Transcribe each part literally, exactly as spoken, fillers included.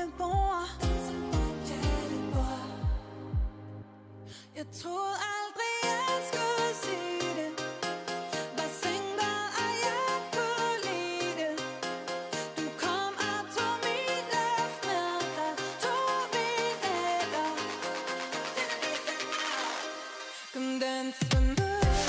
hjertebord. Jeg troede aldrig, jeg skulle sige det. Var single, og jeg kunne lide det. Du kom og tog mit luft med dig. Tog mine nætter. Kom dans med mig.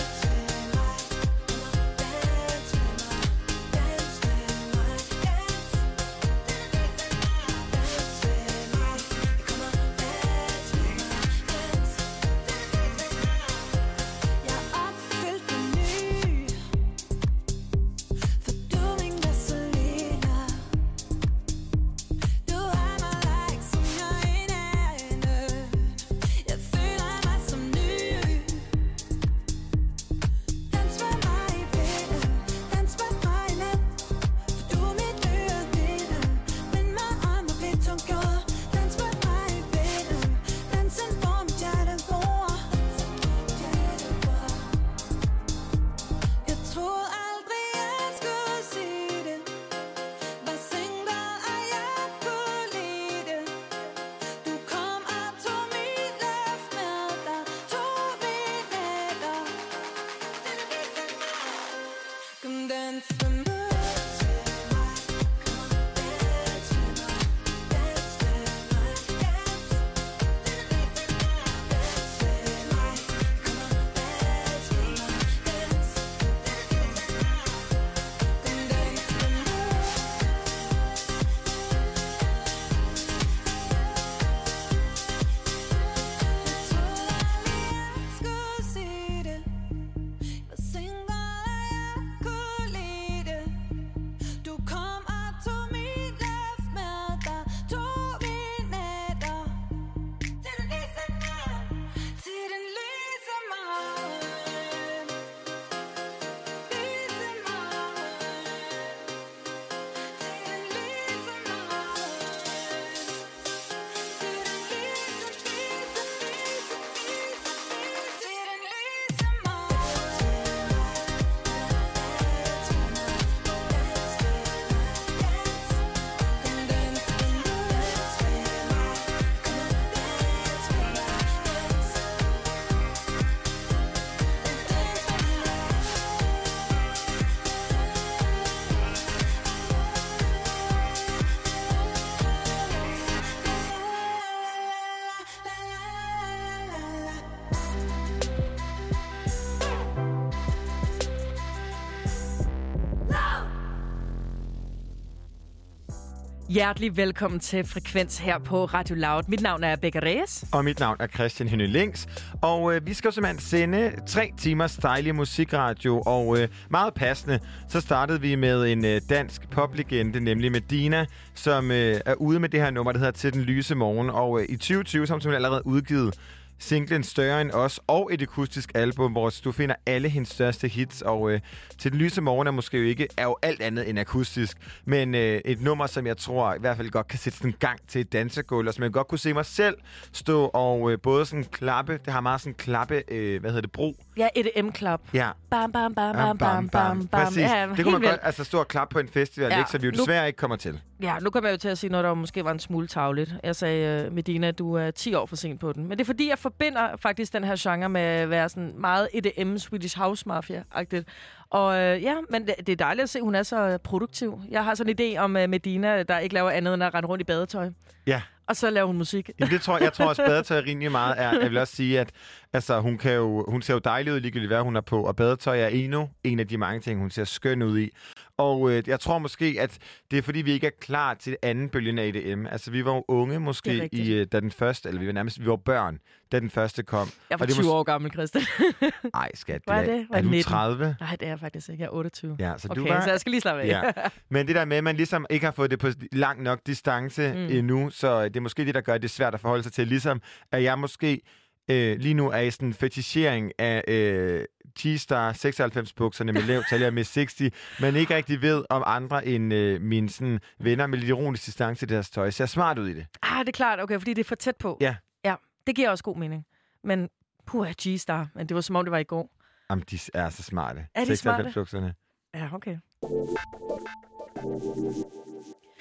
Hjertelig velkommen til Frekvens her på Radio Loud. Mit navn er Becca Reyes. Og mit navn er Christian Henny Links. Og øh, vi skal jo simpelthen sende tre timers dejlig musikradio. Og øh, meget passende, så startede vi med en øh, dansk poplegende, nemlig Medina, som øh, er ude med det her nummer, der hedder Til den lyse morgen. Og øh, i tyve tyve, som hun allerede udgivet singlen Større end os og et akustisk album, hvor du finder alle hendes største hits. Og øh, Til den lyse morgen er måske jo ikke er jo alt andet end akustisk, men øh, et nummer, som jeg tror i hvert fald godt kan sætte sådan en gang til et dansegulv, og som jeg godt kunne se mig selv stå og øh, både sådan klappe, det har meget sådan klappe, øh, hvad hedder det, bro. Ja, E D M-klap. Ja. Bam, bam, bam, bam, bam, bam, bam. Præcis. Ja, det kunne man godt altså stå og klappe på en festival, ja, ikke, så vi jo desværre nu, ikke kommer til. Ja, nu kommer jeg jo til at sige noget, der måske var en smule tarveligt. Jeg sagde, uh, Medina, du er ti år for sent på den. Men det er fordi, jeg forbinder faktisk den her genre med at være sådan meget E D M, Swedish House Mafia-agtigt. Og øh, ja, men det, det er dejligt at se, at hun er så produktiv. Jeg har sådan en idé om uh, Medina, der ikke laver andet end at rende rundt i badetøj. Ja. Og så laver hun musik. Jamen, det tror jeg, jeg tror også, badetøj er rimelig meget. Er, jeg vil også sige, at altså, hun, kan jo, hun ser jo dejlig ud, ligegyldigt hvad hun er på. Og badetøj er endnu en af de mange ting, hun ser skøn ud i. Og øh, jeg tror måske, at det er fordi, vi ikke er klar til anden bølgen af E D M. Altså, vi var jo unge måske, i, øh, da den første, eller vi var nærmest vi var børn, da den første kom. Jeg var tyve mås- år gammel, Christian. Nej, skat. Hvad er det? Er, er du tredive? Nej, det er jeg faktisk ikke. Jeg er otteogtyve. Ja, så okay, du var... så jeg skal lige slappe af. Ja. Men det der med, at man ligesom ikke har fået det på lang nok distance mm. endnu, så det er måske det, der gør det svært at forholde sig til. Ligesom, at jeg måske øh, lige nu er i sådan en fetichering af øh, G-Star seksoghalvfems-bukserne med lav taljer med seksti, men ikke rigtig ved om andre end øh, mine sådan, venner med lidt ironisk distance i deres tøj. Ser smart ud i det. Ah, det er klart. Okay, fordi det er for tæt på. Ja. Ja, det giver også god mening. Men puh, G-Star. Men det var som om, det var i går. Jamen, de er så smarte. Er de smarte? seksoghalvfems-bukserne. Ja, okay.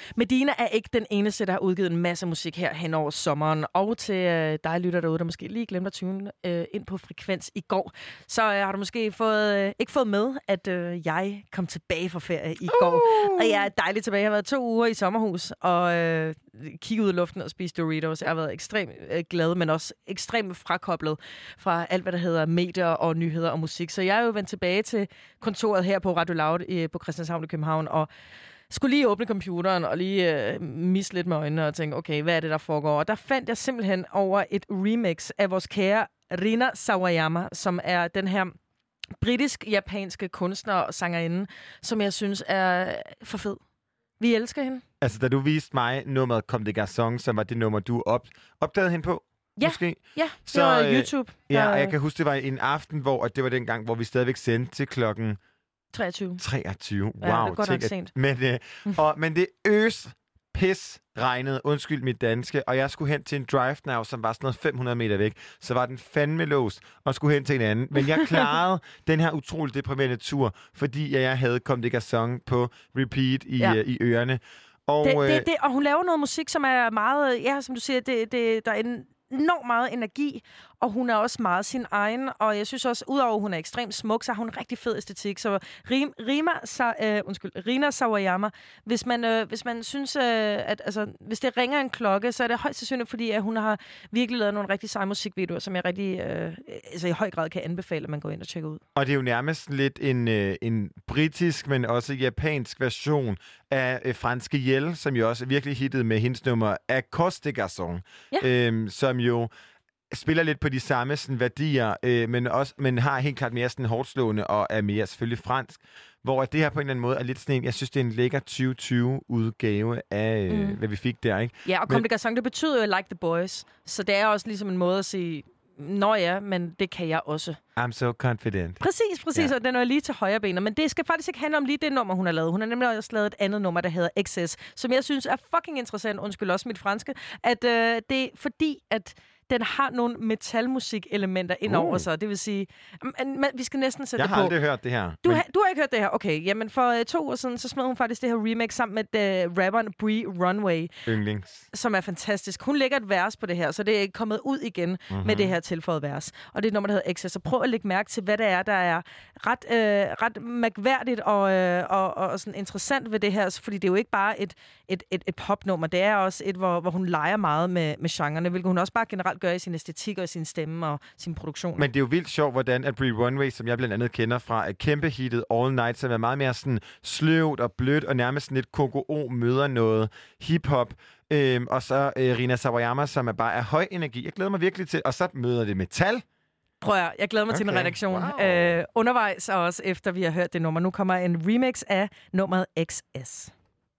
Medina er ikke den eneste, der har udgivet en masse musik her hen over sommeren. Og til øh, dig, lytter derude, der måske lige glemte at tune øh, ind på Frekvens i går, så øh, har du måske fået, øh, ikke fået med, at øh, jeg kom tilbage fra ferie i går. Uh! Og jeg er dejligt tilbage. Jeg har været to uger i sommerhus og øh, kigget ud i luften og spist Doritos. Jeg har været ekstremt øh, glad, men også ekstremt frakoblet fra alt, hvad der hedder medier og nyheder og musik. Så jeg er jo vendt tilbage til kontoret her på Radio Loud i, på Christianshavn i København, og skulle lige åbne computeren og lige øh, misse lidt med øjnene og tænke, okay, hvad er det, der foregår? Og der fandt jeg simpelthen over et remix af vores kære Rina Sawayama, som er den her britisk-japanske kunstner og sangerinde, som jeg synes er for fed. Vi elsker hende. Altså, da du viste mig nummeret Comme des Garçons, som var det nummer, du op- opdagede hende på, ja. måske? Ja, det så, var øh, YouTube. Ja, og jeg kan huske, det var en aften, hvor det var den gang, hvor vi stadigvæk sendte til klokken treogtyve. treogtyve. Wow, ja, det er godt nok sent. Men, øh, og, men det øs, pis, regnede, undskyld mit danske, og jeg skulle hen til en drive now, som var sådan noget fem hundrede meter væk, så var den fandme låst, og skulle hen til en anden. Men jeg klarede den her utroligt deprimerende tur, fordi jeg havde Comme des Garçons på repeat i, ja. øh, i ørerne. Og, det, øh, det, det, og hun laver noget musik, som er meget, ja, som du siger, det, det, der er en enormt meget energi, og hun er også meget sin egen, og jeg synes også, udover at hun er ekstremt smuk, så har hun en rigtig fed æstetik. Så Rim, Rima, sa, øh, undskyld, Rina Sawayama, hvis man, øh, hvis man synes, øh, at altså, hvis det ringer en klokke, så er det højst sandsynligt, fordi at hun har virkelig lavet nogle rigtig seje musikvideoer, som jeg rigtig, øh, altså i høj grad kan anbefale, at man går ind og tjekker ud. Og det er jo nærmest lidt en, øh, en britisk, men også japansk version af øh, franske Yelle, som jo også virkelig hittede med hendes nummer Comme des Garçons, ja. øhm, som jo spiller lidt på de samme sådan, værdier, øh, men, også, men har helt klart mere sådan hårdslående og er mere selvfølgelig fransk, hvor det her på en eller anden måde er lidt sådan en, jeg synes, det er en lækker tyve tyve-udgave af, øh, mm. hvad vi fik der, ikke? Ja, og Comme des Garçons, det betyder jo like the boys, så det er også ligesom en måde at sige, nå ja, men det kan jeg også. I'm so confident. Præcis, præcis, ja. Og den er lige til højre benet. Men det skal faktisk ikke handle om lige det nummer, hun har lavet. Hun har nemlig også lavet et andet nummer, der hedder X S, som jeg synes er fucking interessant, undskyld også mit franske, at øh, det er fordi, at den har nogle metalmusik-elementer ind over uh. sig. Det vil sige, man, man, vi skal næsten sætte jeg det på. Jeg har aldrig hørt det her. Du, men... ha, du har ikke hørt det her? Okay, jamen for uh, to år siden, så smed hun faktisk det her remix sammen med uh, rapperen Bree Runway. Yndlings. Som er fantastisk. Hun lægger et vers på det her, så det er kommet ud igen mm-hmm. med det her tilføjet vers. Og det er et nummer, der hedder X S. Så prøv at lægge mærke til, hvad det er, der er ret, øh, ret mærkværdigt og, øh, og, og sådan interessant ved det her. Fordi det er jo ikke bare et, et, et, et popnummer. Det er også et, hvor, hvor hun leger meget med, med genrerne, hvilket hun også bare generelt gør i sin æstetik og sin stemme og sin produktion. Men det er jo vildt sjovt, hvordan at Bree Runway, som jeg blandt andet kender fra et kæmpe hittet All Night, som er meget mere sådan sløvt og blødt og nærmest sådan lidt K K O møder noget hiphop. Øhm, og så øh, Rina Sawayama, som er bare er høj energi. Jeg glæder mig virkelig til, og så møder det metal. Prøv at, jeg glæder mig okay. til en redaktion. Wow. Øh, undervejs og også efter vi har hørt det nummer. Nu kommer en remix af nummeret X S.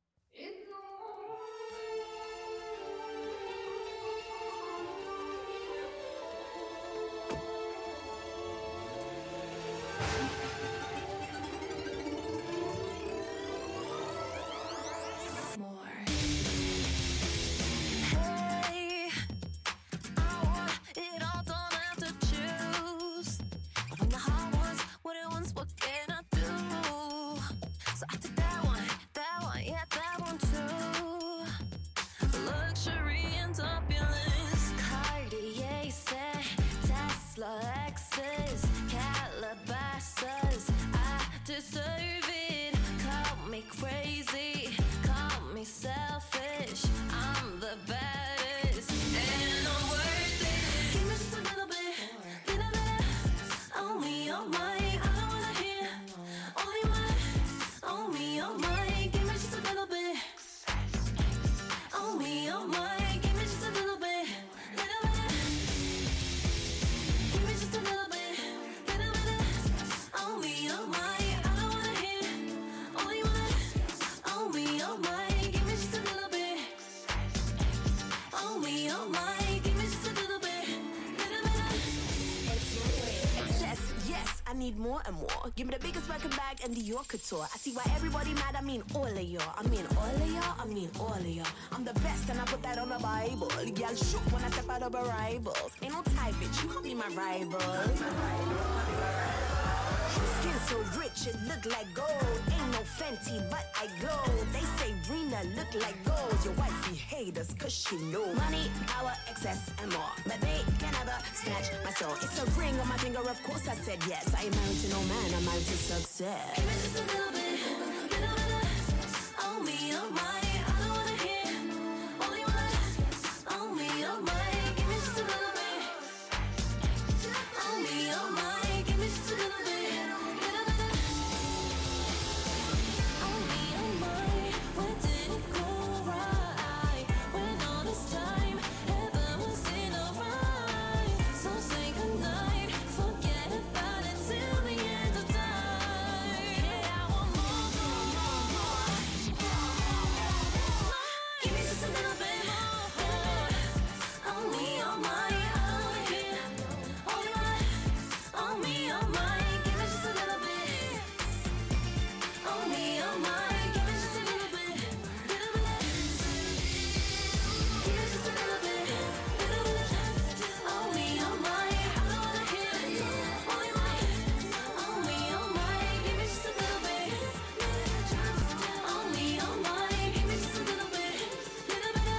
Need more and more. Give me the biggest Birkin bag and the Dior couture. I see why everybody mad. I mean all of y'all. I mean all of y'all. I mean all of y'all. I'm the best and I put that on the Bible. Y'all shook when I step out of arrivals. Ain't no type bitch. You can't be my rival. skin so rich, it look like gold. Ain't no Fenty, but I glow. They say Rena look like gold. Your wifey hate us cause she know money, power, excess, and more. But they can never snatch my soul. It's a ring on my finger, of course I said yes. I ain't married to no man, I'm married to success. Give me just a little bit, little bit of on me, on my. I don't wanna hear only one on me, on my. Give me just a little bit on me, on my. Give me just a little bit, little bit of on me, on my. Where did it go right? When all this time ever was in a right. So say goodnight, forget about it till the end of time. Yeah, I want more, more, more, more. Give me just a little bit more. On me, on my, I don't wanna hear only one. On me, on my, give me just a little bit. On me, on my, give me just a little bit, little bit. Give me just a little bit, little bit. On me, on my, I don't wanna hear only one. On me, on my, give me just a little bit. On me, on my, give me just a little bit, little bit.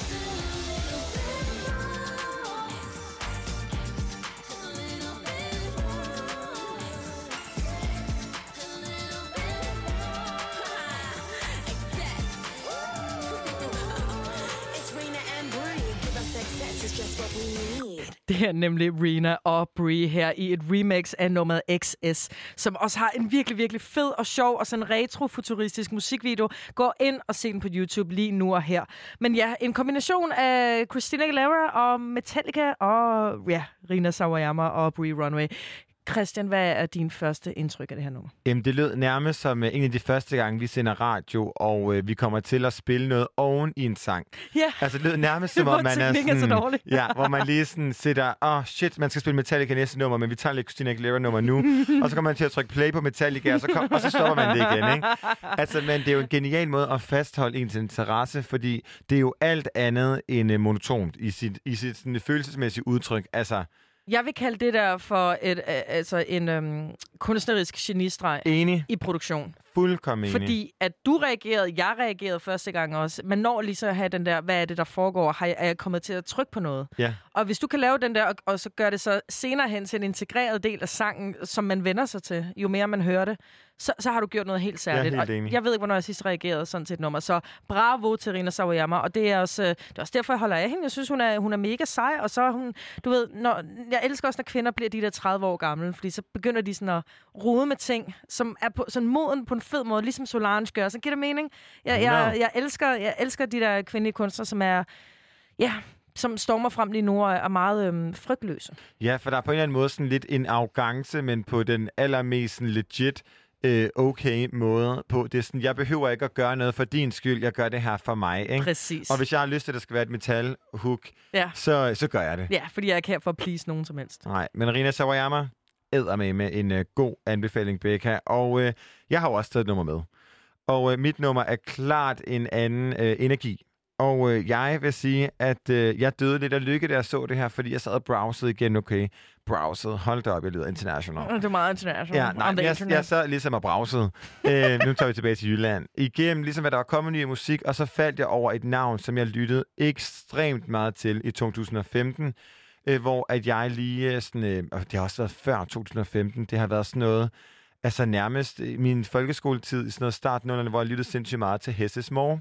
It's Rena and Bree. Give us success, it's just what we need. Det er nemlig Rena og Brie her i et remix af nummeret X S, som også har en virkelig, virkelig fed og sjov og sådan retrofuturistisk musikvideo. Gå ind og se den på YouTube lige nu og her. Men ja, en kombination af Christina Aguilera og Metallica og ja, Rina Sawayama og Brie Runway. Christian, hvad er din første indtryk af det her nummer? Jamen, det lød nærmest som uh, en af de første gange, vi sender radio, og uh, vi kommer til at spille noget oven i en sang. Ja. Altså, det lød nærmest som om, man er sådan... er så dårlig. Ja, hvor man lige sådan sætter, åh oh, shit, man skal spille Metallica næste nummer, men vi tager lidt Christina Aguilera-nummer nu, og så kommer man til at trykke play på Metallica, og så, kom, og så stopper man det igen, ikke? Altså, men det er jo en genial måde at fastholde ens interesse, fordi det er jo alt andet end uh, monotont i sit, i sit sådan, følelsesmæssige udtryk. Altså, Jeg vil kalde det der for et, øh, altså en øhm, kunstnerisk genistreg enig. i produktion. Fuldkommen enig. Fordi at du reagerede, jeg reagerede første gang også. Man når lige så at have den der, hvad er det, der foregår? Har jeg, er jeg kommet til at trykke på noget? Ja. Og hvis du kan lave den der, og, og så gør det så senere hen til en integreret del af sangen, som man vender sig til, jo mere man hører det, så, så har du gjort noget helt særligt. Jeg er helt og enig. jeg ved ikke, hvornår jeg sidst reagerede sådan til et nummer. Så bravo til Rina Sawayama, og det er også, det er også derfor, jeg holder af hende. Jeg synes, hun er, hun er mega sej, og så er hun, du ved, når, jeg elsker også, når kvinder bliver de der tredive år gamle, fordi så begynder de sådan at rode med ting, som er på sådan moden på en fed måde, ligesom Solange gør. Så giver det mening. Jeg, jeg, jeg, elsker, jeg elsker de der kvindelige kunstnere, som er, ja, som stormer frem lige nu og er meget øhm, frygtløse. Ja, for der er på en eller anden måde sådan lidt en arrogance, men på den allermest sådan legit øh, okay måde. På det er sådan, jeg behøver ikke at gøre noget for din skyld, jeg gør det her for mig. Ikke? Præcis. Og hvis jeg har lyst til, at der skal være et metal-hook, ja. så, så gør jeg det. Ja, fordi jeg er ikke her for at please nogen som helst. Nej, men Rina Sawayama æder med med en øh, god anbefaling, Becca. Og øh, jeg har jo også taget et nummer med. Og øh, mit nummer er klart en anden øh, energi. Og øh, jeg vil sige, at øh, jeg døde lidt af lykke, da jeg så det her, fordi jeg sad og browsede igen. Okay, browsede. Hold da op, jeg lyder international. Det er meget international. Ja, nej, jeg, jeg sad ligesom og browsede. øh, nu tager vi tilbage til Jylland. Igennem, ligesom hvad der var kommet ny musik, og så faldt jeg over et navn, som jeg lyttede ekstremt meget til i to tusind og femten, øh, hvor at jeg lige sådan, øh, og det har også været før to tusind og femten, det har været sådan noget, altså nærmest min folkeskoletid, sådan noget start nullerne, hvor jeg lyttede sindssygt meget til Hesses Mor.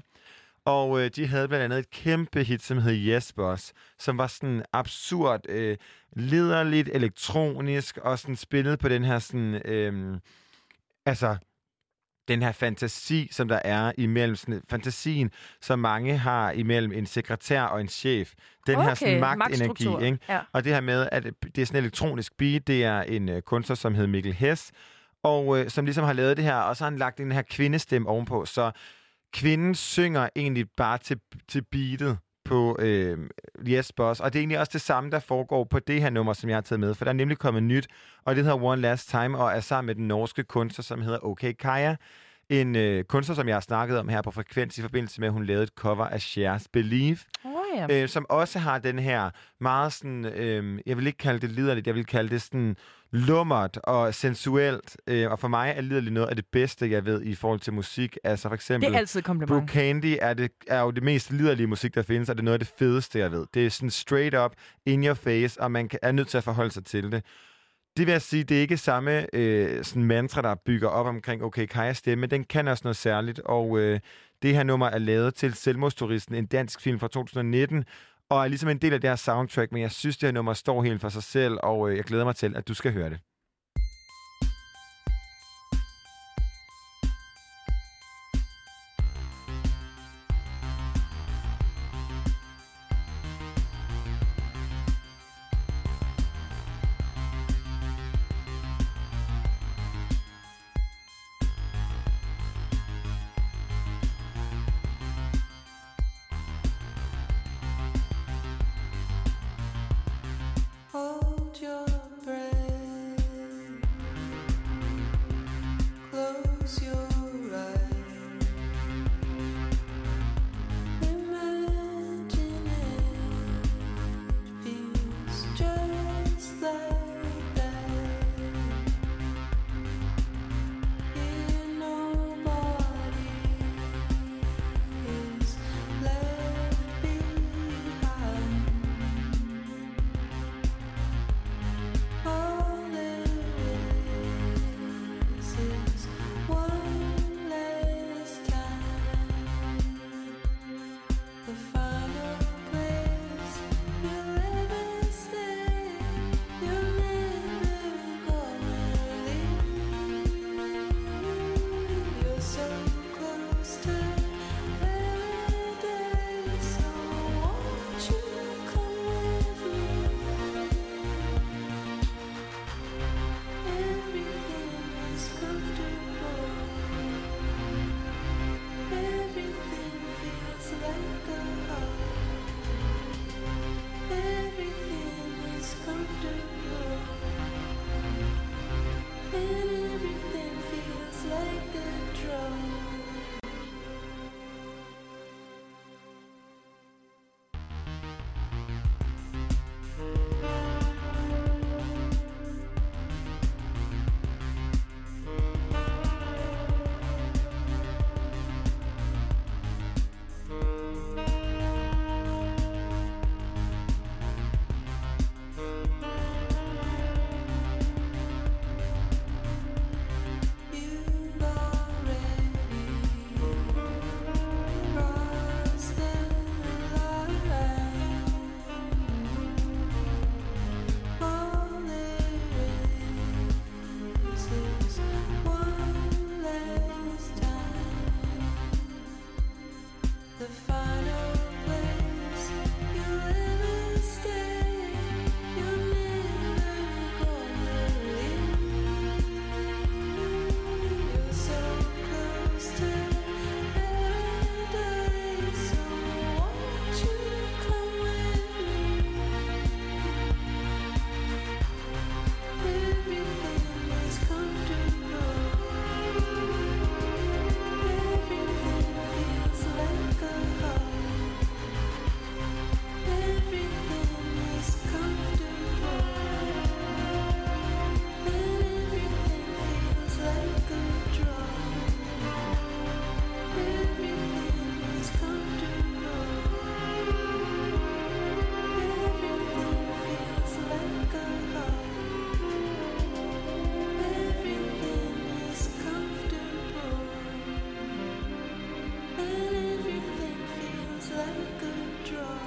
Og øh, de havde blandt andet et kæmpe hit, som hed Yes Boss, som var sådan absurd, øh, liderligt, elektronisk, og sådan spillet på den her sådan, øh, altså, den her fantasi, som der er imellem, sådan, fantasien, som mange har imellem en sekretær og en chef. Den okay, her sådan magtenergi, ikke? Ja. Og det her med, at det er sådan en elektronisk beat, det er en øh, kunstner, som hedder Mikkel Hess, og øh, som ligesom har lavet det her, og så har han lagt den her kvindestemme ovenpå, så kvinden synger egentlig bare til, til beatet på øh, Yes Boss, og det er egentlig også det samme, der foregår på det her nummer, som jeg har taget med, for der er nemlig kommet nyt, og det hedder One Last Time, og er sammen med den norske kunstner, som hedder OK Kaja, en øh, kunstner, som jeg har snakket om her på Frekvens, i forbindelse med, at hun lavede et cover af Cher's Believe. Oh, Ja, ja. Øh, som også har den her meget sådan, øh, jeg vil ikke kalde det liderligt, jeg vil kalde det sådan lummert og sensuelt. Øh, og for mig er liderligt noget af det bedste, jeg ved i forhold til musik. Altså for eksempel... Det er altid kompliment. Brooke Candy er, det, er jo det mest liderlige musik, der findes, og det er noget af det fedeste, jeg ved. Det er sådan straight up, in your face, og man er nødt til at forholde sig til det. Det vil jeg sige, det er ikke samme øh, sådan mantra, der bygger op omkring OK Kajas stemme. Den kan også noget særligt, og øh, det her nummer er lavet til Selvmordsturisten, en dansk film fra to tusind nitten, og er ligesom en del af det her soundtrack, men jeg synes, det her nummer står helt for sig selv, og øh, jeg glæder mig til, at du skal høre det. Hold your breath, close your eyes, imagine it feels just like that. Here nobody is left behind. All there is is one last time. The final place you'll ever stay. You'll never gonna leave. You're so close to paradise, so won't you come with me? Everything is comfortable. Everything feels like a hug. Everything is comfortable. And everything feels like a drug. You've already crossed the line. All there is is one last time. The final place you'll ever stay. You're never gonna leave. You're so close to paradise, so won't you come with me? Everything is comfortable. Everything feels like a hug. Everything is comfortable. And everything feels like a drug. Everything is comfortable. Everything feels like a hug. Everything is comfortable. And everything feels like a drug.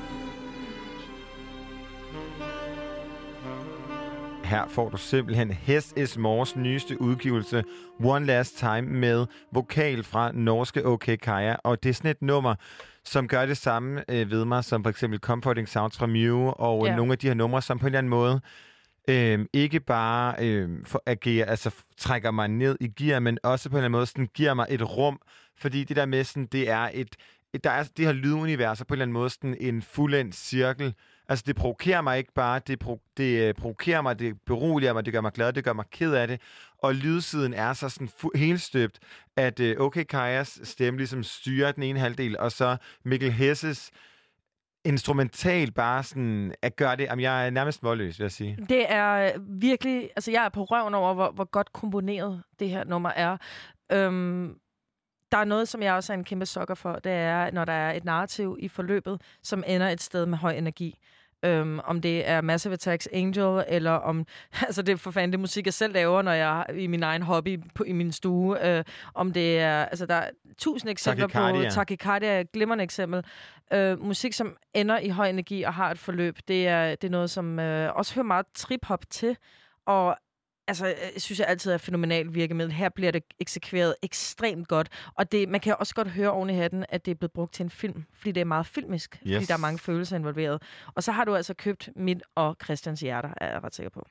Her får du simpelthen Hess is Mores nyeste udgivelse, One Last Time, med vokal fra norske OK Kaja. Og det er sådan et nummer, som gør det samme øh, ved mig, som for eksempel Comforting Sounds fra Mew, og Ja. yeah. nogle af de her numre, som på en eller anden måde øh, ikke bare øh, for agerer, altså trækker mig ned i gear, men også på en eller anden måde sådan, giver mig et rum, fordi det der med sådan, det er et, et der er det her lydunivers, og på en eller anden måde sådan en fuldendt cirkel. Altså, det provokerer mig ikke bare, det, pro- det øh, provokerer mig, det beroliger mig, det gør mig glad, det gør mig ked af det. Og lydsiden er så sådan fu- helt støbt, at øh, OK Kajas stemme ligesom styrer den ene halvdel, og så Mikkel Hesses instrumentalt bare sådan at gøre det. Jamen, jeg er nærmest målløs, vil jeg sige. Det er virkelig... Altså, jeg er på røven over, hvor, hvor godt komponeret det her nummer er. Øhm, der er noget, som jeg også er en kæmpe sokker for. Det er, når der er et narrativ i forløbet, som ender et sted med høj energi. Um, om det er Massive Attacks Angel, eller om... Altså, det er for fanden det musik, jeg selv laver, når jeg er i min egen hobby på, i min stue. Uh, om det er... Altså, der er tusind eksempler Tachycardia. på... Tachycardia er et glimrende eksempel. Uh, musik, som ender i høj energi og har et forløb, det er, det er noget, som uh, også hører meget trip-hop til. Og altså, jeg synes jeg altid er fænomenalt virkemiddel. Her bliver det eksekveret ekstremt godt. Og det, man kan også godt høre oven i hatten, at det er blevet brugt til en film. Fordi det er meget filmisk. Yes. Fordi der er mange følelser involveret. Og så har du altså købt mit og Christians hjerter, er jeg ret sikker på.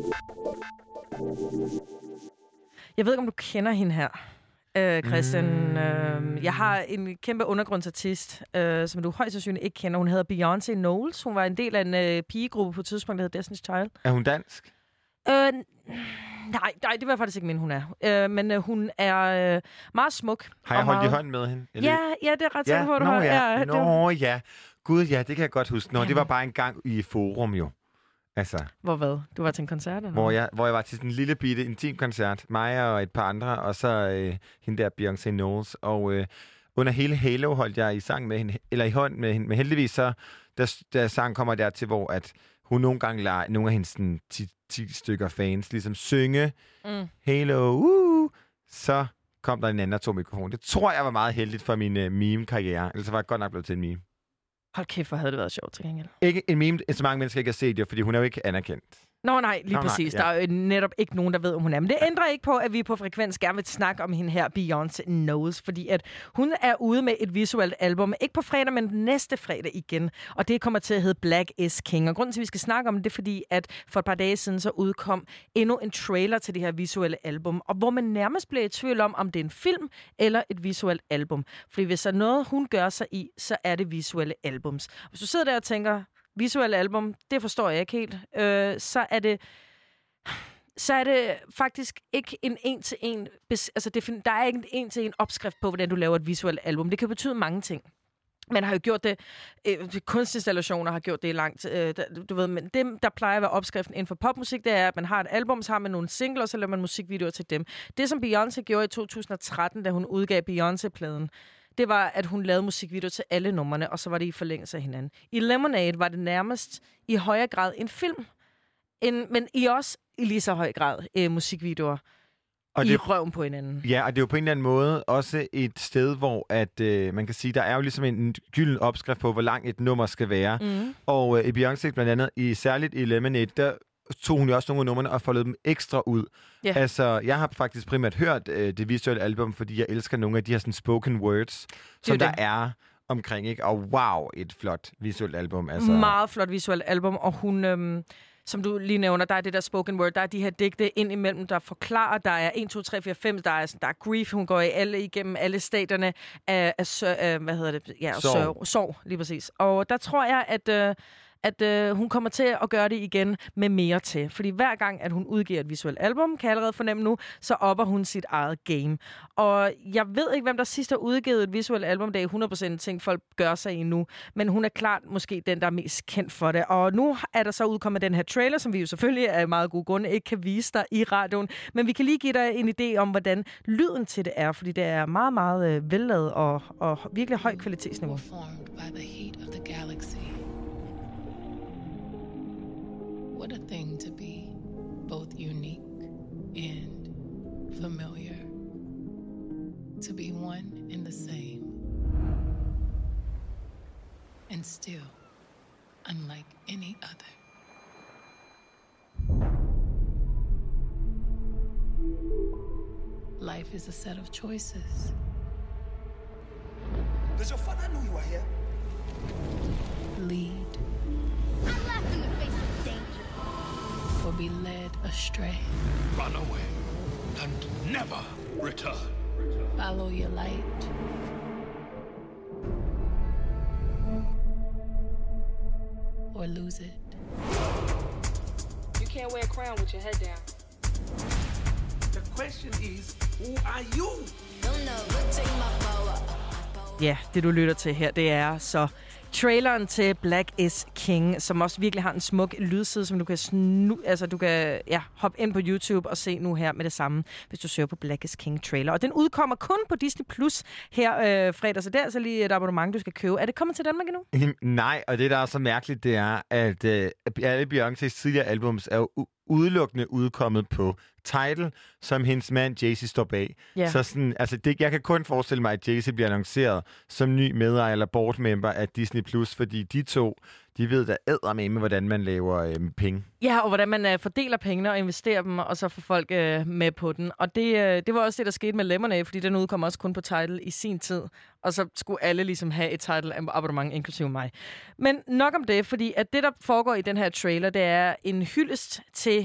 Jeg ved ikke, om du kender hende her, øh, Christian. Mm. Øh, jeg har en kæmpe undergrundsartist, øh, som du højst sandsynligt ikke kender. Hun hedder Beyoncé Knowles. Hun var en del af en øh, pigegruppe på et tidspunkt, der hedder Destiny's Child. Er hun dansk? Øh, nej, nej, det var jeg faktisk ikke mene, hun er. Øh, men øh, hun er øh, meget smuk. Har jeg holdt meget... i hånden med hende? Eller... Ja, ja, det er ret sikker ja, på, at du nå, har. ja. Ja, Nå, det... ja. Gud, ja, det kan jeg godt huske. Nå, Jamen. det var bare en gang i Forum, jo. Altså, Hvor hvad? Du var til en koncert, eller hvor jeg, hvor jeg var til sådan en lille bitte intim-koncert. Mig og et par andre, og så øh, hende der Beyoncé Knowles. Og øh, under hele Halo holdt jeg i sang med hende, eller i hånd med hende. Men heldigvis så, der, der sang kommer der til, hvor at hun nogle gange lader nogle af hendes sådan, ti, ti stykker fans ligesom synge Mm. Halo, uh, så kom der en anden og tog mikrofon. Det tror jeg var meget heldigt for min uh, meme-karriere. Ellers var jeg godt nok blevet til en meme. Hold kæft, hvor havde det været sjovt til gengæld. Ikke en meme, så mange mennesker ikke har set det, fordi hun er jo ikke anerkendt. Nå nej, lige Nå, nej, præcis. ja. Der er jo netop ikke nogen, der ved, om hun er. Men det ændrer ikke på, at vi på Frekvens gerne vil snakke om hende her, Beyoncé Knowles. Fordi at hun er ude med et visuelt album. Ikke på fredag, men næste fredag igen. Og det kommer til at hedde Black is King. Og grunden til, at vi skal snakke om det, det er fordi, at for et par dage siden, så udkom endnu en trailer til det her visuelle album. Og hvor man nærmest bliver i tvivl om, om det er en film eller et visuelt album. Fordi hvis der er noget, hun gør sig i, så er det visuelle albums. Hvis du sidder der og tænker... visuelle album, det forstår jeg ikke helt. Øh, så er det så er det faktisk ikke en en-til-en... Altså, der er ikke en en-til-en opskrift på, hvordan du laver et visuelt album. Det kan betyde mange ting. Man har jo gjort det... Øh, kunstinstallationer har gjort det i lang tid. Øh, du ved, men det, der plejer at være opskriften inden for popmusik, det er, at man har et album, så har man nogle singler, og så laver man musikvideoer til dem. Det, som Beyoncé gjorde i to tusind og tretten, da hun udgav Beyoncé-pladen, det var, at hun lavede musikvideoer til alle numrene, og så var det i forlængelse af hinanden. I Lemonade var det nærmest i højere grad en film, en, men i også i lige så høj grad øh, musikvideoer og i det, røven på hinanden. Ja, og det er jo på en eller anden måde også et sted, hvor at, øh, man kan sige, der er jo ligesom en gylden opskrift på, hvor lang et nummer skal være. Mm. Og øh, i Beyoncé blandt andet, i, særligt i Lemonade, der tog hun jo også nogle af numrene og foldede dem ekstra ud. Yeah. Altså, jeg har faktisk primært hørt øh, det visuelle album, fordi jeg elsker nogle af de her sådan, spoken words, som der er omkring, ikke? Og wow, et flot visuelt album. Altså. Meget flot visuelt album, og hun... Øhm som du lige nævner, der er det der spoken word, der er de her digte ind imellem, der forklarer, der er en, to, tre, fire, fem, der er, der er grief, hun går i alle, igennem alle stadierne af, af, af hvad hedder det? Ja, sorg. Sorg, lige præcis. Og der tror jeg, at... Øh, at øh, hun kommer til at gøre det igen med mere til. Fordi hver gang, at hun udgiver et visuelt album, kan jeg allerede fornemme nu, så opper hun sit eget game. Og jeg ved ikke, hvem der sidst har udgivet et visuelt album. Det er hundrede procent ting, folk gør sig i nu. Men hun er klart måske den, der er mest kendt for det. Og nu er der så udkommet den her trailer, som vi jo selvfølgelig af meget gode grunde ikke kan vise dig i radioen. Men vi kan lige give dig en idé om, hvordan lyden til det er. Fordi det er meget, meget øh, velladet og, og virkelig høj kvalitetsniveau. What a thing to be, both unique and familiar. To be one and the same, and still unlike any other. Life is a set of choices. Does your father know you are here? Lead. I laugh in the face of danger. Or be led astray. Run away and never return. Follow your light. Or lose it. You can't wear a crown with your head down. The question is, who are you? Ja, det du lytter til her, det er så traileren til Black is King, som også virkelig har en smuk lydside, som du kan snu, altså du kan ja, hoppe ind på YouTube og se nu her med det samme, hvis du søger på Black is King trailer. Og den udkommer kun på Disney Plus her øh, fredag, så det er altså lige et abonnement, du skal købe. Er det kommet til Danmark endnu? Nej, og det, der er så mærkeligt, det er, at øh, alle Beyoncés tidligere albums er jo u- udelukkende udkommet på Tidal, som hendes mand Jay-Z står bag. Ja. Så sådan, altså det, jeg kan kun forestille mig, at Jay-Z bliver annonceret som ny medejer eller boardmember af Disney Plus, fordi de to, de ved da eddermame, hvordan man laver øh, penge. Ja, og hvordan man øh, fordeler pengene og investerer dem, og så får folk øh, med på den. Og det, øh, det var også det, der skete med Lemonade, fordi den udkom også kun på Tidal i sin tid. Og så skulle alle ligesom have et Tidal-abonnement, inklusive mig. Men nok om det, fordi at det, der foregår i den her trailer, det er en hyldest til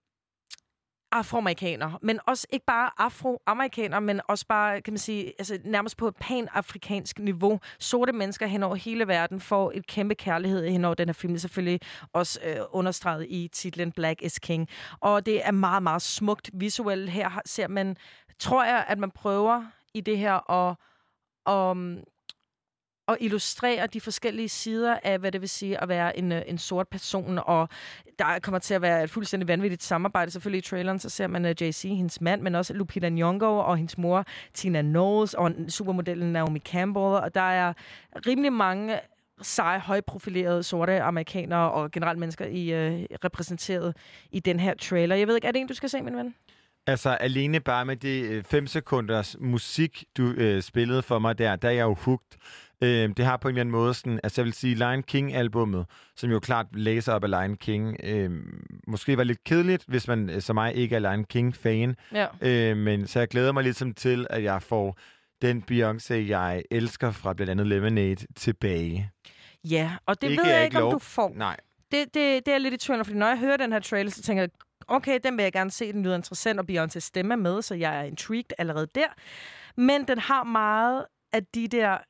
afroamerikanere, men også ikke bare afroamerikanere, men også bare, kan man sige, altså nærmest på et pan-afrikansk niveau. Sorte mennesker hen over hele verden får et kæmpe kærlighed hen over den her film. Det er selvfølgelig også øh, understreget i titlen Black is King. Og det er meget, meget smukt visuelt. Her ser man, tror jeg, at man prøver i det her at, at, at illustrere de forskellige sider af, hvad det vil sige at være en, en sort person, og der kommer til at være et fuldstændig vanvittigt samarbejde. Selvfølgelig i traileren, så ser man uh, Jay-Z, hendes mand, men også Lupita Nyong'o og hendes mor, Tina Knowles, og supermodellen Naomi Campbell. Og der er rimelig mange seje, højprofilerede sorte amerikanere og generelt mennesker i, uh, repræsenteret i den her trailer. Jeg ved ikke, er det en, du skal se, min ven? Altså, alene bare med det fem sekunders musik, du øh, spillede for mig der, der er jeg jo hooked. Øh, det har på en eller anden måde sådan, altså jeg vil sige, Lion King-albummet, som jo klart læser op af Lion King, øh, måske var lidt kedeligt, hvis man som mig ikke er Lion King-fan. Ja. Øh, men så jeg glæder mig ligesom til, at jeg får den Beyoncé, jeg elsker fra blandt andet Lemonade, tilbage. Ja, og det ikke ved jeg ikke ikke, lov. om du får. Nej. Det, det, det er lidt i tvivl, fordi når jeg hører den her trailer, så tænker jeg, okay, den vil jeg gerne se, den lyder interessant, og Beyoncé stemme med, så jeg er intrigued allerede der. Men den har meget af de der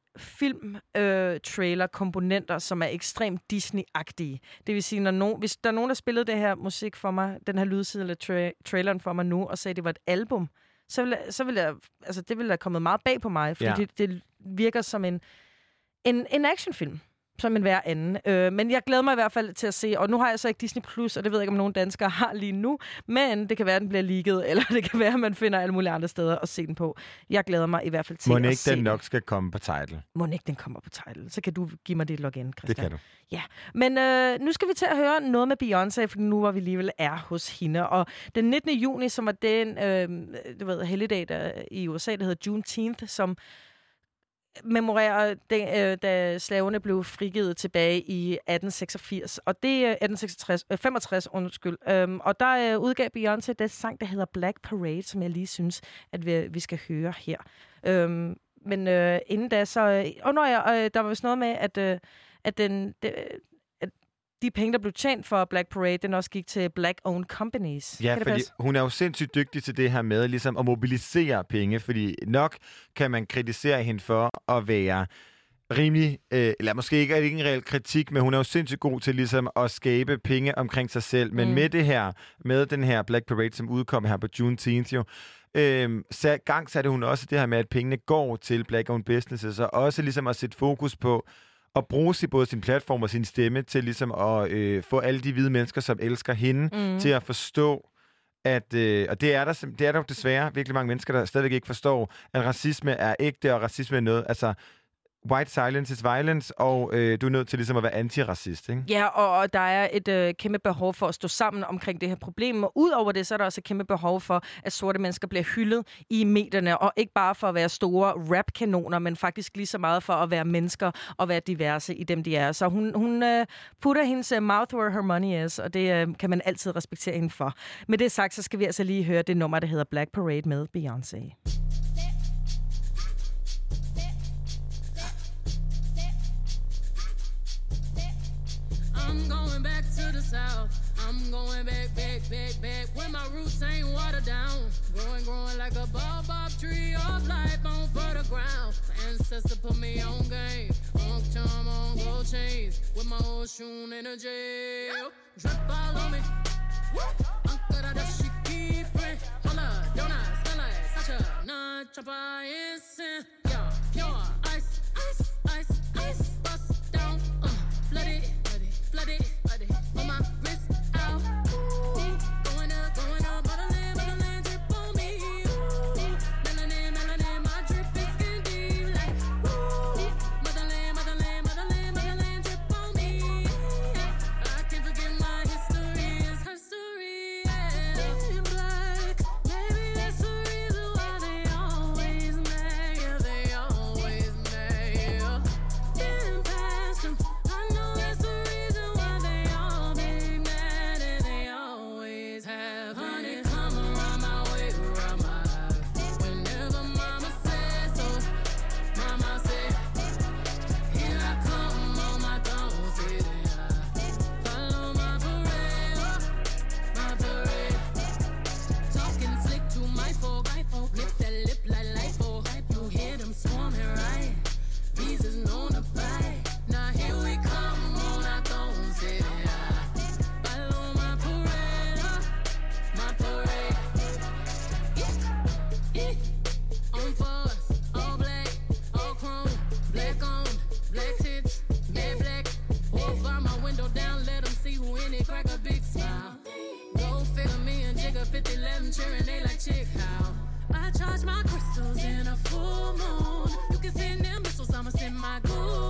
film-trailer-komponenter, øh, som er ekstremt Disney-agtige. Det vil sige, når no- hvis der er nogen, der spillede det her musik for mig, den her lydside eller tra- traileren for mig nu, og sagde, at det var et album, så ville, så ville jeg, altså det ville have kommet meget bag på mig, fordi ja. det, det virker som en, en, en actionfilm. Som en hver anden. Øh, men jeg glæder mig i hvert fald til at se, og nu har jeg så ikke Disney Plus, og det ved jeg ikke, om nogen danskere har lige nu, men det kan være, at den bliver leaget, eller det kan være, at man finder alle mulige andre steder at se den på. Jeg glæder mig i hvert fald til Må at ikke se den den. nok skal komme på Tidal? Må ikke den kommer på Tidal? Så kan du give mig det login, Christian. Det kan du. Ja, men øh, nu skal vi til at høre noget med Beyoncé, for nu hvor vi alligevel er hos hende. Og den nittende juni, som var den, øh, du ved, helligdag der i U S A, der hedder Juneteenth, som memorerer, de, øh, da slaverne blev frigivet tilbage i atten seksogfirs. Og det er atten seksogtres, øh, femogtres, undskyld. Øhm, og der øh, udgav Beyoncé den sang, der hedder Black Parade, som jeg lige synes, at vi, vi skal høre her. Øhm, men øh, inden da, så... Øh, og når jeg, øh, der var vist noget med, at, øh, at den... De, at de penge, der blev tjent for Black Parade, den også gik til Black-owned companies. Ja, kan fordi hun er jo sindssygt dygtig til det her med ligesom at mobilisere penge, fordi nok kan man kritisere hende for at være rimelig, øh, eller måske ikke er det ikke en reel kritik, men hun er jo sindssygt god til ligesom at skabe penge omkring sig selv. Men mm. med det her, med den her Black Parade, som udkom her på Juneteenth jo, øh, så gang satte hun også det her med, at pengene går til Black-owned businesses, og også ligesom at sætte fokus på at bruge sig både sin platform og sin stemme til ligesom at øh, få alle de hvide mennesker, som elsker hende, mm. til at forstå, at, øh, og det er, der, det er der jo desværre virkelig mange mennesker, der stadigvæk ikke forstår, at racisme er ægte, og racisme er noget, altså white silence is violence, og øh, du er nødt til ligesom at være antiracist, ikke? Ja, og, og der er et øh, kæmpe behov for at stå sammen omkring det her problem, og udover det, så er der også et kæmpe behov for, at sorte mennesker bliver hyldet i medierne, og ikke bare for at være store rap-kanoner, men faktisk lige så meget for at være mennesker og være diverse i dem, de er. Så hun, hun øh, putter hendes uh, mouth where her money is, og det øh, kan man altid respektere hende for. Med det sagt, så skal vi altså lige høre det nummer, der hedder Black Parade med Beyoncé. I'm going back to the south. I'm going back, back, back, back. When my roots ain't watered down. Growing, growing like a baobab tree of life on fertile ground. My ancestors put me on game. On charm, on gold chains. With my old shoe energy. Drip all on me. Uncle da da she keep it. Hold up, don't I smell like such a non-chopper instant. Yeah, pure ice, ice, ice, ice. Bust down. window down, let them see who in it, crack a big smile. Go figure me and Jigga fifty eleven cheering, they like chick how. I charge my crystals in a full moon. You can send them missiles, I'ma send my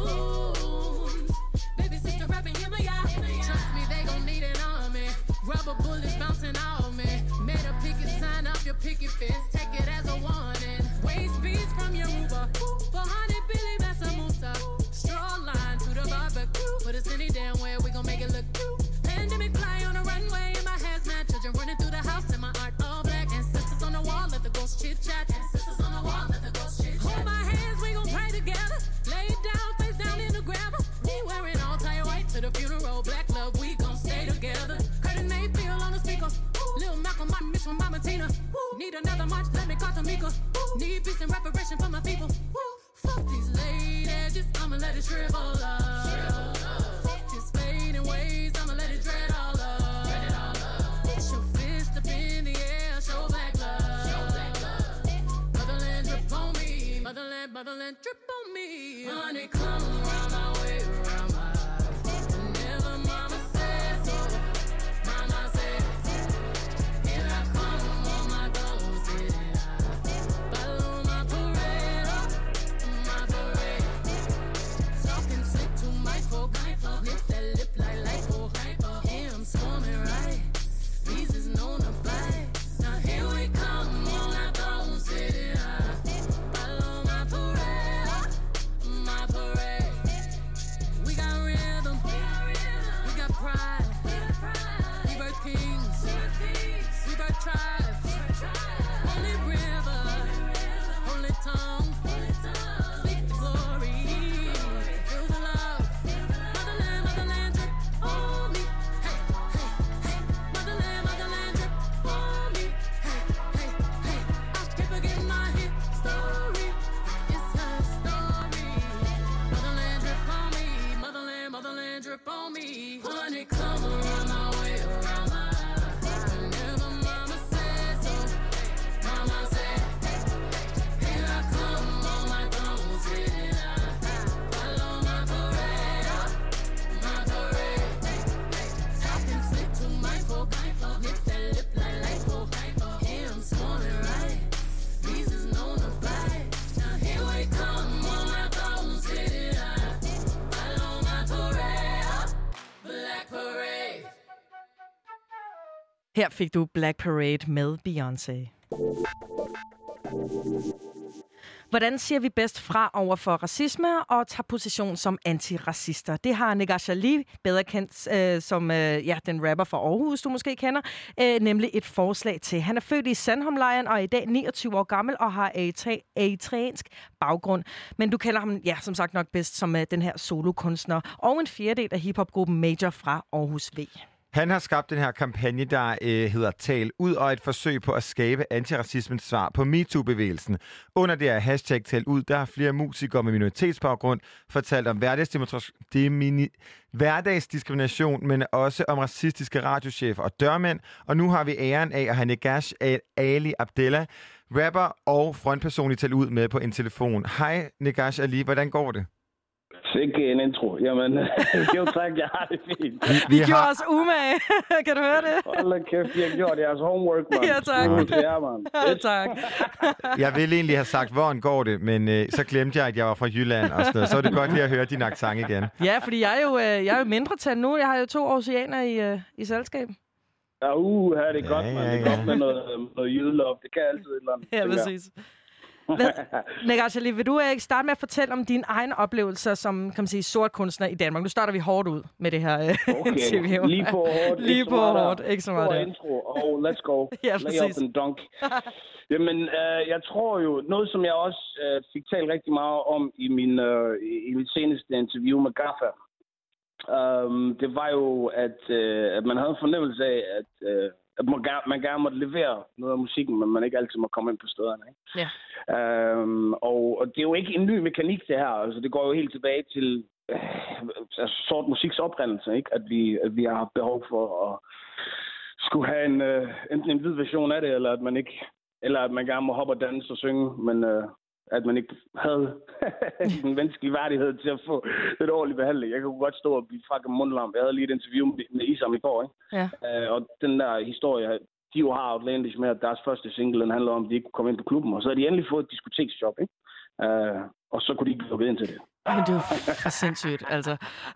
goons. Baby sister rapping, hear me out. Trust me, they gon' need an army. Rubber bullets bouncing off me. Made a picket sign up your picket fence, take it as a warning. Waste beats from your Uber. For honey, Billy, that's a Musa. Straw line to the barbecue. Put us any damn way, we gon' make it look cute. Pandemic fly on a runway in my hazmat. Children running through the house in my art all black. And sisters on the wall, let the ghost chit chat. And sisters on the wall, let the ghost chit chat. Hold my hands, we gon' pray together. Lay down, face down in the gravel. We wearing all tie white to the funeral. Black love, we gon' stay together. Curtis Mayfield on the speaker. Lil Malcolm, my miss from Mama Tina. Need another march, let me call Tamika. Need peace and reparation for my people. Fuck these late edges, I'ma let it shrivel up. Fuck this fading ways, I'ma let it dread all up. Get your fist up in the air, show black love. Motherland drip on me, motherland, motherland drip on me. Honey, come around my way, around my house. Never mama said so, mama said, here I come on my goals, yeah. Follow my parade, oh, my parade. Talking slick to my folk, lift that lip like lipo. Yeah, I'm swarming right, these is known to bite. Now here we come on our goals, yeah. Follow my parade, oh, my parade. We got rhythm, we got pride. We birth kings, we birth tribes. Holy river, holy tongue, speak the glory, feel the love. Motherland, motherland drip on me. Hey, hey, hey. Motherland, motherland drip on me. Hey, hey, hey. I can't forget my hit story. It's her story. Motherland drip on me. Motherland, motherland drip on me. Honey, come around my way, around my house. Never mama said so. Mama said, here I come on my goals, yeah. Follow my parade, oh, my parade. Talking slick to my folk, lift that lip like lipo. Yeah, I'm swarming right, these is known to bite. Now here we come on my goals, yeah. Follow my parade, oh, black parade. Her fik du Black Parade med Beyoncé. Hvordan siger vi bedst fra over for racisme og tager position som antiracister? Det har Negash Ali, bedre kendt øh, som øh, ja, den rapper fra Aarhus, du måske kender, øh, nemlig et forslag til. Han er født i Sandholmlejren og er i dag niogtyve år gammel og har eritreansk baggrund. Men du kender ham, ja, som sagt nok bedst som øh, den her solokunstner og en fjerdedel af hiphopgruppen Major fra Aarhus V. Han har skabt den her kampagne, der øh, hedder Tal Ud, og et forsøg på at skabe antiracismens svar på MeToo-bevægelsen. Under det her hashtag Tal Ud, der har flere musikere med minoritetsbaggrund fortalt om hverdagsdiskrimination, men også om racistiske radiochefer og dørmænd. Og nu har vi æren af at have Negash Ali Abdella, rapper og frontperson i Tal Ud, med på en telefon. Hej Negash Ali, hvordan går det? Sikke en intro. Jamen, jo tak, jeg har det fint. Vi, vi har... gjorde os umage. Kan du høre det? Hold da kæft, jeg har gjort jeres homework, man. Ja, tak. Ja, man. Ja, tak. Jeg ville egentlig have sagt, hvordan går det, men øh, så glemte jeg, at jeg var fra Jylland og sådan noget. Så er det godt lige at høre din accent igen. Ja, fordi jeg er jo, øh, jeg er jo mindretal nu. Jeg har jo to oceaner i, øh, i selskab. Ja, uh, her er det godt, ja, man. Det er ja, godt med noget, noget jydelov. Det kan altid et eller andet. Ja, præcis. Negash Ali, vil du ikke starte med at fortælle om dine egne oplevelser som, kan man sige, sort kunstner i Danmark? Nu starter vi hårdt ud med det her okay. interview. Lige på hårdt. Lige på hårdt, ikke så meget. Intro, og let's go. Ja, lay up and dunk. Jamen, øh, jeg tror jo, noget som jeg også øh, fik talt rigtig meget om i min, øh, i mit seneste interview med Gaffa, um, det var jo, at, øh, at man havde en fornemmelse af, at øh, at man gerne, man gerne måtte levere noget af musikken, men man ikke altid må komme ind på stederne. Ikke? Ja. Øhm, og, og det er jo ikke en ny mekanik, det her. Altså, det går jo helt tilbage til øh, altså, sort musiks oprindelse, ikke? At, vi, at vi har behov for at skulle have en, øh, enten en hvid version af det, eller at man ikke, eller at man gerne må hoppe og danse og synge, men, øh, at man ikke havde den menneskelige værdighed til at få et ordentligt behandling. Jeg kunne godt stå og blive fucking mundlam. Jeg havde lige et interview med Isam i går, ikke? Ja. Uh, og den der historie, de jo har Outlandish med, at deres første single, den handler om, at de ikke kunne komme ind på klubben. Og så har de endelig fået et diskoteksjob, ikke? Uh, og så kunne de ikke lukke ind til det. Men det er jo for sindssygt, altså.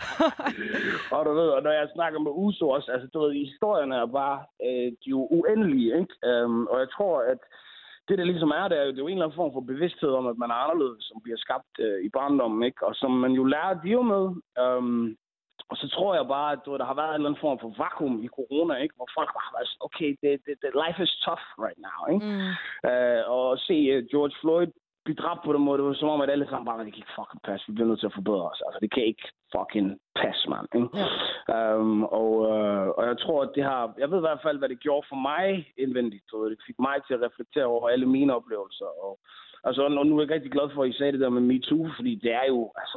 Og du ved, og når jeg snakker med Uso også, altså du ved, historierne er bare, øh, de er jo uendelige, ikke? Um, og jeg tror, at det, der ligesom er, det er jo, det er jo en eller anden form for bevidsthed om, at man er anderledes, som bliver skabt øh, i barndommen, ikke? Og som man jo lærer at deal med. Um, og så tror jeg bare, at du ved, der har været en eller anden form for vakuum i corona, ikke? Hvor folk bare har været sådan, okay, det, det, det, life is tough right now, ikke? Mm. Uh, og se uh, George Floyd blive dræbt på den måde, det var som om, at alle sammen bare, det kan ikke fucking passe, vi bliver nødt til at forbedre os. Altså, det kan ikke fucking passe, mand. Ja. Um, og, øh, og jeg tror, at det har, jeg ved i hvert fald, hvad det gjorde for mig indvendigt. Det fik mig til at reflektere over alle mine oplevelser. Og, altså, og nu er jeg rigtig glad for, at I sagde det der med MeToo, fordi det er jo, altså,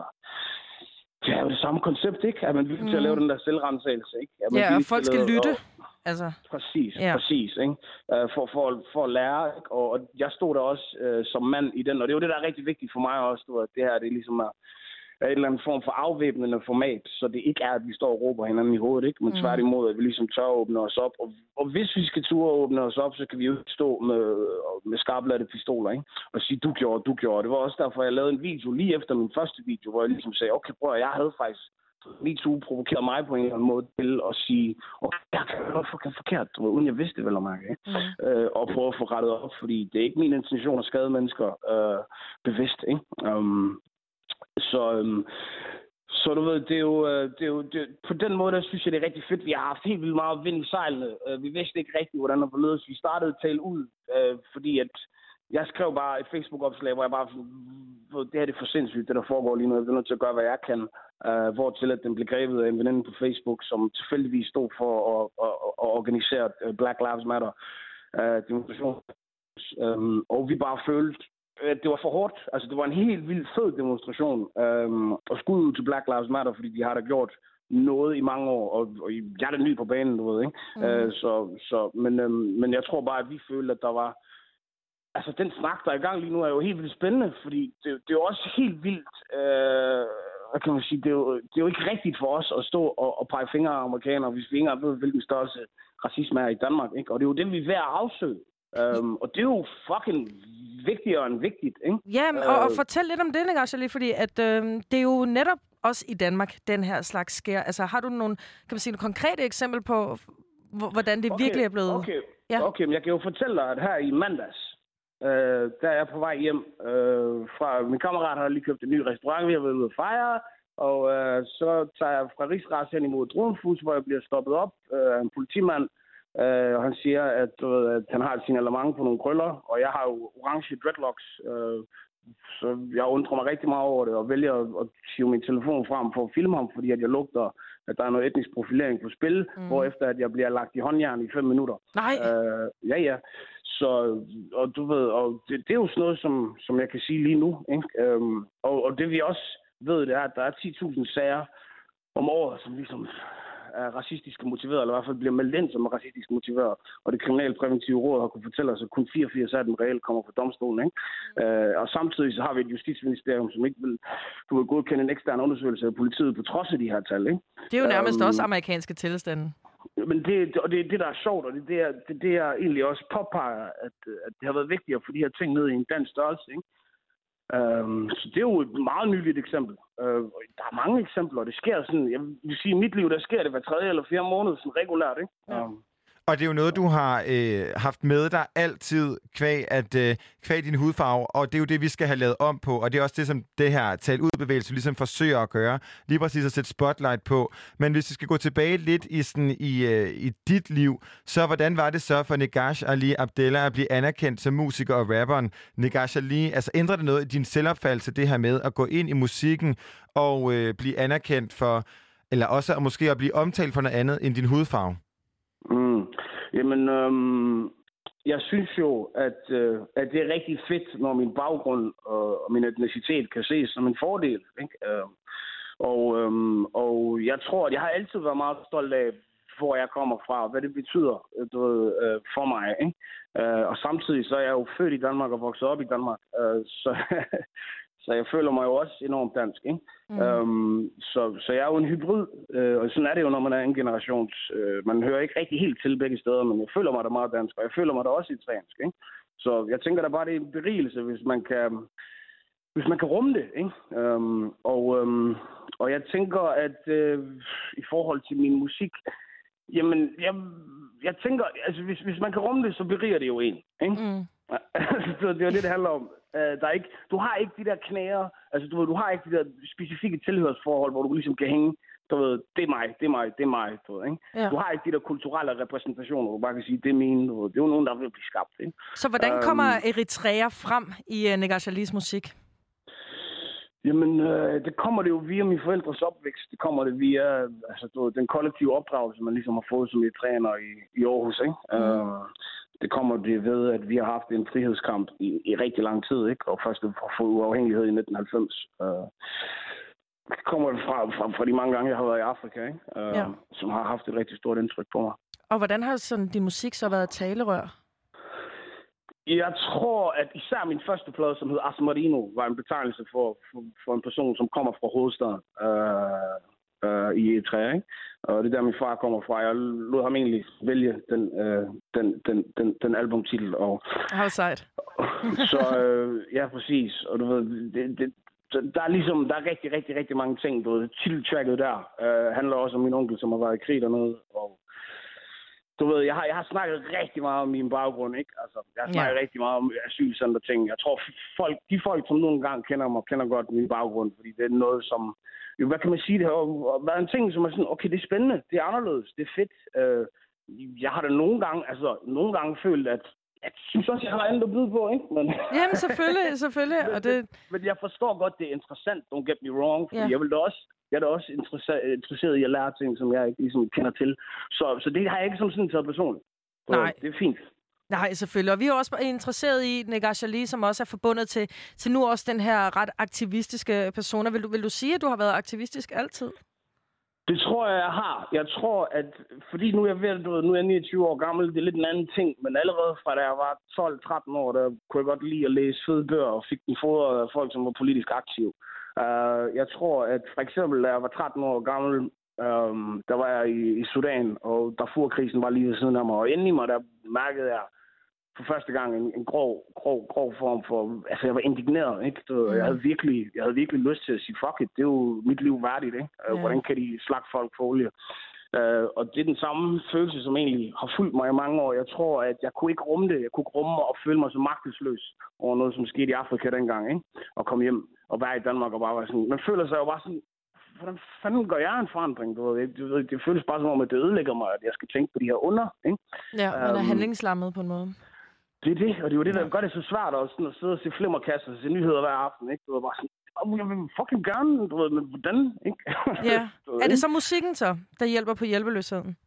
det er jo det samme koncept, ikke? At man bliver mm. til at lave den der selvrensagelse, ikke? Ja, og folk skal lytte. Og, Altså. Præcis, ja. præcis, ikke? Uh, for, for, for at lære, ikke? Og, og jeg stod der også uh, som mand i den, og det er jo det, der er rigtig vigtigt for mig også, du, at det her, det er ligesom er, er en eller anden form for afvæbnende format, så det ikke er, at vi står og råber hinanden i hovedet, ikke? Men mm. tværtimod, at vi ligesom tør åbne os op, og, og hvis vi skal turde åbne os op, så kan vi jo ikke stå med, med skarplatte pistoler, ikke? Og sige, du gjorde, du gjorde. Det var også derfor, jeg lavede en video lige efter min første video, hvor jeg ligesom sagde, okay, bror, jeg havde faktisk MeToo provokerede mig på en eller anden måde til at sige, okay, jeg kan godt få forkert, uden jeg vidste det vel at mærke, ikke? Mm. Øh, og prøve at få rettet op, fordi det er ikke min intention at skade mennesker øh, bevidst, ikke? Um, så, um, så du ved, det er jo, det er jo det, på den måde, der synes jeg, det er rigtig fedt. Vi har haft helt vildt meget vind i sejlene. Uh, vi vidste ikke rigtigt, hvordan det forledes. Vi startede at tale ud, uh, fordi at jeg skrev bare et Facebook-opslag, hvor jeg bare, det her det er for sindssygt, det der foregår lige nu. Jeg er nødt til at gøre, hvad jeg kan. Uh, hvor til at den blev grebet af en veninde på Facebook, som tilfældigvis stod for at, at, at organisere Black Lives Matter uh, demonstration. Um, og vi bare følte, at det var for hårdt. Altså, det var en helt vildt fed demonstration. Um, og skud ud til Black Lives Matter, fordi de har da gjort noget i mange år, og, og jeg er da ny på banen, du ved, ikke? Mm. Uh, så, så, men, um, men jeg tror bare, at vi følte, at der var altså, den snak, der er i gang lige nu, er jo helt vildt spændende, fordi det, det er jo også helt vildt, øh, hvad kan man sige, det er, jo, det er jo ikke rigtigt for os at stå og, og pege fingre af amerikanere, hvis vi ikke engang ved, hvilken størrelse racisme er i Danmark, ikke? Og det er jo det, vi er ved at afsøge. Um, og det er jo fucking vigtigere end vigtigt, ikke? Ja, og, og fortæl lidt om det, Negash, lige, fordi at, øh, det er jo netop også i Danmark, den her slags sker. Altså, har du nogle, kan man sige, nogle konkrete eksempel på, hvordan det okay, virkelig er blevet? Okay, ja. okay, men jeg kan jo fortælle dig, at her i mandags, Øh, der er jeg på vej hjem øh, fra min kammerat har lige købt en ny restaurant, vi har været ude at fejre, og øh, så tager jeg fra Rigsgræs hen imod Drogenfus, hvor jeg bliver stoppet op af øh, en politimand, øh, og han siger, at, øh, at han har et signalement på nogle krøller, og jeg har jo orange dreadlocks, øh, så jeg undrer mig rigtig meget over det, og vælger at, at hive min telefon frem for at filme ham, fordi at jeg lugter, at der er noget etnisk profilering på spil, mm. hvorefter at jeg bliver lagt i håndjern i fem minutter. Nej! Øh, ja, ja. Så, og du ved, og det, det er jo sådan noget, som, som jeg kan sige lige nu, ikke? Øhm, og, og det vi også ved, det er, at der er ti tusind sager om året, som ligesom er racistisk motiveret, eller i hvert fald bliver meldt ind som racistisk motiveret. Og det kriminalpræventive råd har kunne fortælle os, at kun fireogfirs af dem reelt kommer fra domstolen, ikke? Mm. Øh, og samtidig så har vi et justitsministerium, som ikke vil, du vil godkende en ekstern undersøgelse af politiet på trods af de her tal, ikke? Det er jo nærmest um, også amerikanske tilstande. Men det, og det er det, der er sjovt, og det er det, det, det jeg egentlig også påpeger, at, at det har været vigtigt at få de her ting ned i en dansk størrelse, ikke? Um, så det er jo et meget nyligt eksempel. Uh, der er mange eksempler, og det sker sådan, jeg vil sige, i mit liv, der sker det hver tredje eller fjerde måned, sådan regulært, ikke? Ja. Um, Og det er jo noget, du har øh, haft med dig altid, kvæg, at, øh, kvæg din hudfarve, og det er jo det, vi skal have lavet om på, og det er også det, som det her tal ud-bevægelse ligesom forsøger at gøre, lige præcis at sætte spotlight på. Men hvis vi skal gå tilbage lidt i, sådan, i, øh, i dit liv, så hvordan var det så for Negash Ali Abdella at blive anerkendt som musiker og rapperen Negash Ali? Altså ændrer det noget i din selvopfattelse, det her med at gå ind i musikken og øh, blive anerkendt for, eller også at måske at blive omtalt for noget andet end din hudfarve? Mm. Jamen, øhm, jeg synes jo, at, øh, at det er rigtig fedt, når min baggrund og, og min etnicitet kan ses som en fordel, ikke? Øh, og, øhm, og jeg tror, at jeg har altid været meget stolt af, hvor jeg kommer fra, og hvad det betyder du ved, øh, for mig. Ikke? Øh, og samtidig så er jeg jo født i Danmark og vokset op i Danmark, øh, så, så jeg føler mig jo også enormt dansk. Ikke? Mm. Øhm, så, så jeg er jo en hybrid, øh, og sådan er det jo, når man er en generations... Øh, man hører ikke rigtig helt til begge steder, men jeg føler mig da meget dansk, og jeg føler mig da også italiensk. Ikke? Så jeg tænker da bare, det er en berigelse, hvis man kan... Hvis man kan rumme det, ikke? Øhm, og, øhm, og jeg tænker, at øh, i forhold til min musik, jamen, jeg, jeg tænker, altså hvis, hvis man kan rumme det, så beriger det jo en, ikke? Mm. Så det er jo det, det handler om. Uh, der er ikke, du har ikke de der knæer, altså du, du har ikke de der specifikke tilhørsforhold, hvor du ligesom kan hænge, du ved, det er mig, det er mig, det er mig, du ved, ikke? Ja. Du har ikke de der kulturelle repræsentationer, hvor du bare kan sige, det er mine, du ved. Det er jo nogen, der vil blive skabt, ikke? Så hvordan kommer um, Eritrea frem i uh, Negar Charlies musik? Jamen, øh, det kommer det jo via mine forældres opvækst. Det kommer det via altså, du, den kollektive opdragelse, man ligesom har fået som træner i, i Aarhus. Ikke? Mm. Øh, det kommer det ved, at vi har haft en frihedskamp i, i rigtig lang tid, ikke? Og først for at få uafhængighed i nitten halvfems. Øh, det kommer det fra, fra, fra de mange gange, jeg har været i Afrika, ikke? Øh, ja. Som har haft et rigtig stort indtryk på mig. Og hvordan har sådan din musik så været talerør? Jeg tror, at især min første plade, som hed Asmarino, var en betegnelse for, for, for en person, som kommer fra hovedstaden øh, øh, i Eritrea. Ikke? Og det er der, min far kommer fra. Jeg lod ham egentlig vælge den, øh, den, den, den, den albumtitel. Og, How sejt. Så øh, ja, præcis. Og du ved, det, det, der er ligesom, der er rigtig, rigtig, rigtig mange ting. Du ved, titeltracket der øh, handler også om min onkel, som har været i krig dernede. Og du ved, jeg har, jeg har snakket rigtig meget om min baggrund, ikke? Altså, jeg har snakket ja. rigtig meget om asylcenter ting. Jeg tror, folk, de folk, som nogle gange kender mig, kender godt min baggrund, fordi det er noget, som... Jo, hvad kan man sige? Det har været en ting, som er sådan, okay, det er spændende, det er anderledes, det er fedt. Øh, jeg har da nogle gange, altså, nogle gange følt, at jeg synes også, jeg har andet at byde på, ikke? Men... Jamen, selvfølgelig, selvfølgelig. men, og det... men jeg forstår godt, det er interessant, don't get me wrong, fordi ja. jeg vil da også... Jeg er da også interesseret i at lære ting, som jeg ikke ligesom kender til. Så, så det har jeg ikke som sådan taget personligt. Så nej. Det er fint. Nej, selvfølgelig. Og vi er også interesseret i Negar Charlie, som også er forbundet til, til nu også den her ret aktivistiske persona. Vil du, vil du sige, at du har været aktivistisk altid? Det tror jeg, jeg har. Jeg tror, at fordi nu er jeg, ved, nu er jeg niogtyve år gammel, det er lidt en anden ting, men allerede fra da jeg var tolv tretten år, der kunne jeg godt lide at læse fede bøger og fik den fodret af folk, som var politisk aktive. Uh, jeg tror, at for eksempel, da jeg var tretten år gammel, um, der var jeg i, i Sudan, og Darfur-krisen var lige ved siden af mig. Og inde i mig, der mærkede jeg for første gang en, en grov, grov, grov form for... Altså, jeg var indigneret, ikke? Så jeg havde virkelig, jeg havde virkelig lyst til at sige, fuck it, det er jo mit liv værdigt, ikke? Uh, yeah. Hvordan kan de slagte folk for olie? Uh, og det er den samme følelse, som egentlig har fulgt mig i mange år. Jeg tror, at jeg kunne ikke rumme det. Jeg kunne ikke rumme mig og føle mig så magtesløs over noget, som skete i Afrika dengang, ikke? Og komme hjem og være i Danmark og bare være sådan... Man føler sig jo bare sådan... Hvordan fanden gør jeg en forandring? Du ved, det, det føles bare som om, at det ødelægger mig, at jeg skal tænke på de her under, ikke? Ja, man er um, handlingslammet på en måde. Det er det, og det er jo det, der gør det så svært at, sådan, at sidde og se flimmerkasser og se nyheder hver aften, ikke? Du ved, bare sådan... Jeg vil fucking gerne, du ved, men hvordan, ikke? Ja. Er det så musikken så, der hjælper på hjælpeløsheden?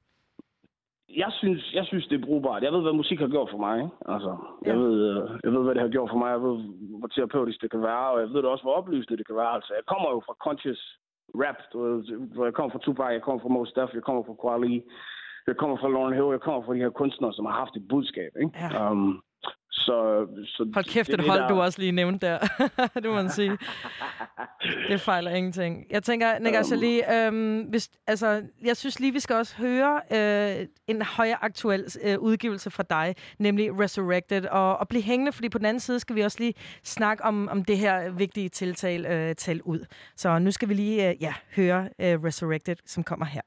Jeg synes, jeg synes, det er brugbart. Jeg ved, hvad musik har gjort for mig, ikke? Altså, jeg, ja. ved, jeg ved, hvad det har gjort for mig. Jeg ved, hvor terapeutisk det kan være, og jeg ved det også, hvor oplysende det kan være. Altså, jeg kommer jo fra conscious rap. Du ved, jeg kommer fra Tupac, jeg kommer fra Mos Def, jeg kommer fra Kweli, jeg kommer fra Lauryn Hill, jeg kommer fra de her kunstnere, som har haft et budskab, ikke? Ja. Um, Så, så hold kæft, det, det hold, der... du også lige nævnte der. Det må man sige. Det fejler ingenting. Jeg tænker, Negar Charlie, øhm, hvis, altså, jeg synes lige, vi skal også høre øh, en højere aktuel øh, udgivelse fra dig, nemlig Resurrected, og, og blive hængende, fordi på den anden side skal vi også lige snakke om, om det her vigtige tiltal, øh, tal ud. Så nu skal vi lige øh, ja, høre øh, Resurrected, som kommer her.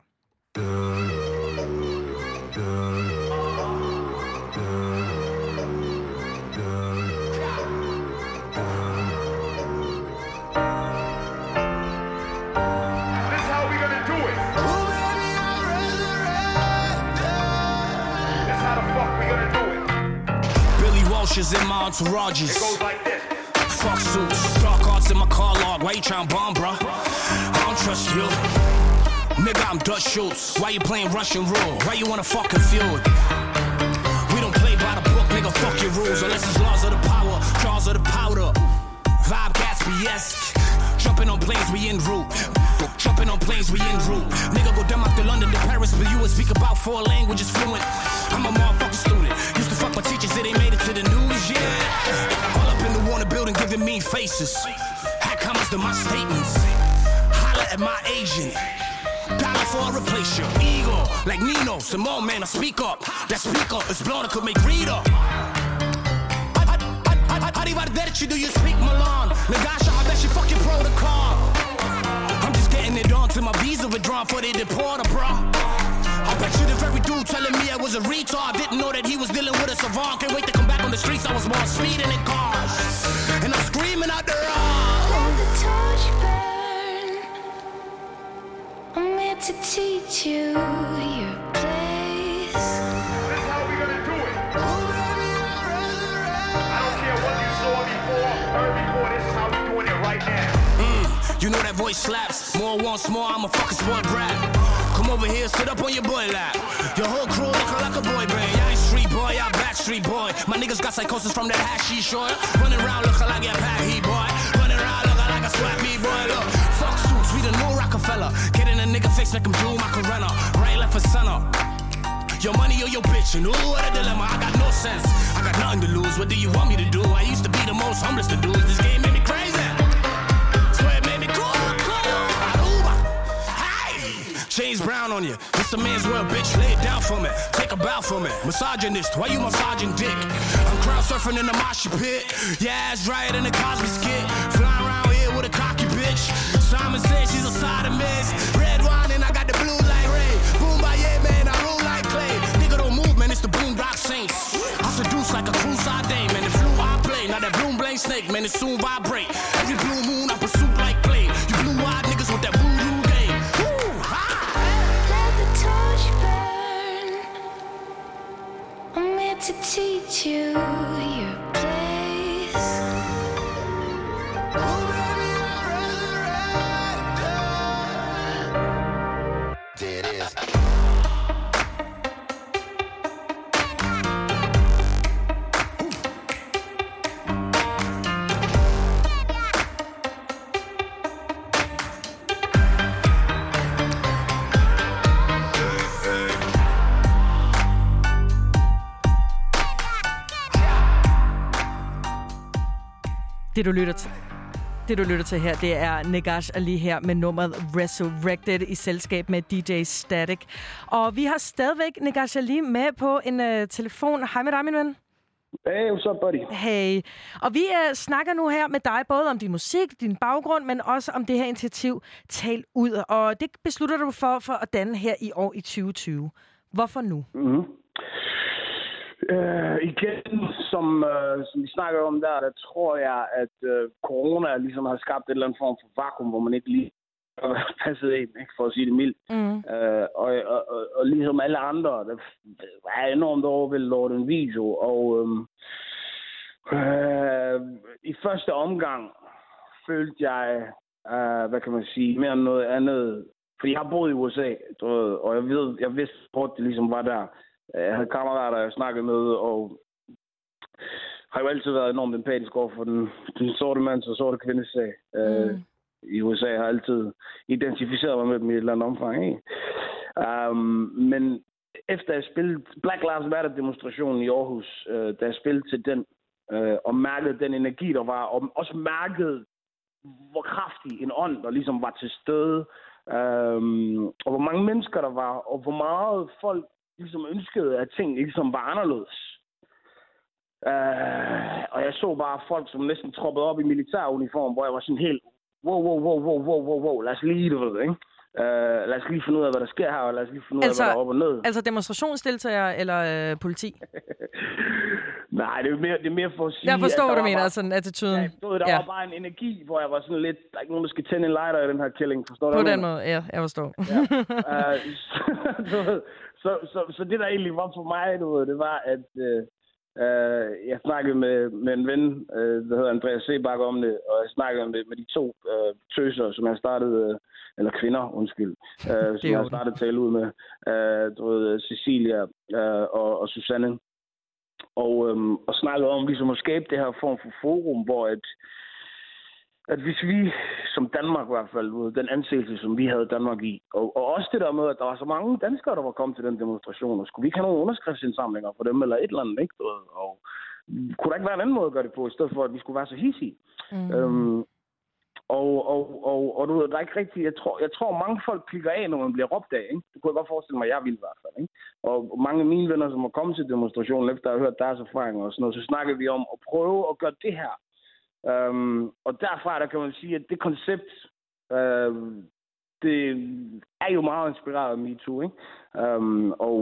Is in my entourages. It goes like this. Fuck suits, dark arts in my car log. Why you trying to bomb, bro? I don't trust you. Nigga, I'm Dutch Schultz. Why you playing Russian rule? Why you wanna fucking feud? We don't play by the book, nigga, fuck your rules. Unless it's laws of the power, jaws of the powder. Vibe Gatsby-esque. Jumping on planes, we en route. Jumping on planes, we en route. Nigga, go down to London to Paris, but you a speak about four languages fluent. I'm a motherfucking student. Used to fuck my teachers, they made it to the news, yeah. All up in the Warner building giving me faces. Had comments to my statements. Holla at my agent. Dollar for a replace your ego. Like Nino, Simone, man, I speak up. That speaker is blown, it could make reader. Arrivederci, do you speak Milan? Nagasha, I bet you fucking protocol. I'm just getting it on till my visa withdrawn for they deport her, bro. I bet you the very dude telling me I was a retard didn't know that he was dealing with a savant. Can't wait to come back on the streets, I was more speeding in cars. And I'm screaming out the road. Let the torch burn. I'm here to teach you your place. This is how we gonna do it. I don't care what you saw before, heard before, this is how we doing it right now. Mm, you know that voice slaps. More wants more, I'm a fucking spoiled brat. Come over here, sit up on your boy lap. Your whole crew looking like a boy band. I ain't street boy, I back street boy. My niggas got psychosis from that hashy short. Running around looking like a pat he boy. Running around looking like a swap me boy. Look, fuck suits, we the new Rockefeller. Get in a nigga face, make him do my Corona. Right, left, for center. Your money or your bitch, and ooh, what a dilemma. I got no sense, I got nothing to lose. What do you want me to do? I used to be the most humblest of dudes. This game made me crazy. Swear it made me cool, cool. Aruba. Hey, James Brown on you. It's a man's world, bitch. Lay it down for me. Take a bow for me. Misogynist, why you massaging dick? I'm crowd surfing in the mosh pit. Yeah, ass right in the Cosby skit. Flying around here with a cocky bitch. Simon says she's a side of miss. Red wine and I got the blue like Ray. Boom by yeah, man, I roll like clay. Nigga don't move, man, it's the boom rock saints. I seduce like a cruise side day, man. The flu I play. Now that bloom blame snake, man, it soon vibrate. Every blue moon I pursue like play. You blue-eyed niggas with that voodoo game. Woo, ha! Let the torch burn. I'm here to teach you your place. There it is. Det du lytter til, det du lytter til her, det er Negash Ali her med nummeret Resurrected i selskab med D J Static. Og vi har stadigvæk Negash Ali med på en uh, telefon. Hej med dig, min ven. Hey, what's up, buddy? Hey. Og vi uh, snakker nu her med dig både om din musik, din baggrund, men også om det her initiativ Tal Ud. Og det beslutter du for, for at danne her i år i tyve tyve. Hvorfor nu? Mm-hmm. Uh, igen, som, uh, som vi snakker om der, der tror jeg, at uh, corona ligesom har skabt et eller andet form for vakuum, hvor man ikke lige har passet ind, ikke, for at sige det mildt. Mm. Uh, og, og, og, og ligesom alle andre, der er enormt overvældet over den video. Og um, uh, i første omgang følte jeg, uh, hvad kan man sige, mere end noget andet. Fordi jeg har boet i U S A, og jeg ved, jeg vidste, hvor det ligesom var der. Jeg havde kammerater, jeg snakkede med, og har jo altid været enormt empatisk over for den, den sorte mands og sorte kvindes sag. Mm. Uh, I U S A har jeg altid identificeret mig med dem i et eller andet omfang. Ikke? Um, men efter jeg spillede Black Lives Matter-demonstrationen i Aarhus, uh, da jeg spillede til den, uh, og mærkede den energi, der var, og også mærkede, hvor kraftig en ånd, der ligesom var til stede, um, og hvor mange mennesker der var, og hvor meget folk ligesom ønskede, at ting ligesom var anderledes. Uh, og jeg så bare folk, som næsten troppede op i militæruniform, hvor jeg var sådan helt, wow, wow, wow, wow, wow, wow, wow, lad os lige, du ved, ikke? Uh, lad os lige finde ud af, hvad der sker her, og lad os lige finde ud af, altså, hvad der er op og ned. Altså demonstrationsdeltagere eller øh, politi? Nej, det er mere, det er mere for at sige... Jeg forstår, hvad du mener, bare, sådan attituden. Ja, jeg forstod, der ja. var bare en energi, hvor jeg var sådan lidt... Der er ikke nogen, der skal tænde en lighter i den her killing, forstår du? På den måde, ja, jeg forstår. Ja. Uh, så, så, så, så det, der egentlig var for mig, du ved, det var, at... Uh, Uh, jeg snakkede med, med en ven, uh, der hedder Andreas Sebak om det, og jeg snakkede med, med de to uh, tøser, som jeg startede, uh, eller kvinder, undskyld, uh, som jeg startede at tale ud med, uh, du ved, Cecilia uh, og, og Susanne, og, um, og snakkede om ligesom at skabe det her form for forum, hvor et, at hvis vi, som Danmark i hvert fald, den anseelse, som vi havde Danmark i, og, og også det der med, at der var så mange danskere, der var kommet til den demonstration, og skulle vi ikke have nogle underskriftsindsamlinger for dem, eller et eller andet, ikke? Og kunne der ikke være en anden måde at gøre det på, i stedet for, at vi skulle være så hissige? Mm. Øhm, og, og, og, og du ved, der er ikke rigtigt, jeg tror, jeg tror mange folk klikker af, når man bliver råbt af, ikke? Det kunne jeg godt forestille mig, at jeg ville i hvert fald, ikke? Og mange af mine venner, som har kommet til demonstrationen, efter at have hørt deres erfaringer og sådan noget, så snakker vi om at prøve at gøre det her. Um, og derfra, der kan man sige, at det koncept, uh, det er jo meget inspireret af MeToo, ikke? Um, og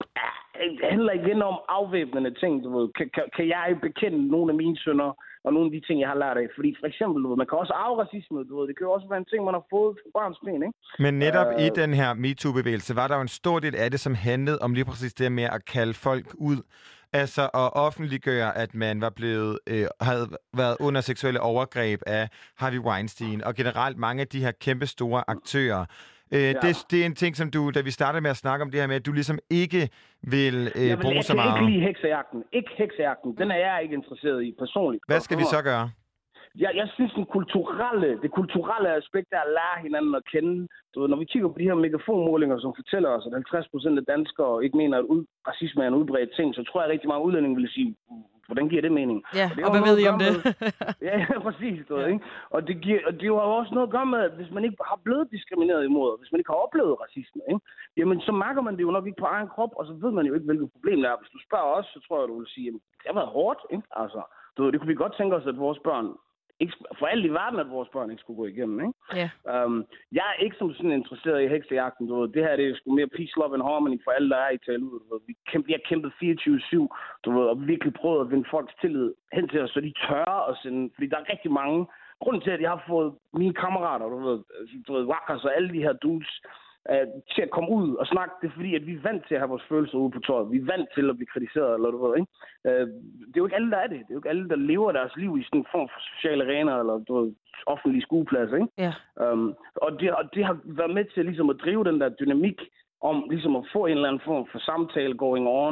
uh, det handler igen om afvæbnende ting, du ved. Kan, kan, kan jeg bekende nogle af mine sønner, og nogle af de ting, jeg har lært af? Fordi for eksempel, du ved, man kan også arve racisme, du ved. Det kan jo også være en ting, man har fået fra barns ben, ikke? Men netop uh, i den her MeToo-bevægelse, var der jo en stor del af det, som handlede om lige præcis det med at kalde folk ud. Altså at offentliggøre, at man var blevet, øh, havde været under seksuelle overgreb af Harvey Weinstein, og generelt mange af de her kæmpe store aktører. Øh, ja. det, det er en ting, som du, da vi startede med at snakke om det her med, at du ligesom ikke vil øh, jeg bruge så meget. Jeg kan ikke lide heksejagten. Ikke heksejagten. Den er jeg ikke interesseret i personligt. Hvad skal vi så gøre? Jeg, jeg synes, den kulturelle, det kulturelle aspekt er at lære hinanden at kende. Du ved, når vi kigger på de her megafonmålinger, som fortæller os, at halvtreds procent af danskere ikke mener, at ud, racisme er en udbredt ting, så tror jeg rigtig mange udlændinge vil sige, hvordan giver det mening? Ja, og, og hvad ved I om det? ja, præcis. Du ved, ikke? Og det, giver, og det har jo også noget at gøre med, at hvis man ikke har blevet diskrimineret imod, hvis man ikke har oplevet racisme, ikke? Jamen så mærker man det jo nok ikke på egen krop, og så ved man jo ikke, hvilket problem det er. Hvis du spørger os, så tror jeg, du vil sige, at det har været hårdt, ikke? Altså, du ved, det kunne vi godt tænke os, at vores børn ikke, for alt i verden, at vores børn ikke skulle gå igennem, ikke? Yeah. Um, jeg er ikke som sådan interesseret i heksejagten, du ved. Det her, det er sgu mere peace, love and harmony for alle, der er i tale ud, du ved. Vi, kæmpe, vi har kæmpet fireogtyve syv, du ved, og virkelig prøvet at vinde folks tillid hen til os, så de tør at sende, fordi der er rigtig mange. Grunden til, at jeg har fået mine kammerater, du ved, du ved, Wackers og alle de her dudes, Uh, til at komme ud og snakke, det er fordi, at vi er vant til at have vores følelser ude på tøjet. Vi er vant til at blive kritiseret, eller du ved, ikke? Uh, det er jo ikke alle, der er det. Det er jo ikke alle, der lever deres liv i sådan en form for sociale arenaer, eller du ved, offentlige skuepladser, ikke? Ja. Um, og, det, og det har været med til ligesom at drive den der dynamik om ligesom at få en eller anden form for samtale going on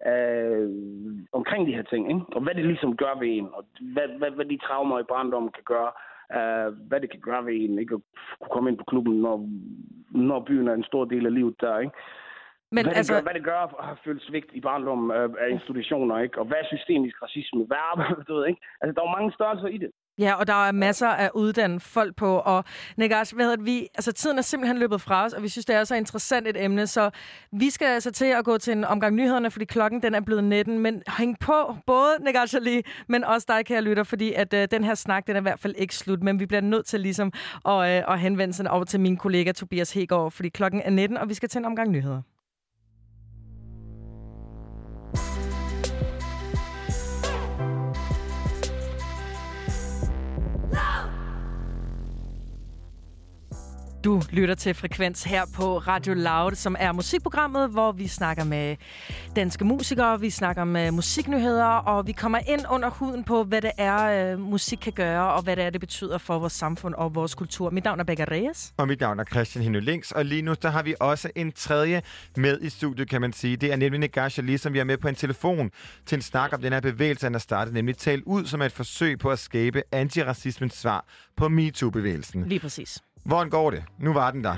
uh, omkring de her ting, ikke? Og hvad det ligesom gør ved en, og hvad, hvad, hvad de traumer i barndommen kan gøre. Uh, hvad det kan gøre ved en, ikke at kunne komme ind på klubben, når, når byen er en stor del af livet der, ikke? Men hvad, altså... det gør, hvad det gør at have følt svigt i barndommen af, af institutioner, ikke? Og hvad er systemisk racisme? Hvad er, du ved, ikke? Altså, der er jo mange størrelser i det. Ja, og der er masser af uddannede folk på, og Negas, hvad hedder det, vi, altså tiden er simpelthen løbet fra os, og vi synes, det er så interessant et emne, så vi skal altså til at gå til en omgang nyhederne, fordi klokken den er blevet nitten, men hæng på, både Negas Ali, men også dig, kære lytter, fordi at øh, den her snak, den er i hvert fald ikke slut, men vi bliver nødt til ligesom at, øh, at henvende sig over til min kollega Tobias Hegård, fordi klokken er nitten, og vi skal til en omgang nyheder. Du lytter til Frekvens her på Radio Loud, som er musikprogrammet, hvor vi snakker med danske musikere, vi snakker med musiknyheder, og vi kommer ind under huden på, hvad det er, øh, musik kan gøre, og hvad det er, det betyder for vores samfund og vores kultur. Mit navn er Becca Reyes. Og mit navn er Christian Henø Links, og lige nu der har vi også en tredje med i studiet, kan man sige. Det er nemlig Negas Ali, som vi er med på en telefon til en snak om den her bevægelse, han har startet, nemlig Tal Ud, som er et forsøg på at skabe antiracismens svar på MeToo-bevægelsen. Lige præcis. Hvordan går det? Nu var den der.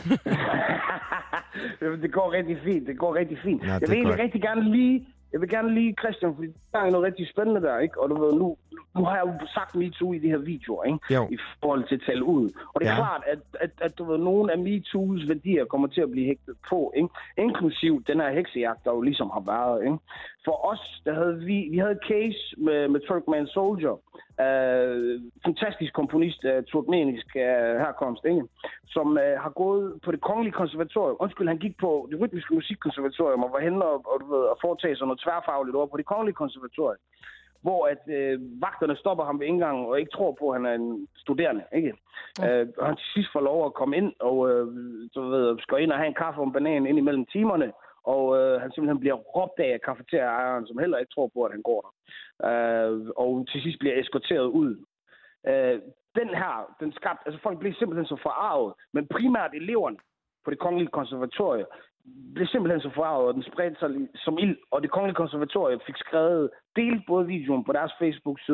Det går rigtig fint. Det går rigtig fint. Ja, jeg vil egentlig rigtig gerne lige, jeg vil gerne lige, Christian, fordi der er noget rigtig spændende der, ikke? Og du ved, nu, nu har jeg jo sagt MeToo i de her videoer, ikke? Jo. I forhold til at tale ud. Og det er ja. klart, at, at, at du ved, nogle af MeToos værdier kommer til at blive hægtet på, ikke? Inklusiv den her heksejagt, der jo ligesom har været, ikke? For os, der havde vi, vi havde case med, med Turkmen Soldier, uh, fantastisk komponist af uh, turkmenisk uh, herkomst, ikke? Som uh, har gået på det kongelige konservatorium. Undskyld, han gik på det rytmiske musikkonservatorium og var henne og, og, du ved, og foretage sig noget tværfagligt over på det kongelige konservatorium, hvor at øh, vagterne stopper ham ved indgangen og ikke tror på, at han er en studerende, ikke? Ja. Øh, og han til sidst får lov at komme ind og øh, du ved, skal ind og have en kaffe og en banan ind imellem timerne, og øh, han simpelthen bliver råbt af kafeteriaejeren, som heller ikke tror på, at han går der. Øh, og til sidst bliver eskorteret ud. Øh, den her, den skabte, altså folk blev simpelthen så forarvet, men primært eleverne på det kongelige konservatorium blev simpelthen så forarvet, og den spredte sig som ild, og det kongelige konservatorium fik skrevet, delt både videoen på deres Facebook-side,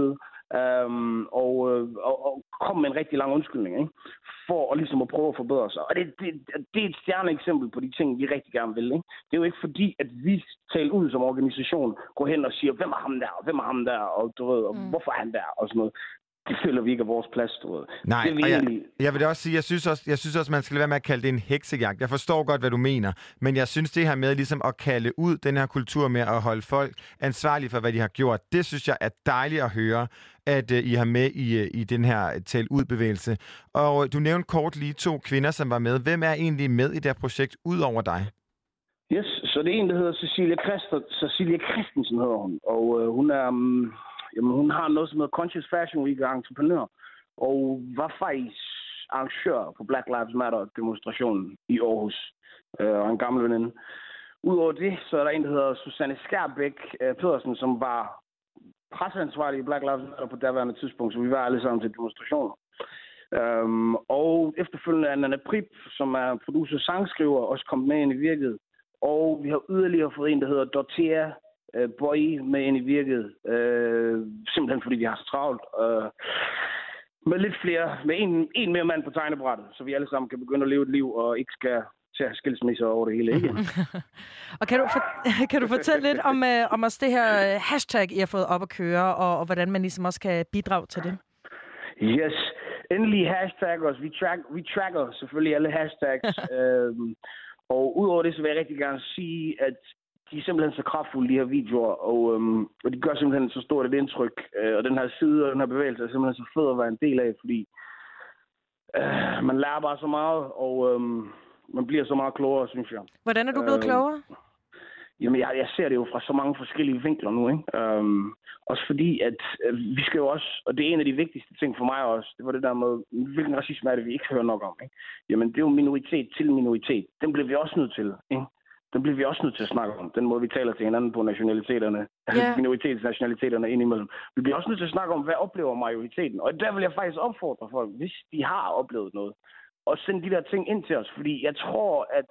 øhm, og, øh, og, og kom med en rigtig lang undskyldning, ikke? For at, ligesom at prøve at forbedre sig. Og det, det, det er et stjerneeksempel på de ting, vi rigtig gerne vil. Ikke? Det er jo ikke fordi, at vi taler ud som organisation, går hen og siger, hvem er ham der, og hvem er ham der, og, du ved, og mm. hvorfor er han der, og sådan noget. Det føler vi ikke af vores plads, du ved. Nej, det og jeg, egentlig... jeg vil da også sige, jeg synes også, jeg synes også, man skal lade være med at kalde det en heksejagt. Jeg forstår godt, hvad du mener, men jeg synes, det her med ligesom at kalde ud den her kultur med at holde folk ansvarlige for, hvad de har gjort, det synes jeg er dejligt at høre, at uh, I har med i, uh, i den her tæl ud-bevægelse. Og uh, du nævnte kort lige to kvinder, som var med. Hvem er egentlig med i det her projekt, ud over dig? Yes, så det er en, der hedder Cecilia, Christen, Cecilia Christensen, hedder hun. Og uh, hun er... Um... Jamen, hun har noget, som hedder Conscious Fashion Week og entreprenør, og var faktisk arrangør på Black Lives Matter-demonstrationen i Aarhus, øh, og en gammel veninde. Udover det, så er der en, der hedder Susanne Skærbæk øh, Pedersen, som var presseansvarlig i Black Lives Matter på daværende tidspunkt, så vi var alle sammen til demonstrationer. Um, og efterfølgende er Nana Prip, som er producer og sangskriver, også kommet med ind i virket. Og vi har yderligere fået en, der hedder Dorthea Uh, Boy med ind i virket, uh, simpelthen fordi vi har så travlt. Uh, med lidt flere, med en, en mere mand på tegnebrættet, så vi alle sammen kan begynde at leve et liv, og ikke skal til at skilsmisse over det hele, ikke? Og kan du, for, kan du fortælle lidt om, uh, om os det her hashtag, I har fået op at køre, og, og hvordan man ligesom også kan bidrage til det? Yes. Endelig hashtag os. Vi, track, vi tracker selvfølgelig alle hashtags. uh, og udover det, så vil jeg rigtig gerne sige, at de er simpelthen så kraftfulde, de her videoer, og, øhm, og de gør simpelthen så stort et indtryk. Øh, og den her side og den her bevægelse er simpelthen så fed at være en del af, fordi øh, man lærer bare så meget, og øhm, man bliver så meget klogere, synes jeg. Hvordan er du blevet øh, klogere? Jamen, jeg, jeg ser det jo fra så mange forskellige vinkler nu, ikke? Øhm, også fordi, at øh, vi skal jo også, og det er en af de vigtigste ting for mig også, det var det der med, hvilken racisme er det, vi ikke hører nok om, ikke? Jamen, det er jo minoritet til minoritet. Den bliver vi også nødt til, ikke? Den bliver vi også nødt til at snakke om. Den måde, vi taler til hinanden på nationaliteterne, yeah. minoritetsnationaliteterne indimellem. Vi bliver også nødt til at snakke om, hvad oplever majoriteten. Og der vil jeg faktisk opfordre folk, hvis de har oplevet noget, og sende de der ting ind til os. Fordi jeg tror, at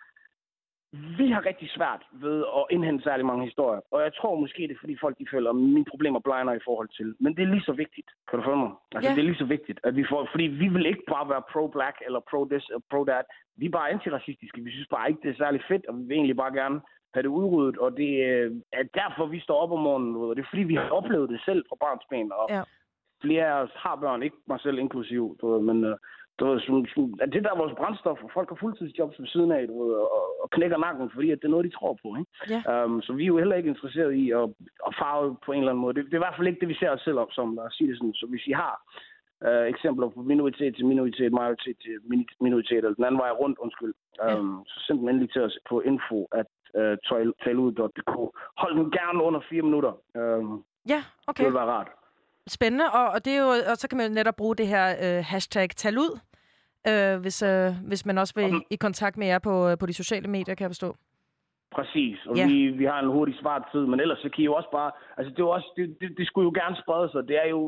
vi har rigtig svært ved at indhente særlig mange historier. Og jeg tror måske, det er, fordi folk de føler, at mine problemer blegner i forhold til. Men det er lige så vigtigt. Kan du følge mig? Altså, yeah. Det er lige så vigtigt, at vi får... Fordi vi vil ikke bare være pro-black eller pro-this eller pro-that. Vi er bare antiracistiske. Vi synes bare ikke, det er særlig fedt, og vi vil egentlig bare gerne have det udryddet. Og det er derfor, vi står op om morgenen. Og det er fordi, vi har oplevet det selv fra barnsben. Og yeah. flere af os har børn, ikke mig selv inklusiv. Men... Du ved, som, som, at det der er vores brændstof, og folk har fuldtidsjobs ved siden af, du ved, og, og knækker nakken, fordi at det er noget, de tror på. Ikke? Yeah. Um, så vi er jo heller ikke interesseret i at, at farve på en eller anden måde. Det, det er i hvert fald ikke det, vi ser os selv op som, lad os sige det sådan. Så hvis I har uh, eksempler på minoritet til minoritet, majoritet til minoritet, eller den anden vej rundt, undskyld, um, yeah. så send dem endelig til os på info at uh, taleud punktum d k. Hold den gerne under fire minutter. Um, ja, okay. Det vil være rart. Spændende, og, og, det er jo, og så kan man netop bruge det her øh, hashtag talud, øh, hvis, øh, hvis man også vil um, i kontakt med jer på, på de sociale medier, kan jeg forstå. Præcis, og ja. vi, vi har en hurtig svartid, men ellers så kan I jo også bare, altså det, er også, det, det, det skulle jo gerne sprede sig, det er jo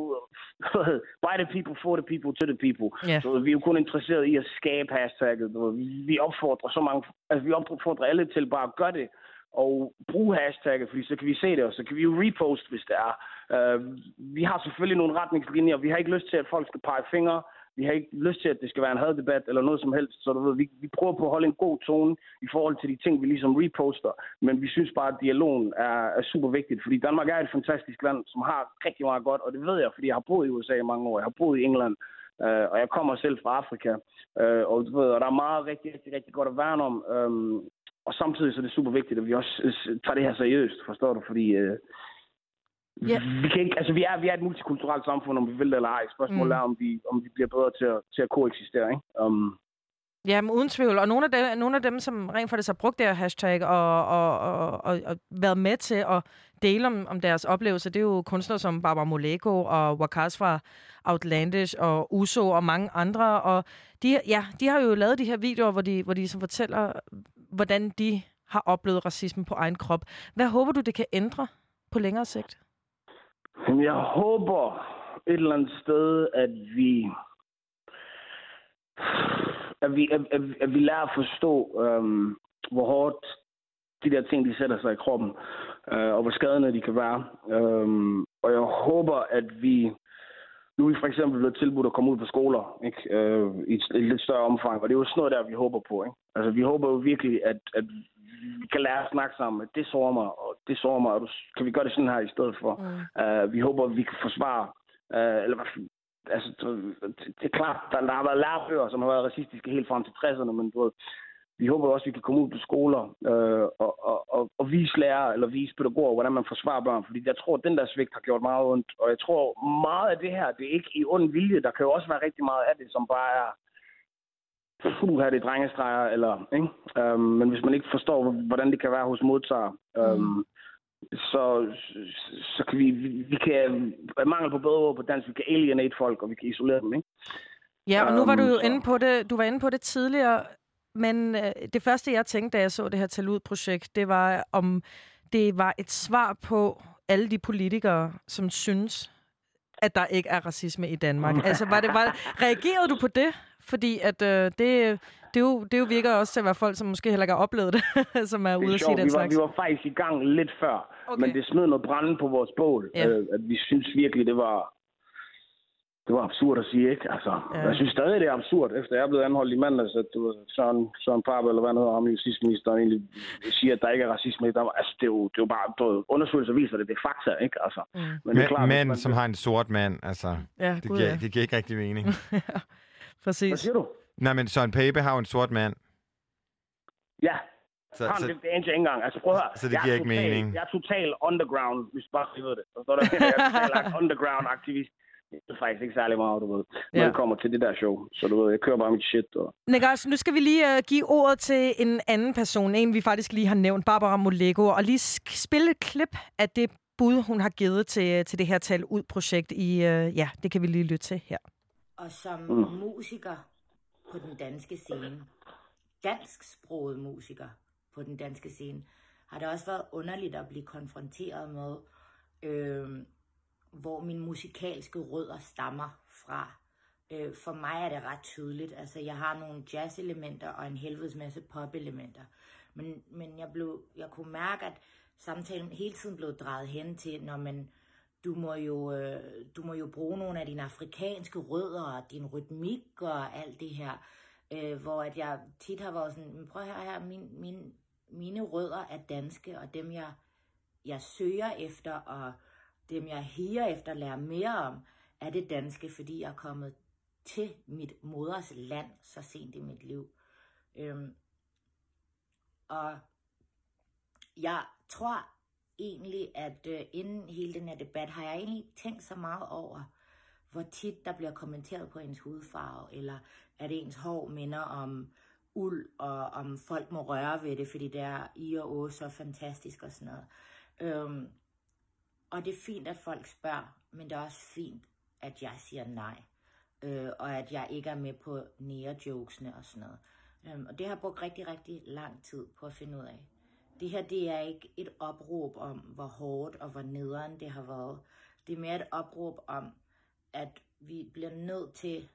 by the people, for the people, to the people. Yeah. Så vi er jo kun interesseret i at skabe hashtagget, vi, vi opfordrer så mange, altså vi opfordrer alle til bare at gøre det, og bruge hashtagget, fordi så kan vi se det, og så kan vi jo repost, hvis det er. Uh, vi har selvfølgelig nogle retningslinjer, vi har ikke lyst til, at folk skal pege fingre, vi har ikke lyst til, at det skal være en haddebat eller noget som helst, så du ved, vi, vi prøver på at holde en god tone i forhold til de ting, vi ligesom reposter, men vi synes bare, at dialogen er, er super vigtigt, fordi Danmark er et fantastisk land, som har rigtig meget godt, og det ved jeg, fordi jeg har boet i U S A i mange år, jeg har boet i England, uh, og jeg kommer selv fra Afrika, uh, og du ved, og der er meget rigtig, rigtig, rigtig godt at værne om, um, og samtidig så er det super vigtigt, at vi også tager det her seriøst, forstår du? Fordi øh, yeah. vi kan ikke, altså vi er, vi er et multikulturelt samfund, om vi vil det eller ej. Spørgsmålet mm. er, om vi, om vi bliver bedre til at, til at koeksistere, ikke? Um, Ja, men uden tvivl. Og nogle af, dem, nogle af dem, som rent faktisk har brugt det her hashtag og, og, og, og, og været med til at dele om, om deres oplevelser, det er jo kunstnere som Barbara Moleko og Wakaz fra Outlandish og Uso og mange andre. Og de, ja, de har jo lavet de her videoer, hvor de, hvor de så fortæller, hvordan de har oplevet racisme på egen krop. Hvad håber du, det kan ændre på længere sigt? Jeg håber et eller andet sted, at vi... At vi, at, at, at vi lærer at forstå, øhm, hvor hårdt de der ting, de sætter sig i kroppen, øh, og hvor skadende de kan være. Øhm, og jeg håber, at vi nu er vi for eksempel blevet tilbudt at komme ud på skoler, ikke? Øh, i et, et lidt større omfang, og det er jo sådan noget der, vi håber på. Ikke? Altså, vi håber jo virkelig, at, at vi kan lære at snakke sammen, at det sårer mig, og det sårer mig, og du, kan vi gøre det sådan her i stedet for. Mm. Uh, vi håber, at vi kan forsvare, uh, eller altså, det er klart, der, der har været lærebøger, som har været racistiske helt frem til tresserne, men du ved, vi håber også, at vi kan komme ud på skoler øh, og, og, og, og vise lærere eller vise pædagoger, hvordan man forsvarer børn. Fordi jeg tror, at den der svigt har gjort meget ondt. Og jeg tror, meget af det her, det er ikke i ond vilje. Der kan jo også være rigtig meget af det, som bare er puh, her det drengestreger. Eller, ikke? Øhm, men hvis man ikke forstår, hvordan det kan være hos modtager, øhm, mm. så, så kan vi, vi kan, mangel på bedre ord på dansk, vi kan alienate folk, og vi kan isolere dem. Ikke? Ja, og nu var du jo um, inde på det, du var inde på det tidligere. Men øh, det første, jeg tænkte, da jeg så det her Talud-projekt, det var, om det var et svar på alle de politikere, som synes, at der ikke er racisme i Danmark. Altså, var det, var, reagerede du på det? Fordi at, øh, det, det, jo, det jo virker også til at være folk, som måske heller ikke har oplevet det, som er ude at sige den vi slags. var, vi var faktisk i gang lidt før, okay. Men det smed noget brænde på vores bål. Ja. Øh, at vi synes virkelig, det var... Det var absurd at sige, ikke? Altså, ja. Jeg synes stadig, det er absurd, efter jeg er blevet anholdt i mandags, at du ved, Søren, Søren Pape, eller hvad han hedder, ham justitsministeren, egentlig siger, at der ikke er racisme i Danmark. Altså, det er jo, det er jo bare, du ved, undersøgelser viser det, det er fakta, ikke? Altså, mm. Men det er klart, mænd, man... som har en sort mand, altså, ja, det, God, giver, ja. det giver ikke rigtig mening. Ja, præcis. Hvad siger du? Nej, men Søren Pape har jo en sort mand. Ja. Så, han, så, det, det er ikke engang. Altså, prøv at høre. Så det giver ikke total, mening. Jeg er total underground, hvis bare I ved det. Forstår du? Jeg er total underground-aktivist. Det er faktisk ikke særlig meget, du ved, når ja. det kommer til det der show. Så du ved, jeg kører bare mit shit. Og... Nicholas, nu skal vi lige uh, give ordet til en anden person, en vi faktisk lige har nævnt, Barbara Moleko, og lige spille et klip af det bud, hun har givet til, til det her Tal Ud-projekt. I, uh, ja, det kan vi lige lytte til her. Og som mm. musiker på den danske scene, dansksproget musiker på den danske scene, har det også været underligt at blive konfronteret med... Øh, hvor mine musikalske rødder stammer fra. Øh, for mig er det ret tydeligt. Altså, jeg har nogle jazz-elementer og en helvedes masse pop-elementer. Men, men jeg, blev, jeg kunne mærke, at samtalen hele tiden blev drejet hen til, når man, du, må jo, øh, du må jo bruge nogle af dine afrikanske rødder og din rytmik og alt det her. Øh, hvor at jeg tit har været sådan, men prøv at høre her, min, min, mine rødder er danske, og dem jeg, jeg søger efter, og dem jeg higer efter at lære mere om, er det danske, fordi jeg er kommet til mit moders land så sent i mit liv. Øhm, og jeg tror egentlig, at øh, inden hele den her debat, har jeg egentlig tænkt så meget over, hvor tit der bliver kommenteret på ens hudfarve, eller at ens hår minder om uld, og om folk må røre ved det, fordi det er i og å så fantastisk og sådan noget. Øhm, Og det er fint, at folk spørger, men det er også fint, at jeg siger nej. Øh, og at jeg ikke er med på nære-jokesene og sådan noget. Um, og det har jeg brugt rigtig, rigtig lang tid på at finde ud af. Det her, det er ikke et opråb om, hvor hårdt og hvor nederen det har været. Det er mere et opråb om, at vi bliver nødt til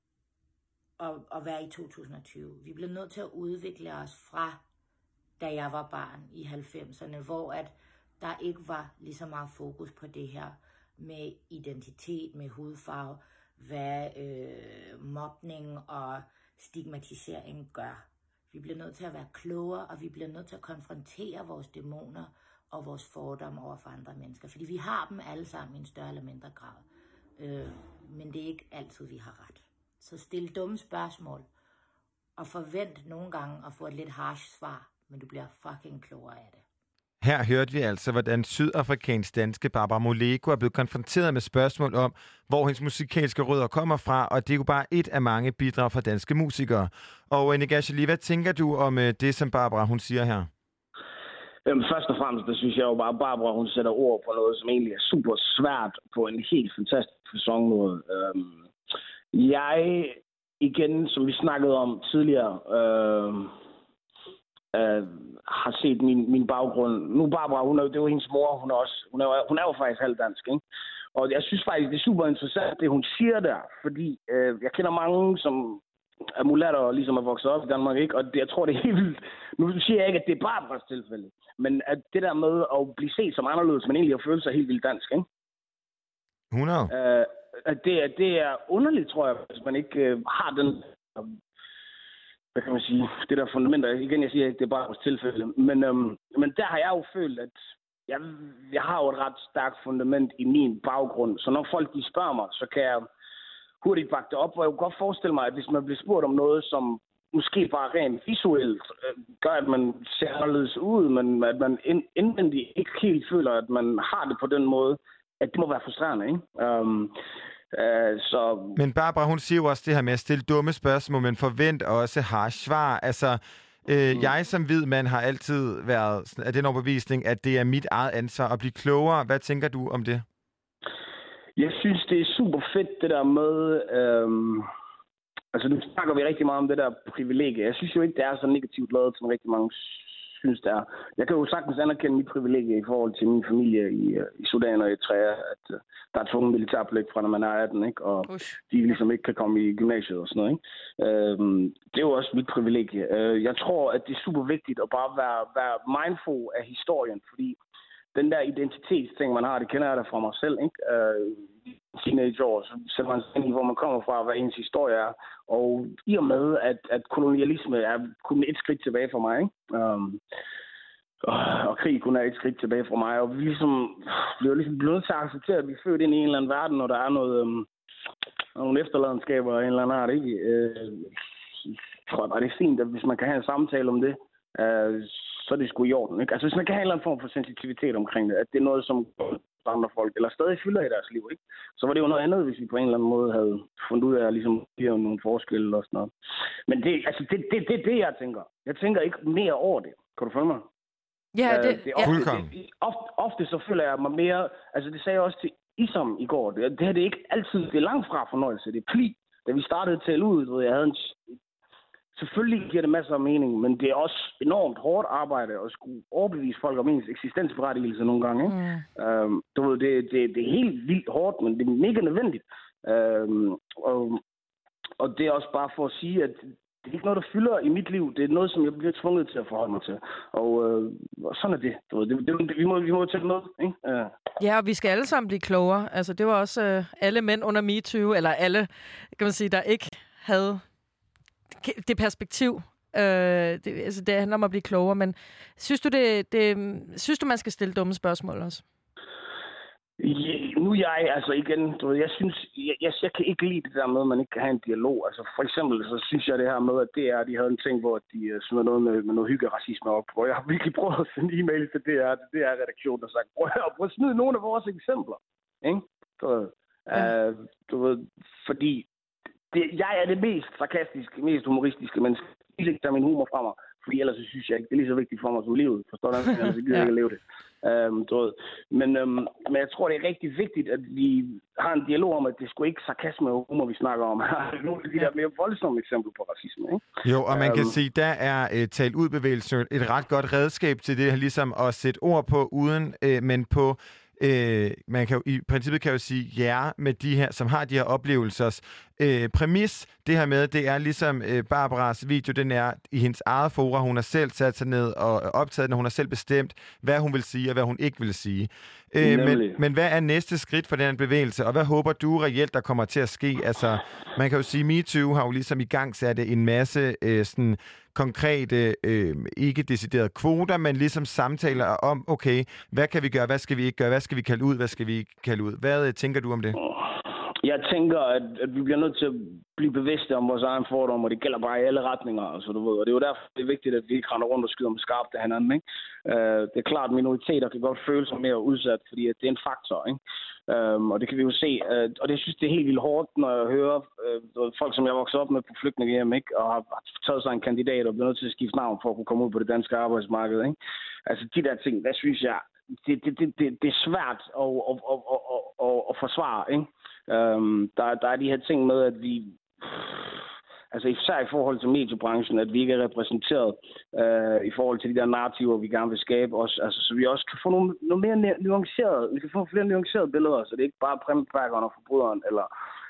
at, at være i to tusind og tyve. Vi bliver nødt til at udvikle os fra, da jeg var barn i halvfemserne, hvor at der ikke var lige så meget fokus på det her med identitet, med hudfarve, hvad øh, mobning og stigmatisering gør. Vi bliver nødt til at være klogere, og vi bliver nødt til at konfrontere vores dæmoner og vores fordomme over for andre mennesker. Fordi vi har dem alle sammen i en større eller mindre grad. Øh, men det er ikke altid, vi har ret. Så stil dumme spørgsmål, og forvent nogle gange at få et lidt harsh svar, men du bliver fucking klogere af det. Her hørte vi altså, hvordan sydafrikansk danske Barbara Moleko er blevet konfronteret med spørgsmål om, hvor hendes musikalske rødder kommer fra, og det er jo bare et af mange bidrag fra danske musikere. Og Nigashi, hvad tænker du om det, som Barbara hun siger her? Jamen, først og fremmest, der synes jeg jo bare, at Barbara hun sætter ord på noget, som egentlig er super svært på en helt fantastisk fasonmåde. Øhm, jeg, igen, som vi snakkede om tidligere, øhm, Uh, har set min, min baggrund. Nu Barbara, hun er, det er jo hendes mor, hun er, også, hun er, hun er jo faktisk halvdansk, ikke? Og jeg synes faktisk, det er super interessant, det hun siger der, fordi uh, jeg kender mange, som er mulatter og ligesom er vokset op i Danmark, ikke? Og det, jeg tror, det er helt vildt. Nu siger jeg ikke, at det er Barbaras tilfælde, men at det der med at blive set som anderledes, men egentlig at føle sig helt vildt dansk, ikke? hundrede? Uh, at det, er, det er underligt, tror jeg, hvis man ikke øh, har den... Hvad kan man sige? Det der fundamenter. Igen, jeg siger ikke, det er bare vores tilfælde. Men, øhm, men der har jeg jo følt, at jeg, jeg har jo et ret stærkt fundament i min baggrund. Så når folk de spørger mig, så kan jeg hurtigt bakke det op. Og jeg kunne godt forestille mig, at hvis man bliver spurgt om noget, som måske bare rent visuelt øh, gør, at man ser anderledes ud, men at man indvendigt ikke helt føler, at man har det på den måde, at det må være frustrerende, ikke? Um, uh, så... Men Barbara, hun siger jo også det her med at stille dumme spørgsmål, men forvent også har svar. Altså, øh, mm. jeg som hvid mand har altid været af den overbevisning, at det er mit eget ansvar at blive klogere. Hvad tænker du om det? Jeg synes, det er super fedt, det der med... Øhm Altså, nu snakker vi rigtig meget om det der privilegie. Jeg synes jo ikke, det er så negativt lavet, som rigtig mange synes, det er. Jeg kan jo sagtens anerkende mit privilegie i forhold til min familie i, i Sudan og Eritrea, at uh, der er tvunget militærpligt fra, når man er atten, ikke? Og Ush. de ligesom ikke kan komme i gymnasiet og sådan noget, ikke? Øhm, det er jo også mit privilegie. Øh, jeg tror, at det er super vigtigt at bare være, være mindful af historien, fordi den der identitetsting, man har, det kender jeg da fra mig selv, ikke? Øh, teenageår, så sætter man sig ind i, hvor man kommer fra, hvad ens historie er. Og i og med, at, at kolonialisme er kun et skridt tilbage for mig, ikke? Um, og, og krig kun er et skridt tilbage for mig, og vi ligesom bliver ligesom nødt til at acceptere, at vi er født ind i en eller anden verden, og der er noget, um, nogle efterladenskaber af en eller anden art, ikke? Uh, jeg tror bare, det er fint, at hvis man kan have en samtale om det, uh, så er det sgu i orden, ikke? Altså, hvis man kan have en eller anden form for sensitivitet omkring det, at det er noget, som andre folk, eller stadig fylder i deres liv, ikke? Så var det jo noget andet, hvis vi på en eller anden måde havde fundet ud af at ligesom give nogle forskelle og sådan noget. Men det, altså, det, det, det er det, jeg tænker. Jeg tænker ikke mere over det. Kan du følge mig? Ja, det, uh, det er ofte, fuldkommen. Det, ofte, ofte så føler jeg mig mere... Altså, det sagde jeg også til Isam i går. Det, det her det er ikke altid... Det er langt fra fornøjelse. Det er pli. Da vi startede til at tælle ud, jeg havde en... Selvfølgelig giver det masser af mening, men det er også enormt hårdt arbejde at skulle overbevise folk om ens eksistensberettigelse nogle gange. Ikke? Mm. Øhm, du ved, det, det, det er helt vildt hårdt, men det er mega nødvendigt. Øhm, og, og det er også bare for at sige, at det er ikke noget, der fylder i mit liv. Det er noget, som jeg bliver tvunget til at forholde mig til. Og, øh, og sådan er det. Du ved, det, det vi må vi må tage med. Ikke? Øh. Ja, og vi skal alle sammen blive klogere. Altså, det var også øh, alle mænd under MeToo, eller alle, kan man sige, der ikke havde det perspektiv. Øh, det, altså, det handler om at blive klogere, men synes du, det, det, synes du man skal stille dumme spørgsmål også? Ja, nu er jeg, altså igen, du ved, jeg synes, jeg, jeg, jeg kan ikke lide det der med, at man ikke kan have en dialog. Altså for eksempel, så synes jeg det her med, at D R, de havde en ting, hvor de uh, smed noget med, med noget hygge-racisme op, hvor jeg har virkelig prøvet at sende e-mail til D R, til D R-redaktionen og sagt, prøv at, prøv at smide nogle af vores eksempler. Ikke? Du ved, ja. uh, du ved fordi det, jeg er det mest sarkastiske, mest humoristiske menneske. Jeg kan ikke tage min humor fra mig, fordi ellers så synes jeg ikke, det er lige så vigtigt for mig som livet. Forstår du? Ellers gider jeg ikke at leve det. Um, du ved. Men, um, men jeg tror, det er rigtig vigtigt, at vi har en dialog om, at det sgu ikke sarkasme og humor, vi snakker om. Nogle af de der mere voldsomme eksempler på racisme. Ikke? Jo, og man um, kan sige, der er uh, talt ud-bevægelsen et ret godt redskab til det, ligesom at sætte ord på uden, uh, men på Øh, man kan jo, i princippet kan jo sige ja med de her, som har de her oplevelsers øh, præmis. Det her med, det er ligesom øh, Barbaras video, den er i hendes eget fora. Hun har selv sat sig ned og optaget den, hun har selv bestemt, hvad hun vil sige og hvad hun ikke vil sige. Øh, men, men hvad er næste skridt for den bevægelse, og hvad håber du reelt, der kommer til at ske? Altså, man kan jo sige, MeToo har jo ligesom i gang sat en masse øh, sådan konkrete, øh, ikke deciderede kvoter, men ligesom samtaler om, okay, hvad kan vi gøre, hvad skal vi ikke gøre, hvad skal vi kalde ud, hvad skal vi ikke kalde ud? Hvad øh, tænker du om det? Jeg tænker, at, at vi bliver nødt til at blive bevidste om vores egen fordom, og det gælder bare i alle retninger, altså, du ved. Og det er jo derfor, det er vigtigt, at vi ikke render rundt og skyder med skarpt af hinanden, ikke? Uh, det er klart, at minoriteter kan godt føle sig mere udsat, fordi at det er en faktor, ikke? Um, og det kan vi jo se. Uh, og det synes det er helt vildt hårdt, når jeg hører uh, folk, som jeg vokset op med på flygtningehjem, ikke? Og har taget sig en kandidat og bliver nødt til at skifte navn for at kunne komme ud på det danske arbejdsmarked, ikke? Altså de der ting, hvad synes jeg, det, det, det, det, det er svært at, at, at, at, at, at forsvare, ikke? Um, der, der er de her ting med, at vi, altså især i forhold til mediebranchen, at vi ikke er repræsenteret uh, i forhold til de der narrativer, vi gerne vil skabe også, altså, så vi også kan få nogle, nogle mere nuancerede, vi kan få flere nuancerede billeder, så det er ikke bare præmiepakkeren og forbryderen, eller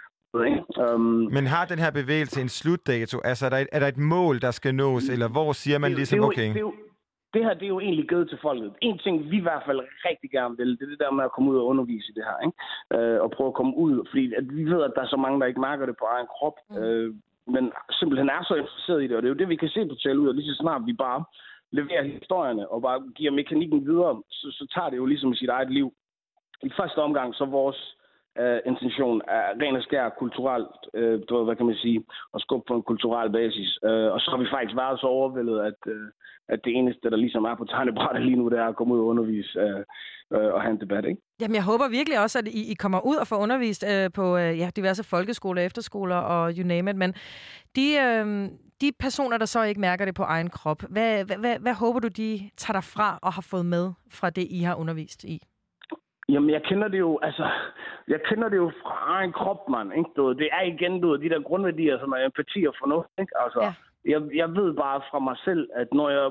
um, men har den her bevægelse en slutdato? Altså er der et, er der et mål, der skal nås, eller hvor siger man det, ligesom, det jo, okay? Det er, jo, det her, det er jo egentlig givet til folket. En ting, vi i hvert fald rigtig gerne vil, det er det der med at komme ud og undervise i det her, ikke? Øh, og prøve at komme ud, fordi at vi ved, at der er så mange, der ikke mærker det på egen krop, øh, men simpelthen er så interesseret i det, og det er jo det, vi kan se på Tale Ud, og lige så snart vi bare leverer historierne og bare giver mekanikken videre, så, så tager det jo ligesom sit eget liv. I første omgang, så vores Uh, intention er ren og skær kulturelt, uh, du ved, hvad kan man sige, at skubbe på en kulturel basis. Uh, og så har vi faktisk været så overvældet, at, uh, at det eneste, der ligesom er på tegnebrættet lige nu, det er at komme ud og undervise uh, uh, og have en debat, ikke? Jamen, jeg håber virkelig også, at I, I kommer ud og får undervist uh, på uh, ja, diverse folkeskoler, efterskoler og you name it, men de, uh, de personer, der så ikke mærker det på egen krop, hvad, hvad, hvad, hvad håber du, de tager derfra og har fået med fra det, I har undervist i? Jamen, jeg kender det jo, altså, jeg kender det jo fra egen krop, mand, ikke? Du, det er igen, du, de der grundværdier, som er empati og fornuft, ikke? Altså, ja. jeg, jeg ved bare fra mig selv, at når jeg,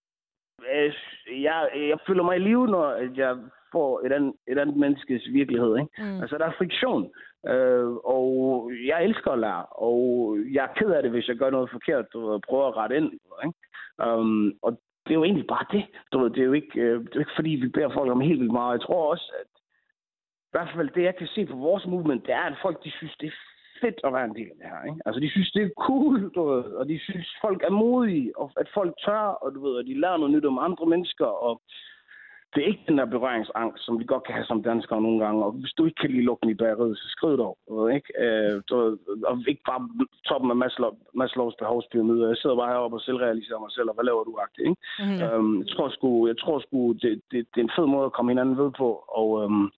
jeg, jeg føler mig i live, når jeg får et andet, et andet menneskes virkelighed, ikke? Mm. Altså, der er friktion, øh, og jeg elsker at lære, og jeg er ked af det, hvis jeg gør noget forkert, og prøver at rette ind, ikke? Um, og det er jo egentlig bare det. Du ved, det, er jo ikke, det er jo ikke, fordi vi beder folk om helt vildt meget. Jeg tror også, at i hvert fald det, jeg kan se på vores movement, det er, at folk, de synes, det er fedt at være en del af det her. Ikke? Altså, de synes, det er cool, du ved, og de synes, folk er modige, og at folk tør, og du ved, og de lærer noget nyt om andre mennesker, og det er ikke den der berøringsangst, som vi godt kan have som danskere nogle gange. Og hvis du ikke kan lide lugten i bageriet, så skriv dog. Ikke? Øh, du, og ikke bare toppen af Maslow, Maslows behovspyramide. Jeg sidder bare heroppe og selvrealiserer mig selv, og hvad laver du agtigt, ikke? Mm-hmm. Øhm, jeg tror sgu, jeg tror sgu det, det, det er en fed måde at komme hinanden ved på. Og øhm,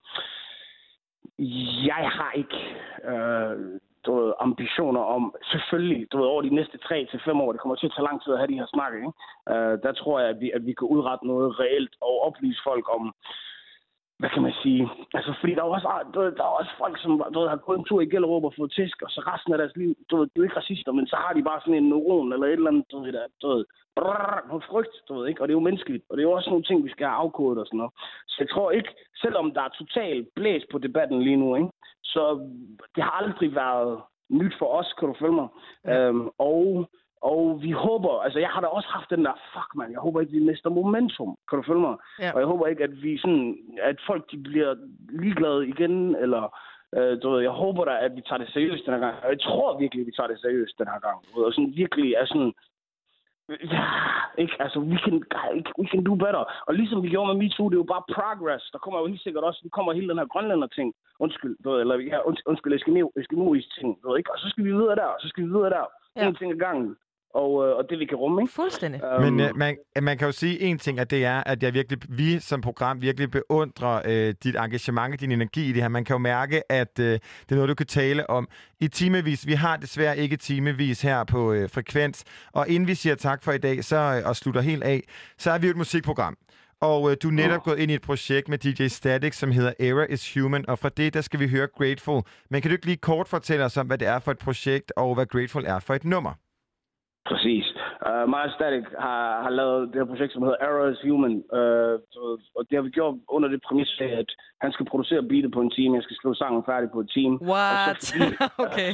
jeg har ikke øh, du ved, ambitioner om, selvfølgelig, du ved, over de næste tre til fem år, det kommer til at tage lang tid at have de her snakke, ikke? Uh, der tror jeg, at vi, at vi kan udrette noget reelt og oplyse folk om, hvad kan man sige, altså fordi der er også, du ved, der er også folk, som du ved, har gået en tur i Gellerup og fået tisk, og så resten af deres liv, du ved, de er jo ikke racister, men så har de bare sådan en neuron eller et eller andet, du ved, der, du ved, brrr, noget frygt, du ved, ikke? Og det er jo menneskeligt, og det er jo også nogle ting, vi skal have afkodet og sådan noget. Så jeg tror ikke, selvom der er totalt blæs på debatten lige nu, ikke? Så det har aldrig været nyt for os, kan du følge mig? Ja. Øhm, og, og vi håber, altså jeg har da også haft den der, fuck man, jeg håber ikke, vi mister momentum, kan du følge mig? Ja. Og jeg håber ikke, at vi sådan, at folk de bliver ligeglade igen, eller øh, du ved, jeg håber da, at vi tager det seriøst den her gang. Og jeg tror virkelig, at vi tager det seriøst den her gang. Og sådan virkelig er sådan, ja, ikke, altså, we can, we can do better. Og ligesom vi gjorde med MeToo, det er jo bare progress. Der kommer jo helt sikkert også, nu kommer hele den her grønlænder-ting. Undskyld, du ved, eller ja, undskyld, Eskimo-ting, du ved, ikke? Og så skal vi videre der, og så skal vi videre der. Ja. En ting ad gangen. Og, og det vi kan rumme, ikke? Fuldstændig. Um, Men uh, man, man kan jo sige en ting, at det er, at jeg virkelig, vi som program virkelig beundrer uh, dit engagement, din energi i det her. Man kan jo mærke, at uh, det er noget, du kan tale om i timevis. Vi har desværre ikke timevis her på uh, Frekvens. Og inden vi siger tak for i dag, så uh, og slutter helt af, så er vi jo et musikprogram. Og uh, du er netop oh. gået ind i et projekt med D J Static, som hedder Error is Human. Og fra det, der skal vi høre Grateful. Men kan du ikke lige kort fortælle os om, hvad det er for et projekt, og hvad Grateful er for et nummer? Præcis. Uh, Miles Static har, har lavet det her projekt, som hedder Error is Human. Uh, og det har vi gjort under det præmis af, at han skal producere beatet på en time, jeg skal skrive sangen færdig på et team. What? Og så, fordi, okay.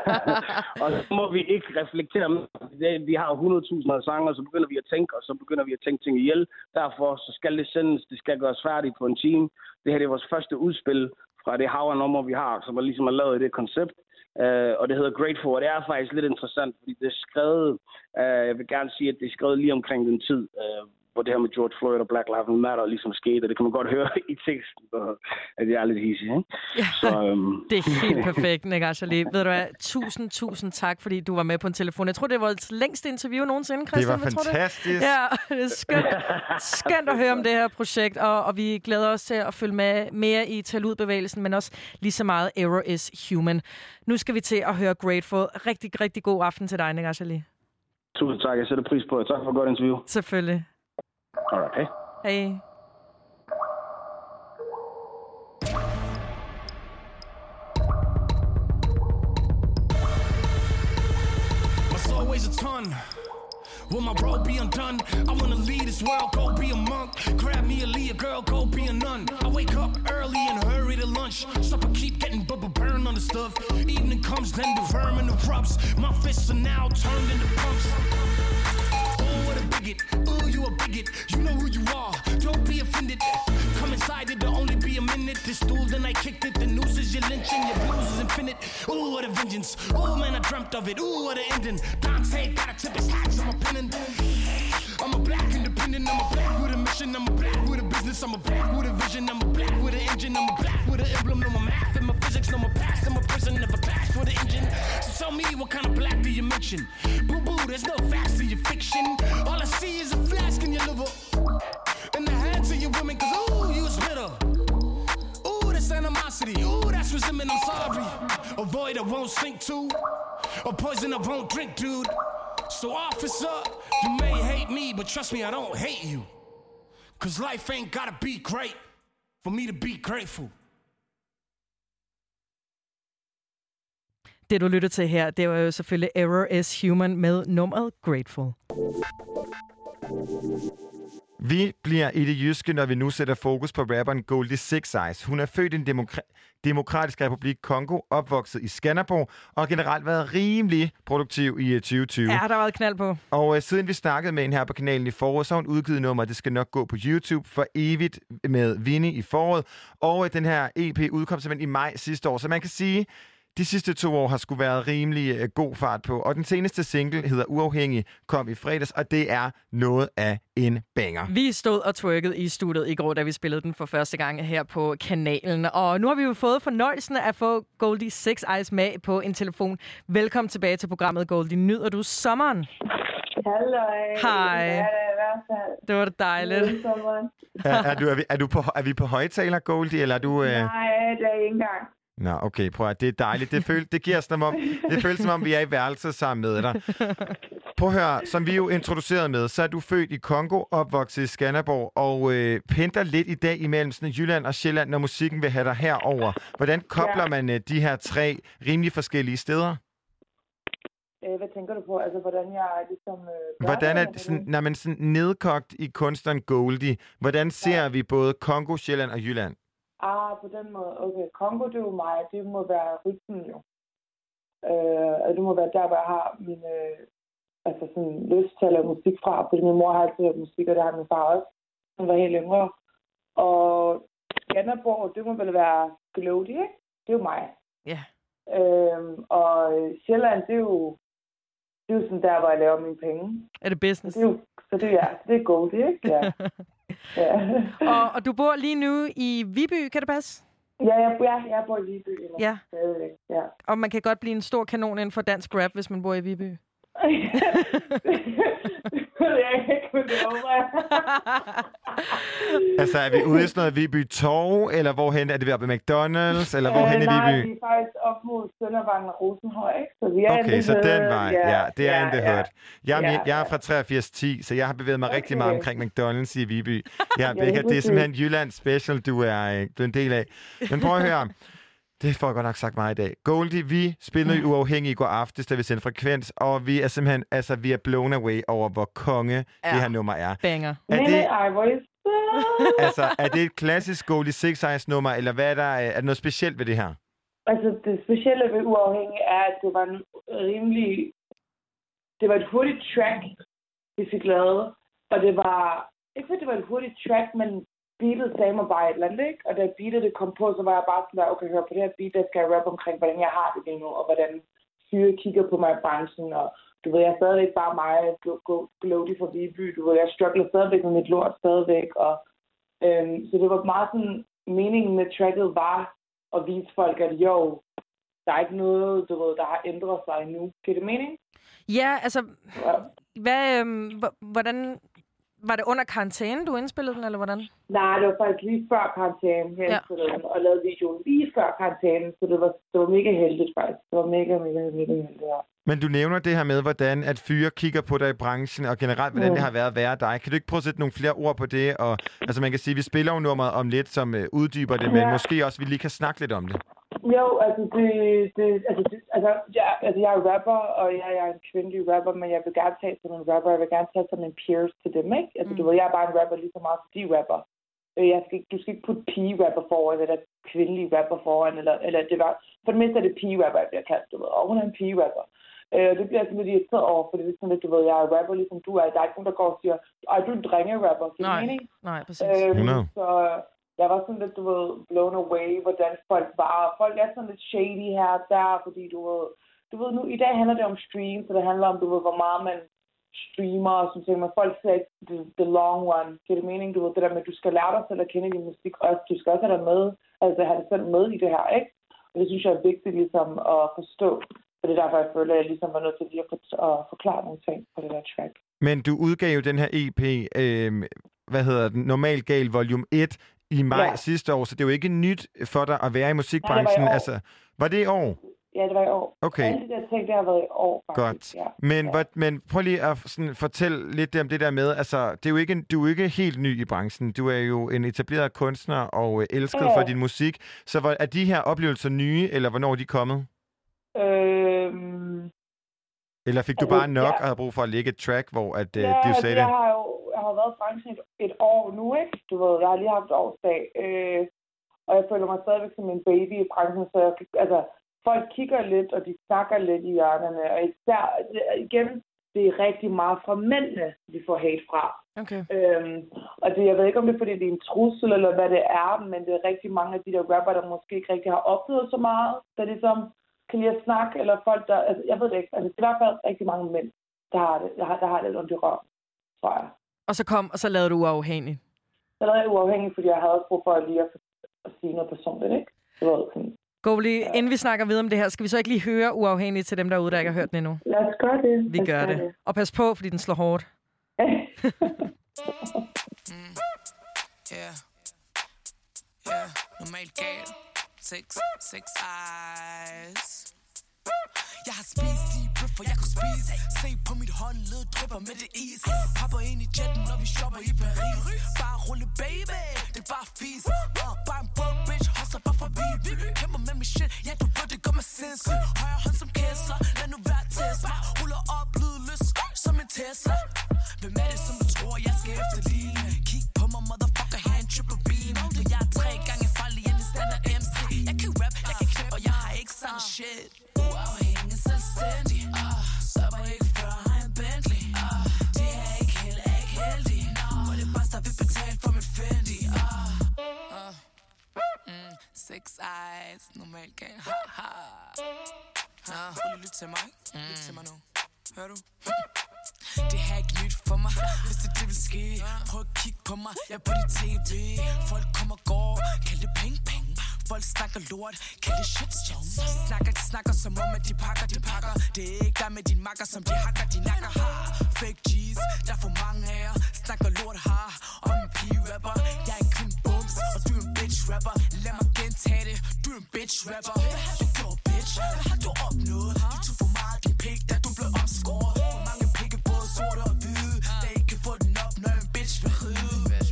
og så må vi ikke reflektere med. Vi har hundrede tusinder af sange, og så begynder vi at tænke, og så begynder vi at tænke ting ihjel. Derfor så skal det sendes, det skal gøres færdigt på en time. Det her det er vores første udspil fra det hav af nummer, vi har, som er ligesom er lavet i det koncept. Uh, og det hedder Grateful, og det er faktisk lidt interessant, fordi det er skrevet, uh, jeg vil gerne sige, at det er skrevet lige omkring den tid, uh, hvor det her med George Floyd og Black Lives Matter ligesom skete, og det kan man godt høre i teksten, at jeg er lidt hissig, ikke? Ja, så, um... det er helt perfekt, Negasjali. Ved du hvad, tusind, tusind tak, fordi du var med på en telefon. Jeg tror, det var det længste interview nogensinde, Christian. Det var fantastisk. Ja, det er skønt, skønt at høre om det her projekt, og, og vi glæder os til at følge med mere i Tale Ud-bevægelsen, men også lige så meget Error is Human. Nu skal vi til at høre Grateful. Rigtig, rigtig god aften til dig, Negasjali. Tusind tak, jeg sætter pris på det. Tak for et godt interview. Selvfølgelig. Alright, hey. Hey. There's always a ton. Will my robe be undone? I wanna lead this world, go be a monk. Grab me a lead, girl, go be a nun. I wake up early and hurry to lunch. Stop and keep getting bubble burn on the stuff. Evening comes, then the vermin erupts. My fists are now turned into pumps. for the bigot. Ooh, you a bigot. You know who you are. Don't be offended. Come inside it, there'll only be a minute. This stool, then I kicked it. The noose is your lynching. Your blues is infinite. Ooh, what a vengeance. Ooh, man, I dreamt of it. Ooh, what a ending. Dante gotta tip his hats. I'm a penning. I'm a black independent. I'm a black with a mission. I'm a black with a business. I'm a black with a vision. I'm a black with an engine. I'm a black with an emblem. No more math and my physics. No more past. I'm a prison. Never clashed with an engine. So tell me, what kind of black do you mention? Boo boo, there's no facts to your fiction. All I see is a flask in your liver. In the hands of your women, cause ooh, you was bitter. Ooh, that's animosity. Ooh, that's resentment. I'm sorry. A void I won't sink to. A poison I won't drink, dude. So officer, you may hate me, but trust me, I don't hate you. Cause life ain't gotta be great for me to be grateful. Det, du lytter til her, det var jo selvfølgelig Error is Human med nummeret Grateful. Vi bliver i det jyske, når vi nu sætter fokus på rapperen Goldie Six Eyes. Hun er født i den demokra- demokratiske republik Kongo, opvokset i Skanderborg og har generelt været rimelig produktiv i tyve tyve. Ja, der har været knald på. Og uh, siden vi snakkede med hende her på kanalen i foråret, så har hun udgivet nummer, det skal nok gå på YouTube for evigt med Vinnie i foråret. Og uh, den her E P udkom simpelthen i maj sidste år, så man kan sige, de sidste to år har sgu været rimelig uh, god fart på. Og den seneste single hedder Uafhængig, kom i fredags, og det er noget af en banger. Vi stod og twerkede i studiet i går, da vi spillede den for første gang her på kanalen. Og nu har vi jo fået fornøjelsen af at få Goldie Six Eyes med på en telefon. Velkommen tilbage til programmet, Goldie. Nyder du sommeren? Halløj. Hej. Det er det i hvert fald. Det var det dejligt. er, er, du, er, vi, er, du på, er vi på højtaler, Goldie, eller er du... Øh... Nej, det er ikke engang. Nå, okay, prøv at det er dejligt. Det, føl, det giver os som om, det føles som om, vi er i værelset sammen med dig. Prøv at høre, som vi jo introducerede med, så er du født i Kongo, opvokset i Skanderborg, og øh, pendler lidt i dag imellem sådan Jylland og Sjælland, når musikken vil have dig herover. Hvordan kobler ja. man øh, de her tre rimelig forskellige steder? Øh, hvad tænker du på? Altså, hvordan jeg ligesom... Øh, hvordan er det, sådan, når man sådan nedkogt i kunstneren Goldie, hvordan ser ja. vi både Kongo, Sjælland og Jylland? Ah, på den måde. Okay, Kongo, det er jo mig. Det må være rytmen jo. Øh, og det må være der, hvor jeg har min øh, altså sådan, lyst til at lave musik fra. Fordi min mor har altid lavet musik, og det har min far også. Han var helt yngre. Og Skanderborg, det må vel være Glody, ikke? Det er jo mig. Ja. Yeah. Øh, og Sjælland, det er jo det er jo sådan der, hvor jeg laver mine penge. Er det business? Så det er jo, så det er, ja, det er Goldie, ikke? Ja. Ja. og, og du bor lige nu i Viby, kan det passe? Ja, jeg, ja, jeg bor i Viby. Eller? Ja. ja. Og man kan godt blive en stor kanon inden for dansk rap, hvis man bor i Viby. Altså, er vi ude i sådan noget Viby Torv, eller hvorhen er det ved at være McDonald's, eller hvorhen øh, i Viby? Nej, vi er faktisk op mod Søndervangen og Rosenhøj, ikke? Så vi er okay, så den vej. Ja, ja det er ja, en, det ja. hørt. Jeg, ja, ja, jeg er fra treogfirs ti, så jeg har bevæget mig okay. rigtig meget omkring McDonald's i Viby. Ja, ja, Becca, det er simpelthen Jylland Special, du er, du er en del af. Men prøv at høre. Det får jeg godt nok sagt meget i dag. Goldie, vi spillede i Uafhængig i går aftes, da vi sendte Frekvens, og vi er simpelthen, altså, vi er blown away over, hvor konge ja. det her nummer er. Banger. Er det, ej, hvor er det altså, er det et klassisk Goldie Six Eyes nummer, eller hvad er der, er der noget specielt ved det her? Altså, det specielle ved Uafhængig er, at det var en rimelig... Det var et hurtigt track, vi fik lavet, og det var... Ikke fordi det var et hurtigt track, men beatet sagde mig bare et eller andet, ikke? Og da beatet det kom på, så var jeg bare sådan der, okay, hør på det her beat, der skal jeg rappe omkring, hvordan jeg har det lige nu, og hvordan fyre kigger på mig i branchen, og du ved, jeg er stadigvæk bare mig, Glody fra Viby, du ved, jeg struggler stadigvæk med mit lort stadigvæk, og øhm, så det var meget sådan, meningen med tracket var at vise folk, at jo, der er ikke noget, du ved, der har ændret sig endnu. Giver det mening? Ja, altså, ja. Hvad, øhm, hvordan... Var det under karantæne, du indspillede den, eller hvordan? Nej, det var faktisk lige før karantæne, jeg ja. indspillede den, og lavede videoen lige før karantæne, så det var, det var mega heldigt faktisk. Det var mega, mega, mega heldigt, ja. Men du nævner det her med, hvordan at fyre kigger på dig i branchen, og generelt, hvordan mm. det har været at være dig. Kan du ikke prøve at sætte nogle flere ord på det? Og, altså man kan sige, vi spiller jo nummeret om lidt, som uh, uddyber det, men ja. måske også, vi lige kan snakke lidt om det. Jo, altså, det, det, altså, det, altså, jeg, altså jeg er rapper, og jeg, jeg er en kvindelig rapper, men jeg vil gerne tage som en rapper, jeg vil gerne tage som en peers til dem, ikke? Altså, mm. du ved, jeg er bare en rapper lige så meget, som de rapper. Jeg skal, du skal ikke putte pige-rapper foran, eller kvindelig rapper foran, eller, eller det var, for det mindste er det pige-rapper, jeg bliver kaldt, du ved, og hun er en pige-rapper. Øh, det bliver jeg sådan lidt irriteret over, for det er sådan lidt, du ved, jeg er rapper, ligesom du er. Der er ikke nogen, der går og siger, ej, du er en drenge-rapper. Det er mening. Nej, præcis. Øhm, så jeg var sådan lidt, du ved, blown away, hvordan folk var. Folk er sådan lidt shady her og der, fordi du ved, du ved nu, i dag handler det om stream, så det handler om, du ved, hvor meget man streamer og sådan ting, men folk ser ikke the, the long run. Giver det mening, du ved, det der med, at du skal lære dig selv at kende din musik, og du skal også have dig med, altså have dig selv med i det her, ikke? Og det synes jeg er vigtigt ligesom at forstå. Og det er derfor, jeg føler, at jeg ligesom var nødt til lige at, for- at forklare nogle ting på det der track. Men du udgav jo den her E P, øh, hvad hedder den, Normal Gal Volume et i maj ja. sidste år, så det er jo ikke nyt for dig at være i musikbranchen. Nej, det var i år. Altså, var det i år? Ja, det var i år. Okay. Alle de der ting, det har været i år, faktisk. Godt. Ja. Men, ja. Hvor, men prøv lige at sådan, fortælle lidt om det der med, altså, det er jo ikke, du er ikke helt ny i branchen. Du er jo en etableret kunstner og øh, elsket ja. for din musik. Så hvor, er de her oplevelser nye, eller hvornår er de kommet? Øhm... Eller fik du altså, bare nok ja. og havde brug for at lægge et track, hvor at, øh, ja, du altså, sagde jeg det? har jo jeg har været i branchen et, et år nu, ikke? Du ved, jeg har lige haft årsdag. Øh, og jeg føler mig stadigvæk som en baby i branchen, så jeg, altså, folk kigger lidt, og de snakker lidt i hjørnerne. Og især, igen, det er rigtig meget fra mændene, vi får hate fra. Okay. Øhm, og det, jeg ved ikke, om det er, fordi det er en trussel, eller hvad det er, men det er rigtig mange af de der rapper, der måske ikke rigtig har oplevet så meget, der ligesom kan lide at snakke, eller folk, der... Altså, jeg ved det ikke. Altså, det er i hvert fald rigtig mange mænd, der har det, der har, der har det ondt i røven, tror jeg. Og så kom, og så lavede du Uafhængig. Så lavede jeg Uafhængig, fordi jeg havde også brug for at lige at, at sige noget personligt, ikke? Det var sådan... Goldie, ja. Inden vi snakker videre om det her, skal vi så ikke lige høre Uafhængig til dem derude, der ikke har hørt den endnu? Lad os gøre det. Vi gør det. det. Og pas på, fordi den slår hårdt. mm. Yeah. Yeah. Normalt gal. Six, six eyes. Jeg har spist de bøffer, jeg kunne spise. Se på mit håndled, drypper med det is. Hopper ind i jetten, når vi shopper i Paris. Bare rulle, baby, det er bare fis. uh, Bare en broke bitch, hustler bare forbi. Kæmper med min shit, ja du ved det gør mig sindssyg. Højre hånd som Kessler, lad nu være Tesla. Ruller op, lydløs, som en Tesla. Hvem er det som du tror, jeg skal efterligne? Kig på mig, motherfucker, her en triple beam. For jeg er tre gange farlig, end en standard M C. Jeg kan rap, jeg kan knæppe, og jeg har ikke sådan shit. Uafhængig, selvstændig. uh, Stopper ikke før, har en Bentley. uh, De er ikke helt, er ikke heldige. no. For det bare vi betalt for min Fendi. uh, uh, mm, Six eyes, normalt gal. Ha ha. uh, Prøv lige lyt til mig. mm. Lyt til mig nu. Hører du? Det her er ikke nyt for mig. Hvis det det vil ske, prøv at kigge på mig. Jeg er på dit tv. Folk kommer og går, kald det peng peng. Folk snakker lort, kald det shitstorm. De snakker, de snakker som om, at de pakker, de pakker. Det er ikke der med din makker, som de hakker, de nakker har. Fake G's, der er for mange af jer. Snakker lort har, og en pige-rapper. Jeg er en kvinde bums, og du er en bitch-rapper. Lad mig gentage det, du er en bitch-rapper. Hvad har du gjort, bitch? Hvad har du opnået? Du tog for meget din pik, da du blev omskåret. Hvor mange pikke, både sorte og hvide, der ikke kan få den op, når en bitch vil ride.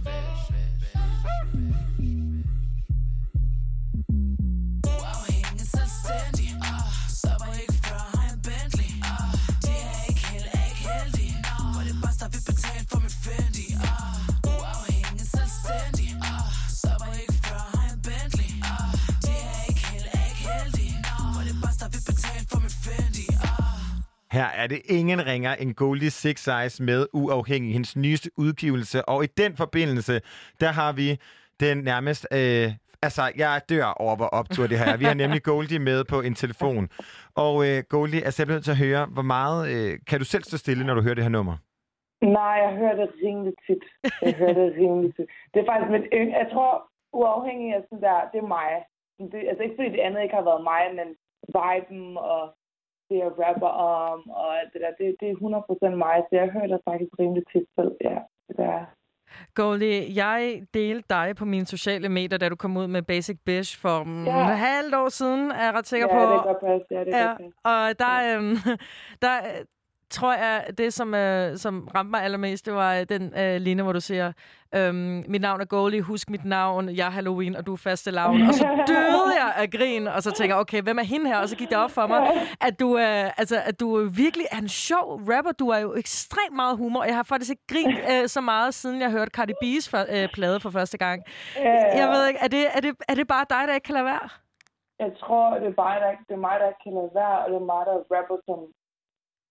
Uafhængig, selvstændig. uh, Stopper ikke før, har en Bentley. uh, De er ikke helt, er ikke heldige. no. For det bare vi betalt for min Fendi. uh, Uafhængig, selvstændig. uh, Stopper ikke før, har en Bentley. uh, De er ikke helt, er ikke heldige. no. For det bare vi betalt for min Fendi. uh. Her er det ingen ringer end Goldie Six Eyes med Uafhængig, hendes nyeste udgivelse. Og i den forbindelse, der har vi den nærmest... Øh, altså, jeg dør over, hvor optur det her er. Vi har nemlig Goldie med på en telefon. Og øh, Goldie, altså, jeg bliver nødt til at høre, hvor meget... Øh, kan du selv stå stille, når du hører det her nummer? Nej, jeg hører det rimelig tit. Jeg hører det rimelig tit. Det er faktisk mit yng. Jeg tror, Uafhængig af sådan der, det er mig. Det, altså ikke fordi det andet ikke har været mig, men viben og det, jeg rapper om og alt det der, det, det er hundrede procent mig. Så jeg hører det faktisk rimelig tit selv. Ja, det er. Goldie, jeg delte dig på mine sociale medier, da du kom ud med Basic Bitch for ja. et halvt år siden, er jeg ret sikker ja, på. Det er godt pas. Ja, det er ja, godt pas. Og der, ja. øhm, der tror jeg, det som, øh, som ramte mig allermest, det var den øh, linje, hvor du siger, øhm, mit navn er Goldie, husk mit navn, jeg er Halloween, og du er fastelavn. Og så døde jeg af grin, og så tænker jeg, okay, hvem er hende her? Og så gik det op for mig, at du, øh, altså, at du virkelig er en sjov rapper. Du er jo ekstremt meget humor. Jeg har faktisk ikke grint øh, så meget, siden jeg hørte Cardi B's for, øh, plade for første gang. Jeg ved ikke, er det, er, det, er det bare dig, der ikke kan lade være? Jeg tror, det er, bare, der, det er mig, der ikke kan lade være, og det er mig, der rapper som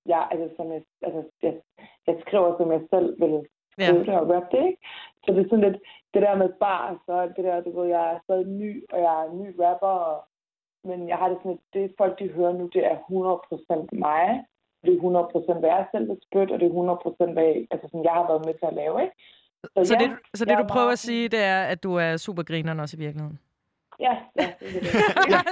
jeg, altså, som jeg, altså, jeg, jeg skriver, som jeg selv vil skrive det og rap det, ikke? Så det er sådan lidt, det der med bars, og det der, du ved, jeg er stadig ny, og jeg er en ny rapper, og, men jeg har det sådan lidt, det folk, de hører nu, det er hundrede procent mig, det er hundrede procent, hvad jeg selv har spyt, og det er hundrede procent, hvad jeg, altså, sådan, jeg har været med til at lave, ikke? Så, så ja, det, så det du prøver meget... at sige, det er, at du er super grineren også i virkeligheden? Ja, ja, det er det.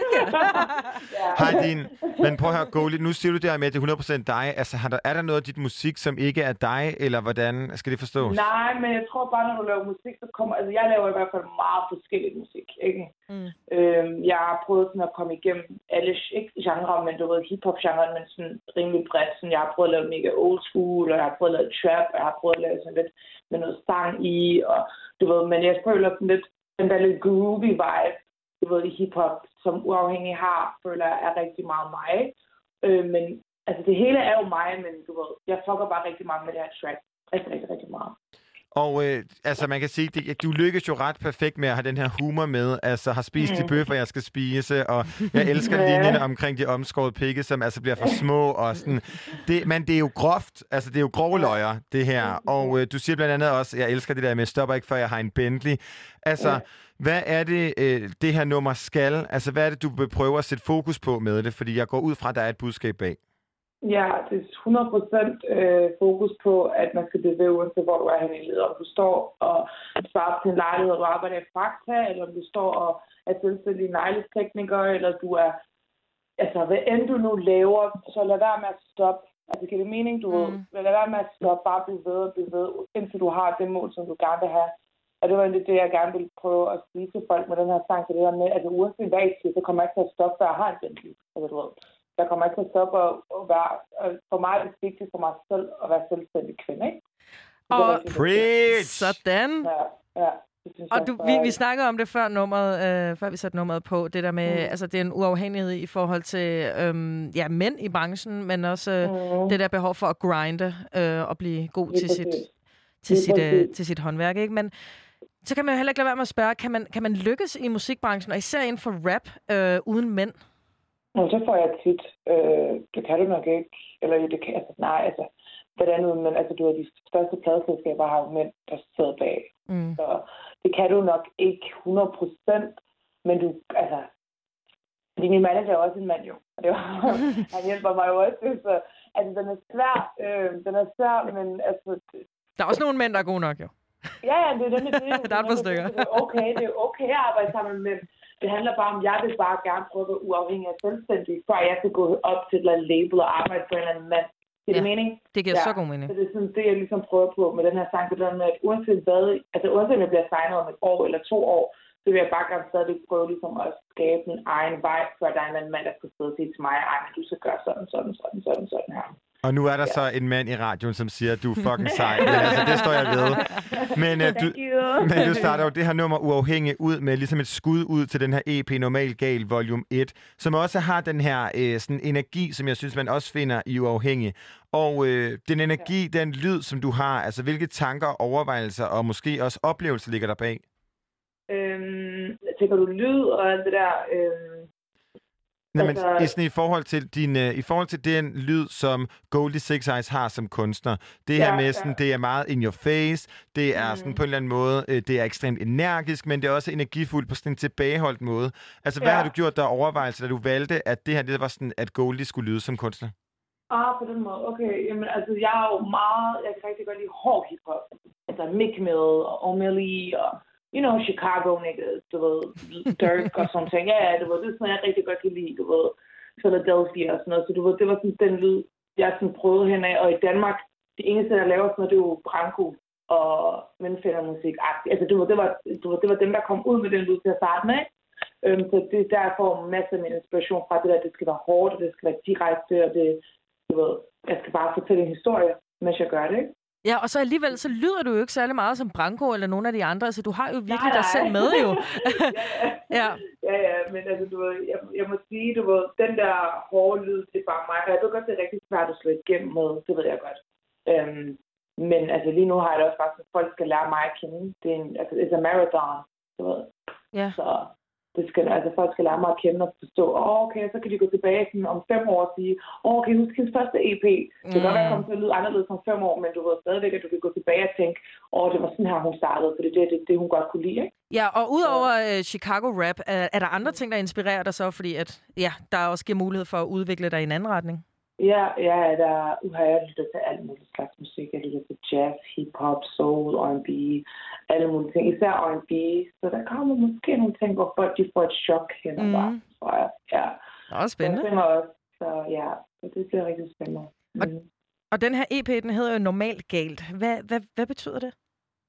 ja. Hej din, men prøv at høre, Goldie, nu siger du der med, at det er hundrede procent dig. Altså, har der, er der noget af dit musik, som ikke er dig, eller hvordan skal det forstås? Nej, men jeg tror bare, når du laver musik, så kommer... Altså, jeg laver i hvert fald meget forskellig musik, ikke? Mm. Øhm, jeg har prøvet sådan at komme igennem alle, ikke genre, men du ved, hip-hop-genren, men sådan rimelig bredt. Sådan, jeg har prøvet at lave mega old school, og jeg har prøvet at lave trap, og jeg har prøvet at lave sådan lidt med noget sang i, og du ved, men jeg føler sådan lidt, den der lidt groovy vibe, du ved, i hiphop, som Uafhængig har, føler jeg er rigtig meget mig. Øh, men altså, det hele er jo mig, men du ved, jeg fucker bare rigtig meget med det her track. Rigtig, rigtig, rigtig meget. Og øh, altså, man kan sige, at du lykkes jo ret perfekt med at have den her humor med. Altså, har spist mm. de bøffer, jeg skal spise, og jeg elsker linjerne omkring de omskårede pigge, som altså bliver for små og sådan. Det, men det er jo groft. Altså, det er jo grove løjer, det her. Og øh, du siger blandt andet også, jeg elsker det der med, stopper ikke, før jeg har en Bentley. Altså, mm. hvad er det, øh, det her nummer skal? Altså, hvad er det, du vil prøve at sætte fokus på med det? Fordi jeg går ud fra, at der er et budskab bag. Ja, det er hundrede procent øh, fokus på, at man skal bevæge uanset hvor du er henne i livet. Om du står og sparer på din lejlighed, og du arbejder i Fakta, eller om du står og er selvstændig nejletekniker, eller du er... Altså, hvad end du nu laver, så lad være med at stoppe. Altså, giver det mening, du mm. lad være med at stoppe, bare blive ved og blive ved, indtil du har det mål, som du gerne vil have. Og det var egentlig det, jeg gerne ville prøve at sige til folk med den her sang, så det der med, at uanset hvad jeg siger, så kommer jeg ikke til at stoppe, før jeg har en Bentley. Altså, du ved. Jeg kommer ikke til at stoppe og, og være... Og for mig er det vigtigt for mig selv at være selvstændig kvinde, ikke? Og preach! Sådan! Ja, ja. Og du, vi, vi snakkede om det før nummeret, øh, før vi satte nummeret på, det der med, mm. altså det er en uafhængighed i forhold til øhm, ja, mænd i branchen, men også øh, mm. det der behov for at grinde øh, og blive god til sit, til, sit, øh, til sit håndværk, ikke? Men så kan man jo heller ikke lade være med at spørge, kan man, kan man lykkes i musikbranchen, og især inden for rap, øh, uden mænd? Og så får jeg tit, øh, det kan du nok ikke, eller det kan, altså nej, altså, hvordan nu, men altså, du har de største pladeselskaber, har jo mænd, der sidder bag. Mm. Så det kan du nok ikke hundrede procent, men du, altså, fordi min manager er også en mand jo, og det var, han hjælper mig jo også, så altså, den er svær, øh, den er svær, men altså... Der er også nogle mænd, der er gode nok, jo. Ja, ja, det er det med det. Der er et par stykker. Det er okay, det er okay at arbejde sammen med mænd. Det handler bare om, at jeg vil bare gerne prøve at være uafhængig af selvstændig, før jeg kan gå op til et eller andet label og arbejde for en eller anden mand. Det er ja, mening? Det giver ja. så god mening. Så det er sådan det, jeg ligesom prøver på med den her sang, det der med, at uanset hvad, altså uanset om jeg bliver signet om et år eller to år, så vil jeg bare gerne stadig prøve ligesom at skabe en egen vej, før der er en eller anden mand, der skal sidde og sige til mig, ej, men du skal gøre sådan, sådan, sådan, sådan, sådan her. Og nu er der ja. så en mand i radioen, som siger, at du er fucking sej. Men altså, det står jeg ved. Men, uh, du, men du starter jo det her nummer Uafhængig ud med ligesom et skud ud til den her E P Normal Gal Volume et, som også har den her øh, sådan energi, som jeg synes, man også finder i Uafhængig. Og øh, den energi, ja. den lyd, som du har, altså hvilke tanker, overvejelser og måske også oplevelser ligger der bag? Øhm, tænker du lyd og alt det der... Øhm Nej, men altså, i, sådan, i, forhold til din, uh, i forhold til den lyd, som Goldie Six Eyes har som kunstner, det her ja, med, sådan, ja. det er meget in your face, det er mm. sådan, på en eller anden måde, uh, det er ekstremt energisk, men det er også energifuldt på sådan en tilbageholdt måde. Altså, hvad ja. har du gjort der overvejelser, da du valgte, at det her det var sådan, at Goldie skulle lyde som kunstner? Ah, på den måde. Okay, jamen altså, jeg er jo meget, jeg kan rigtig godt lide hård hiphop. Altså, Mick Mill og O'Malley og you know, Chicago niggas, du ved, Dirk og sådan ting. Ja, du ved, det er sådan, jeg rigtig godt kan lide, du ved, Philadelphia og sådan noget. Så du ved, det var sådan den lyd, jeg sådan prøvede henad. Og i Danmark, det eneste, der laver sådan noget, det er jo Branko og Mændfældermusik. Altså, du ved, det var, du ved, det var dem, der kom ud med den lyd til at starte med. Um, så det er derfor masser af min inspiration fra det der, det skal være hårdt, og det skal være direkte, og det, du ved, jeg skal bare fortælle en historie, mens jeg gør det, ikke? Ja, og så alligevel, så lyder du jo ikke særlig meget som Branko eller nogen af de andre, så du har jo virkelig nej, nej. dig selv med, jo. ja, ja, ja, men altså, du ved, jeg, jeg må sige, du ved, den der hårde lyd, det er bare mig, og jeg ved godt, det er rigtig svært at slå igennem med, det ved jeg godt. Um, men altså, lige nu har jeg det også bare, at folk skal lære mig at kende. Det er en, altså, it's a marathon, du ved. Ja. Så, det skal, altså folk skal lære mig at kende og forstå, åh, oh, okay, så kan de gå tilbage sådan, om fem år og sige, åh, oh, okay, husk hendes første E P. Det kan mm. godt være, at komme til at lyde anderledes om fem år, men du ved stadigvæk, at du kan gå tilbage og tænke, åh, oh, det var sådan her, hun startede, for det er det, det, det, hun godt kunne lide, ikke? Ja, og udover uh, Chicago Rap, er, er der andre ting, der inspirerer dig så, fordi at, ja, der også giver mulighed for at udvikle dig i en anden retning? Ja, ja, der uh, har jeg lyttet til alle mulige slags musik. Jeg lytter til jazz, hip-hop, soul, R and B, alle mulige ting. Især R and B, så der kommer måske nogle ting, hvor folk de får et chok hen og bare, tror jeg. Ja. Det er også spændende. Så, også, så ja, så det bliver rigtig spændende. Mm. Og, og den her E P, den hedder jo Normalt Galt. Hvad, hvad, hvad betyder det?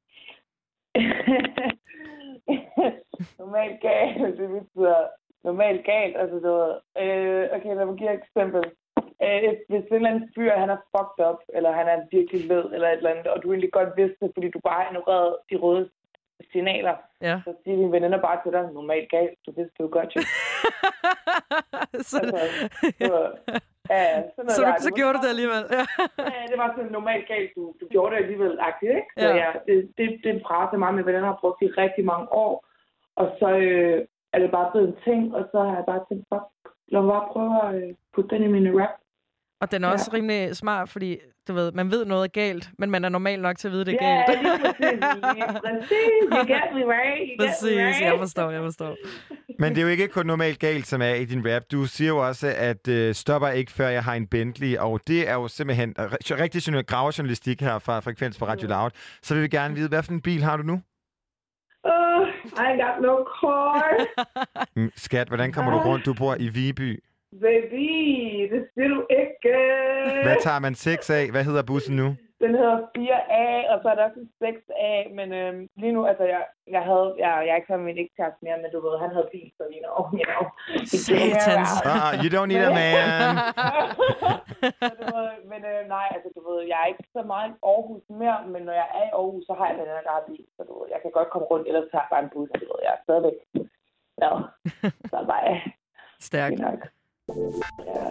Normalt galt, det betyder normalt galt. Altså, det var, øh, okay, lad mig give et eksempel. Øh, hvis en eller anden fyr, han er fucked up, eller han er virkelig led, eller et eller andet, og du egentlig godt vidste det, fordi du bare har ignoreret de røde signaler, ja. Så siger dine veninder bare til dig, normalt galt, du vidste det jo godt, jo. så, altså, så, ja, sådan så, der, du, så gjorde du det alligevel? Ja, ja det var sådan normalt galt, du, du gjorde det alligevel-agtigt, ikke? Så ja, ja det, det, det er en frase, mig med veninder har brugt i rigtig mange år, og så øh, er det bare blevet en ting, og så har jeg bare tænkt, fuck, lad mig bare prøve at øh, putte den i mine rap. Og den er også ja. rimelig smart, fordi du ved, man ved noget er galt, men man er normal nok til at vide, det er ja, galt. Ja, præcis. Præcis. You get me right. You præcis, get me right. jeg forstår, jeg forstår. Men det er jo ikke kun normalt galt, som er i din rap. Du siger jo også, at øh, stopper ikke, før jeg har en Bentley, og det er jo simpelthen rigtig gravejournalistik her fra Frekvens på Radio Loud. Så vil vi gerne vide, hvad for en bil har du nu? Uh, I got no car. Skat, hvordan kommer du rundt? Du bor i Viby. Baby, det siger du ikke. Hvad tager man seks af? Hvad hedder bussen nu? Den hedder fire A, og så er der også en seks A, men øhm, lige nu, altså, jeg, jeg havde, jeg, jeg er ikke sammen med min ekskæreste mere, men du ved, han havde bil, så you know, you know. Satans. Ah, you don't need a man. så, du ved, men øh, nej, altså, du ved, jeg er ikke så meget i Aarhus mere, men når jeg er i Aarhus, så har jeg den der bil, så du ved, jeg kan godt komme rundt, ellers tager jeg bare en bus, du ved, jeg er stadigvæk. Ja, så bare... Stærkt. Ja.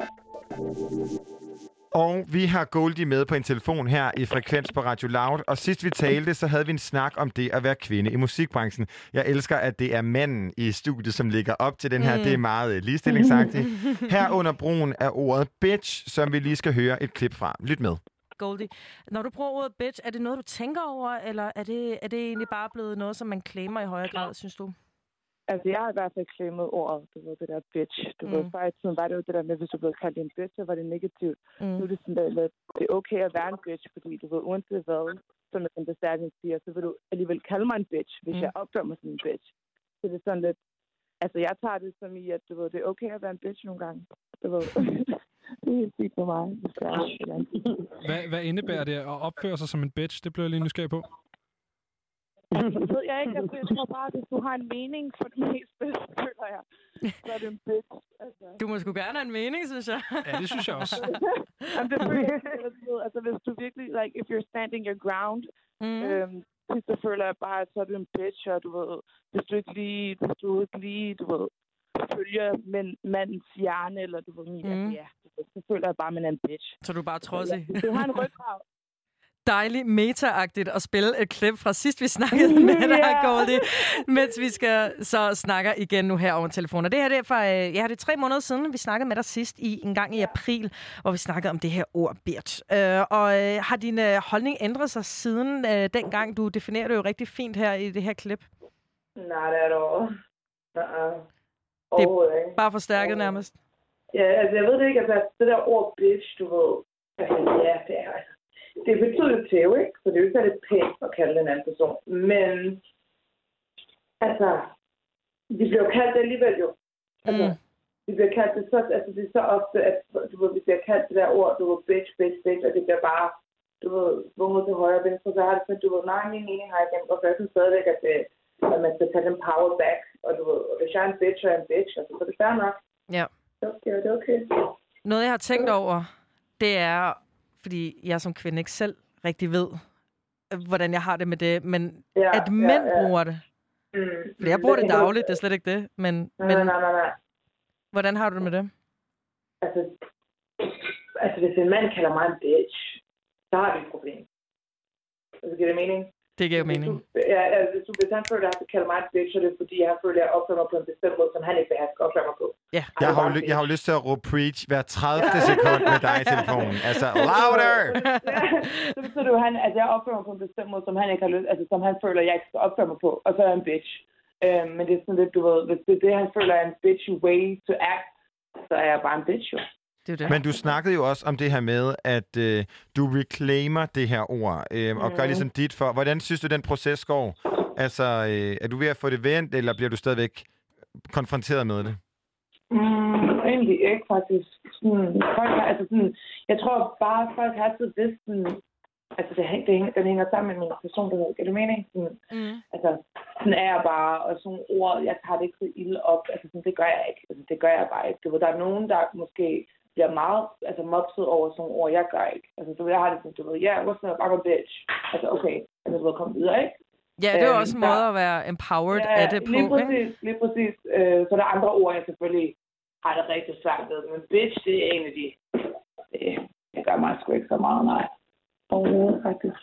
Og vi har Goldie med på en telefon her i Frekvens på Radio Loud. Og sidst vi talte, så havde vi en snak om det at være kvinde i musikbranchen. Jeg elsker, at det er manden i studiet, som ligger op til den her. Mm. Det er meget ligestillingsagtigt. Her under broen er ordet bitch, som vi lige skal høre et klip fra. Lyt med. Goldie, når du bruger ordet bitch, er det noget, du tænker over, eller er det, er det egentlig bare blevet noget, som man claimer i højere grad, synes du? Altså, jeg har i hvert fald claimet ordet, du ved, det der bitch. Du mm. ved, før i tiden var det jo det der med, hvis du blev kaldt en bitch, så var det negativt. Mm. Nu er det sådan, at det er okay at være en bitch, fordi du ved, uanset hvad, som en besætning siger, så vil du alligevel kalde mig en bitch, hvis mm. jeg opfører mig som en bitch. Så det er sådan lidt... Altså, jeg tager det som i, at du ved, det er okay at være en bitch nogle gange. Du ved, det er helt fint for mig, hvis jeg er hvad, hvad indebærer det at opføre sig som en bitch? Det bliver jeg lige nysgerrig på. Det ved jeg ikke. Altså, jeg tror bare, at hvis du har en mening for det meste, føler jeg, så er det en bitch. Altså. Du må sgu gerne have en mening, synes jeg. Ja, det synes jeg også. Jamen, det føler jeg, altså, hvis du virkelig, like, if you're standing your ground, mm. øhm, så føler jeg bare, at så er du en bitch, og du ved, hvis du ikke lige, hvis du ikke lige, du ved, følger mand, mandens hjerne, eller du ved, mm. ja, så føler jeg bare, at man er en bitch. Så du er bare trodsig. Du har en ryggrav. Dejligt meta-agtigt at spille et klip fra sidst, vi snakkede med dig, yeah. Goldie, mens vi skal så snakke igen nu her over telefonen. Det her det er fra, ja, det er tre måneder siden, vi snakkede med dig sidst i en gang i april, hvor vi snakkede om det her ord bitch. Uh, og uh, har din uh, holdning ændret sig siden uh, dengang? Du definerer det jo rigtig fint her i det her klip. Nej, det er det over. Det er bare forstærket oh. nærmest. Ja, altså jeg ved det ikke, altså det der ord bitch, du ved, altså ja, det er altså. Det betyder jo tæv, ikke? Så det er jo ikke lidt pænt at kalde en anden person. Men, altså, vi bliver jo kaldt det alligevel jo. Altså, mm. vi bliver kaldt det så, altså det er så ofte, at du ved, vi bliver kaldt det der ord, du ved, bitch, bitch, bitch, og det bliver bare, du ved, svunget til højre og venstre, så har det sådan, du ved, nej, min mening har jeg gennem, og så er det stadigvæk, at, det, at man skal tage den power back, og du ved, og hvis jeg er en bitch, og jeg er en bitch, altså, så er det fair nok. Ja. Det er okay, det er okay. Noget, jeg har tænkt over, det er... fordi jeg som kvinde ikke selv rigtig ved, hvordan jeg har det med det, men ja, at mænd ja, ja. bruger det. Mm. Fordi jeg bruger det, det dagligt, det er slet ikke det, men, nej, men nej, nej, nej. Hvordan har du det med det? Altså, altså hvis en mand kalder mig en bitch, så har vi et problem. Altså, giver det mening? Det giver mening. Ja, altså, hvis han føler, at han kalder mig et bitch, så er det fordi, han føler, at jeg opfører mig på en bestemt måde, som han ikke vil have, skal opføre mig på. Ja. Jeg har, jo, jeg har jo lyst til at råbe preach hver tredivte sekund med dig i telefonen. Altså, louder! Så betyder det jo, han, at jeg opfører mig på en bestemt måde, som han ikke har lyst, altså som han føler, at jeg ikke skal opføre mig på, og så er jeg en bitch. Um, men det er sådan lidt, du ved, hvis det er det, han føler er en bitchy way to act, så er jeg bare en bitch, jo. Det det. Men du snakkede jo også om det her med, at øh, du reclaimer det her ord, øh, og mm. gør ligesom dit for. Hvordan synes du, den proces går? Altså, øh, er du ved at få det vendt, eller bliver du stadigvæk konfronteret med det? Mm, egentlig ikke, faktisk. Sådan, folk har, altså sådan, jeg tror bare, folk har altid vidst, sådan, altså det, det, det, den hænger sammen med min personlighed. Giver det mening? Sådan, mm. Altså, sådan er jeg bare, og sådan ord, jeg tager det ikke så ilde op. Altså, sådan, det gør jeg ikke. Altså, det gør jeg bare ikke. Du ved, der er nogen, der måske bliver meget altså, mobset over sådan ord, jeg gør ikke. Altså, du ved, jeg har det sådan, du ved, ja, yeah, what's up, I'm a bitch. Altså, okay, altså, du ved, kom videre, ikke? Ja, det er øhm, også en måde at være empowered ja, af det på, lige præcis, ikke? Lige præcis. Øh, så der er andre ord, jeg selvfølgelig har det rigtig svært ved. Men bitch, det er en af de... Det, det gør mig sgu ikke så meget, nej. Overhovedet, faktisk.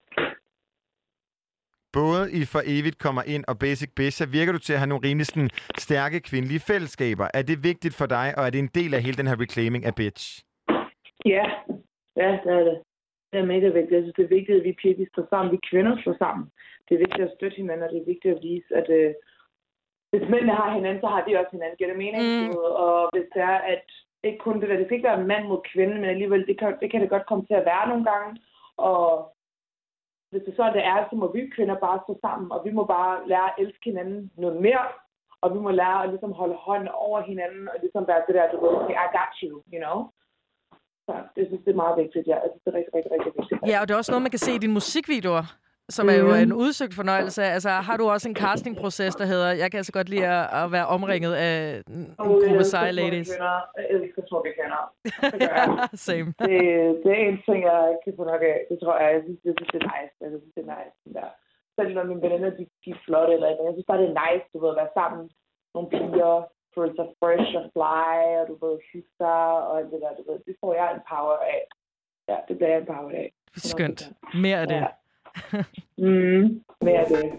Både i For Evigt kommer ind og Basic Bitch, så virker du til at have nogle rimelig sådan, stærke kvindelige fællesskaber. Er det vigtigt for dig, og er det en del af hele den her reclaiming af bitch? Ja, ja, det er det. Det er mega vigtigt. Jeg synes, det er vigtigt, at vi piger, vi står sammen. Vi kvinder står sammen. Det er vigtigt at støtte hinanden, og det er vigtigt at vise, at øh, hvis mændene har hinanden, så har de også hinanden. Giver det mening? Mm. Og hvis det er, at ikke kun det der, det skal ikke være mand mod kvinde, men alligevel, det kan, det kan det godt komme til at være nogle gange. Og hvis det så det er, så må vi kvinder bare stå sammen, og vi må bare lære at elske hinanden noget mere, og vi må lære at ligesom holde hånden over hinanden, og ligesom være det der, du ved, okay, I got you, you know? Så det synes det er meget vigtigt, ja. Jeg synes, det er rigtig, rigtig, rigtig vigtigt. Ja, og det er også noget, man kan se i dine musikvideoer, som er jo en udsøgt fornøjelse. Altså, har du også en castingproces, der hedder, jeg kan altså godt lide at, at være omringet af en oh, gruppe seje ladies? Jeg elsker smukke kvinder. Det gør jeg. Same. Det, det er en ting, jeg ikke kan få nok af. Det tror jeg, jeg synes, det, det er nice. Jeg synes, det er nice. Der. Selv når mine venner, de, de er flotte eller andet. Jeg synes bare, det er nice, du ved, at være sammen. Nogle piger, føle sig fresh og fly, og du ved, hygge sig, og alt det der, du ved. Det får jeg en power af. Ja, det bliver jeg en power af. Skønt. Mere af det. Ja. mm, mere af det.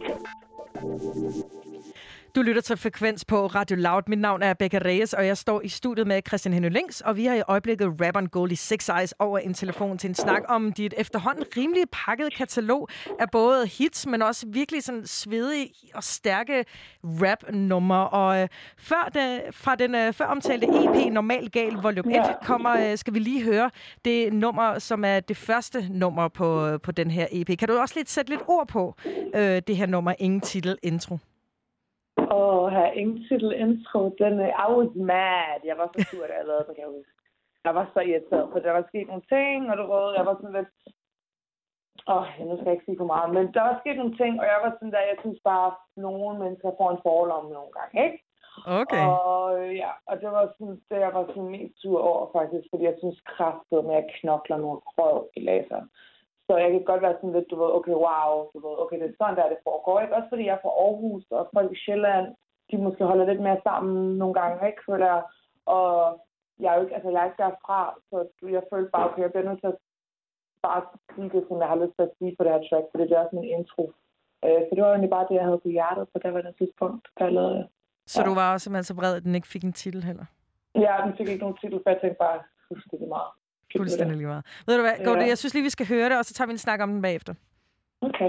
Du lytter til Frekvens på Radio Loud. Mit navn er Becca Reyes, og jeg står i studiet med Christian Henry Links, og vi har i øjeblikket rapperen Goldie Six Eyes over en telefon til en snak om dit efterhånden rimelig pakket katalog af både hits, men også virkelig sådan svedige og stærke rap-numre. Og øh, før det, fra den øh, før omtalte E P Normal Gal Volume et kommer, øh, skal vi lige høre det nummer, som er det første nummer på, på den her E P. Kan du også lidt sætte lidt ord på øh, det her nummer, ingen titel, intro? Og her ingen titel intro, den uh, I was mad. Jeg var så sur, da jeg lavede den, kan jeg huske. Jeg var så irriteret, for der var sket nogle ting, og du ved, jeg var sådan lidt... Åh, oh, nu skal jeg ikke sige for meget, men der var sket nogle ting, og jeg var sådan der, jeg synes bare, at nogle mennesker får en forlomme nogle gange, ikke? Okay. Og ja, og det var sådan, det jeg var sådan mest sur over faktisk, fordi jeg synes kraftet med at knokler nogle røv i laseren. Så jeg kan godt være sådan lidt, du ved, okay, wow, du ved, okay, det er sådan der, det foregår, ikke? Også fordi jeg er fra Aarhus, og folk i Sjælland, de måske holder lidt mere sammen nogle gange, ikke, føler jeg. Og jeg er jo ikke, altså jeg er ikke derfra, så jeg følte bare, okay, jeg bliver nødt til at bare sige det, som jeg har lyst til at sige på det her track, for det er også min intro. Så det var egentlig bare det, jeg havde på hjertet på det var det tidspunkt, der jeg lavede det. Så ja. Du var også simpelthen så vred, at den ikke fik en titel heller? Ja, den fik ikke nogen titel, for jeg tænkte bare, husk det meget. Fuldstændig lige meget. Ved du hvad, ja. Goldie, jeg synes lige, vi skal høre det, og så tager vi en snak om den bagefter. Okay.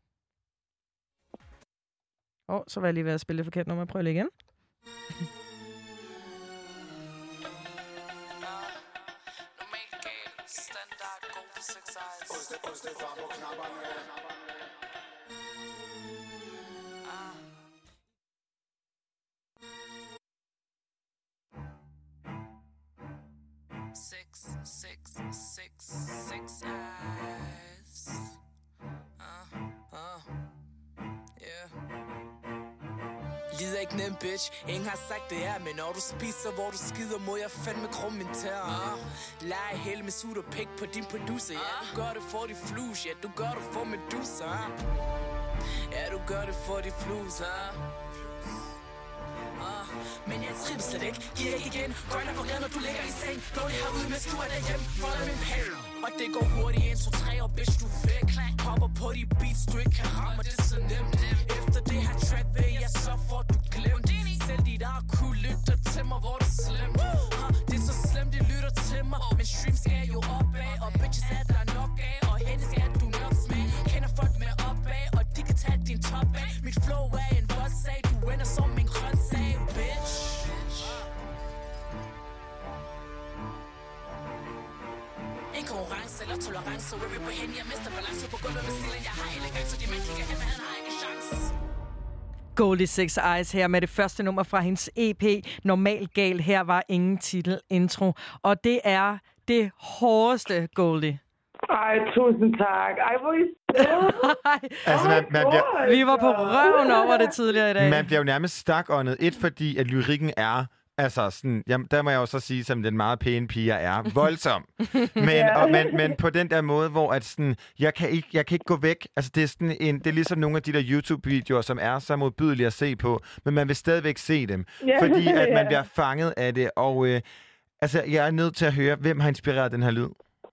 Åh, oh, så var jeg lige ved at spille det forkert nummer. Prøv lige igen. Six, six, six, six eyes. Uh, uh, yeah. Lider ikke nem, bitch. Ingen har sagt det er, men når du spiser, hvor du skider, må jeg fandme krumme min tær. Uh, Lege hele med sut og pik på din producer. Ja, du gør det for de flus. Ja, du gør det for Medusa. Ja, du gør det for de flus, uh. Uh, men jeg trives slet ikke, giver ikke igen. Grønner på reden, når du ligger i seng. Blå det herude, mens du er derhjemme. Folder min pæl. Og det går hurtigt, en, to, tre, og bitch, du er væk. Hopper på de beats, du ikke kan ramme, det er så nemt. Efter det her track vil jeg så for, du glemt. Selv dit eget crew lytter til mig, hvor det er slemt. Det er så slemt, de lytter til mig. Men streams skal jo opad, og bitches er der nok af. Og hendes skal du nok smag. Kender folk med opad, og de kan tage din top af. Mit flow er en voldssag, du ender som min grøntsag, bitch. En konkurrence eller tolerance, hvor vi på hende, jeg mister balance på gulvet med stilen. Jeg har elegant, så de mænd kigger hen, men han har ikke chance. Goldie Six Eyes her med det første nummer fra hendes E P, Normal Gal. Her var ingen titel intro. Og det er det hårdeste, Goldie. Ej, tusind tak. Ej, hvor I altså, man, man bliver, Vi var på røven over det tidligere i dag. Man bliver jo nærmest stakåndet. Et, fordi at lyrikken er... Altså, sådan, jamen, der må jeg jo så sige, som den meget pæne pige er, voldsom. Men, Ja. og, men, men på den der måde, hvor at sådan, jeg, kan ikke, jeg kan ikke gå væk. Altså, det er, sådan en, det er ligesom nogle af de der YouTube-videoer, som er så modbydelige at se på, men man vil stadigvæk se dem. Ja. Fordi at man Ja. bliver fanget af det. Og øh, altså, jeg er nødt til at høre, hvem har inspireret den her lyd?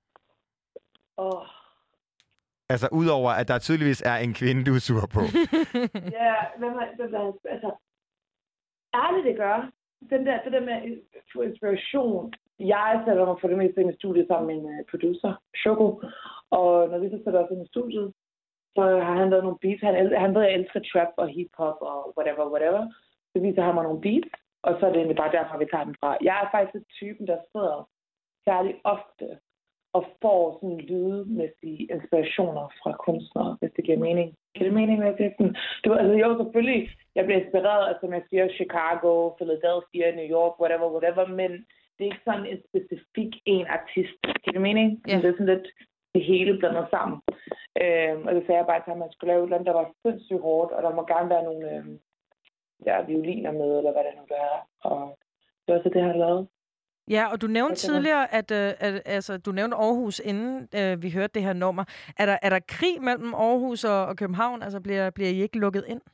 Åh. Altså, udover at der tydeligvis er en kvinde, du er sur på. Ja, hvem har, hvem har, altså, ærligt det gør. Den der, det der med at få inspiration. Jeg sætter mig for det meste ind i studiet sammen med en uh, producer, Shoko. Og når vi så sætter os ind i studiet, så har han lavet nogle beats. Han, han ved, at jeg elsker trap og hip-hop og whatever, whatever. Så viser han mig nogle beats, og så er det egentlig bare derfra, vi tager den fra. Jeg er faktisk typen, der sidder særlig ofte og får sådan lydmæssige inspirationer fra kunstnere, hvis det giver mening. Giver det mening, hvad jeg siger? Sådan, det var, altså, jo, selvfølgelig, jeg bliver inspireret af, som jeg siger, Chicago, Philadelphia, New York, whatever, whatever, men det er ikke sådan en specifik en artist. Giver det mening? Yeah. Det er sådan lidt det hele blandet sammen. Øhm, og det sagde jeg bare til ham, at man skulle lave et eller andet, der var sindssygt hårdt, og der må gerne være nogle øhm, ja, violiner med, eller hvad det nu er. Og det var så det, jeg har lavet. Ja, og du nævnte tidligere, at, øh, at altså, du nævnte Aarhus, inden øh, vi hørte det her nummer. Er der, er der krig mellem Aarhus og, og København? Altså, bliver, bliver I ikke lukket ind?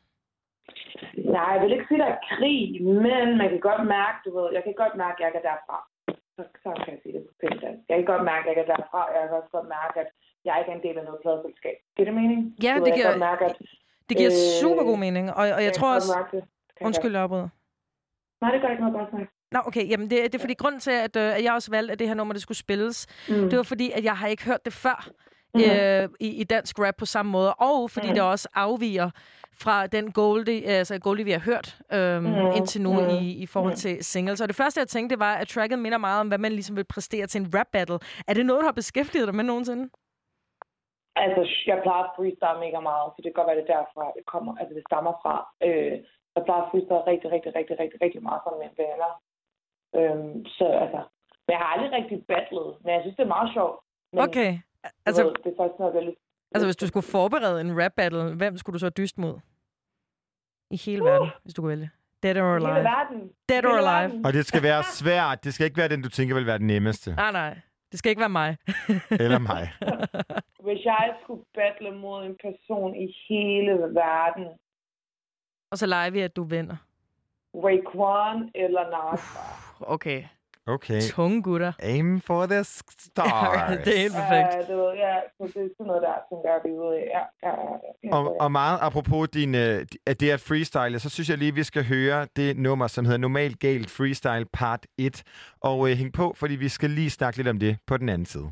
Nej, jeg vil ikke sige, at der er krig, men man kan godt mærke, du ved, jeg kan godt mærke, at jeg ikke er derfra. Så, så kan jeg sige det på pænt dansk. Jeg kan godt mærke, at jeg ikke er derfra, og jeg kan også godt mærke, at jeg ikke er en del af noget pladeselskab. Giver det mening? Ja, du det ved, giver, jeg mærke, at, det giver øh, super god mening, og, og jeg, jeg tror også... Det. Undskyld, jeg afbryder. Nej, det gør ikke noget, bare snak. Nå, okay. Jamen, det, det er fordi grunden til, at, øh, at jeg også valgte, at det her nummer, det skulle spilles, mm. det var fordi, at jeg har ikke hørt det før mm. øh, i, i dansk rap på samme måde, og fordi mm. det også afviger fra den Goldie, altså Goldie, vi har hørt øhm, mm. indtil nu mm. i, i forhold til singles. Og det første, jeg tænkte, var, at tracket minder meget om, hvad man ligesom vil præstere til en rap battle. Er det noget, du har beskæftiget dig med nogensinde? Altså, jeg plejer at freestyle mega meget, så det kan godt være, det derfra, det kommer, altså det stammer fra. Øh, jeg plejer at freestyle rigtig, rigtig, rigtig, rigtig, rigtig meget sammen med venner. Øhm, så altså, men jeg har aldrig rigtig battlet, men jeg synes, det er meget sjovt. Men, okay. Altså, ved, det er faktisk noget veldig... Altså, hvis du skulle forberede en rap battle, hvem skulle du så dyste mod? I hele uh. verden, hvis du kunne vælge. Dead or alive. Hele verden. Dead or alive. Og det skal være svært. Det skal ikke være den, du tænker vil være den nemmeste. Nej, nej. Det skal ikke være mig. Eller mig. Hvis jeg skulle battle mod en person i hele verden... Og så leger vi, at du vinder. Raekwon eller Nasra. Uh, okay. Okay. Tunge gutter. Aim for the stars. Det er helt perfekt. Ja, det, ved, ja, så det er sådan noget der, som der er vi ude i. Ja, ja, ja, og, og meget apropos din, uh, det at freestyle, så synes jeg lige, vi skal høre det nummer, som hedder Normal Galt Freestyle Part et. Og uh, hæng på, fordi vi skal lige snakke lidt om det på den anden side.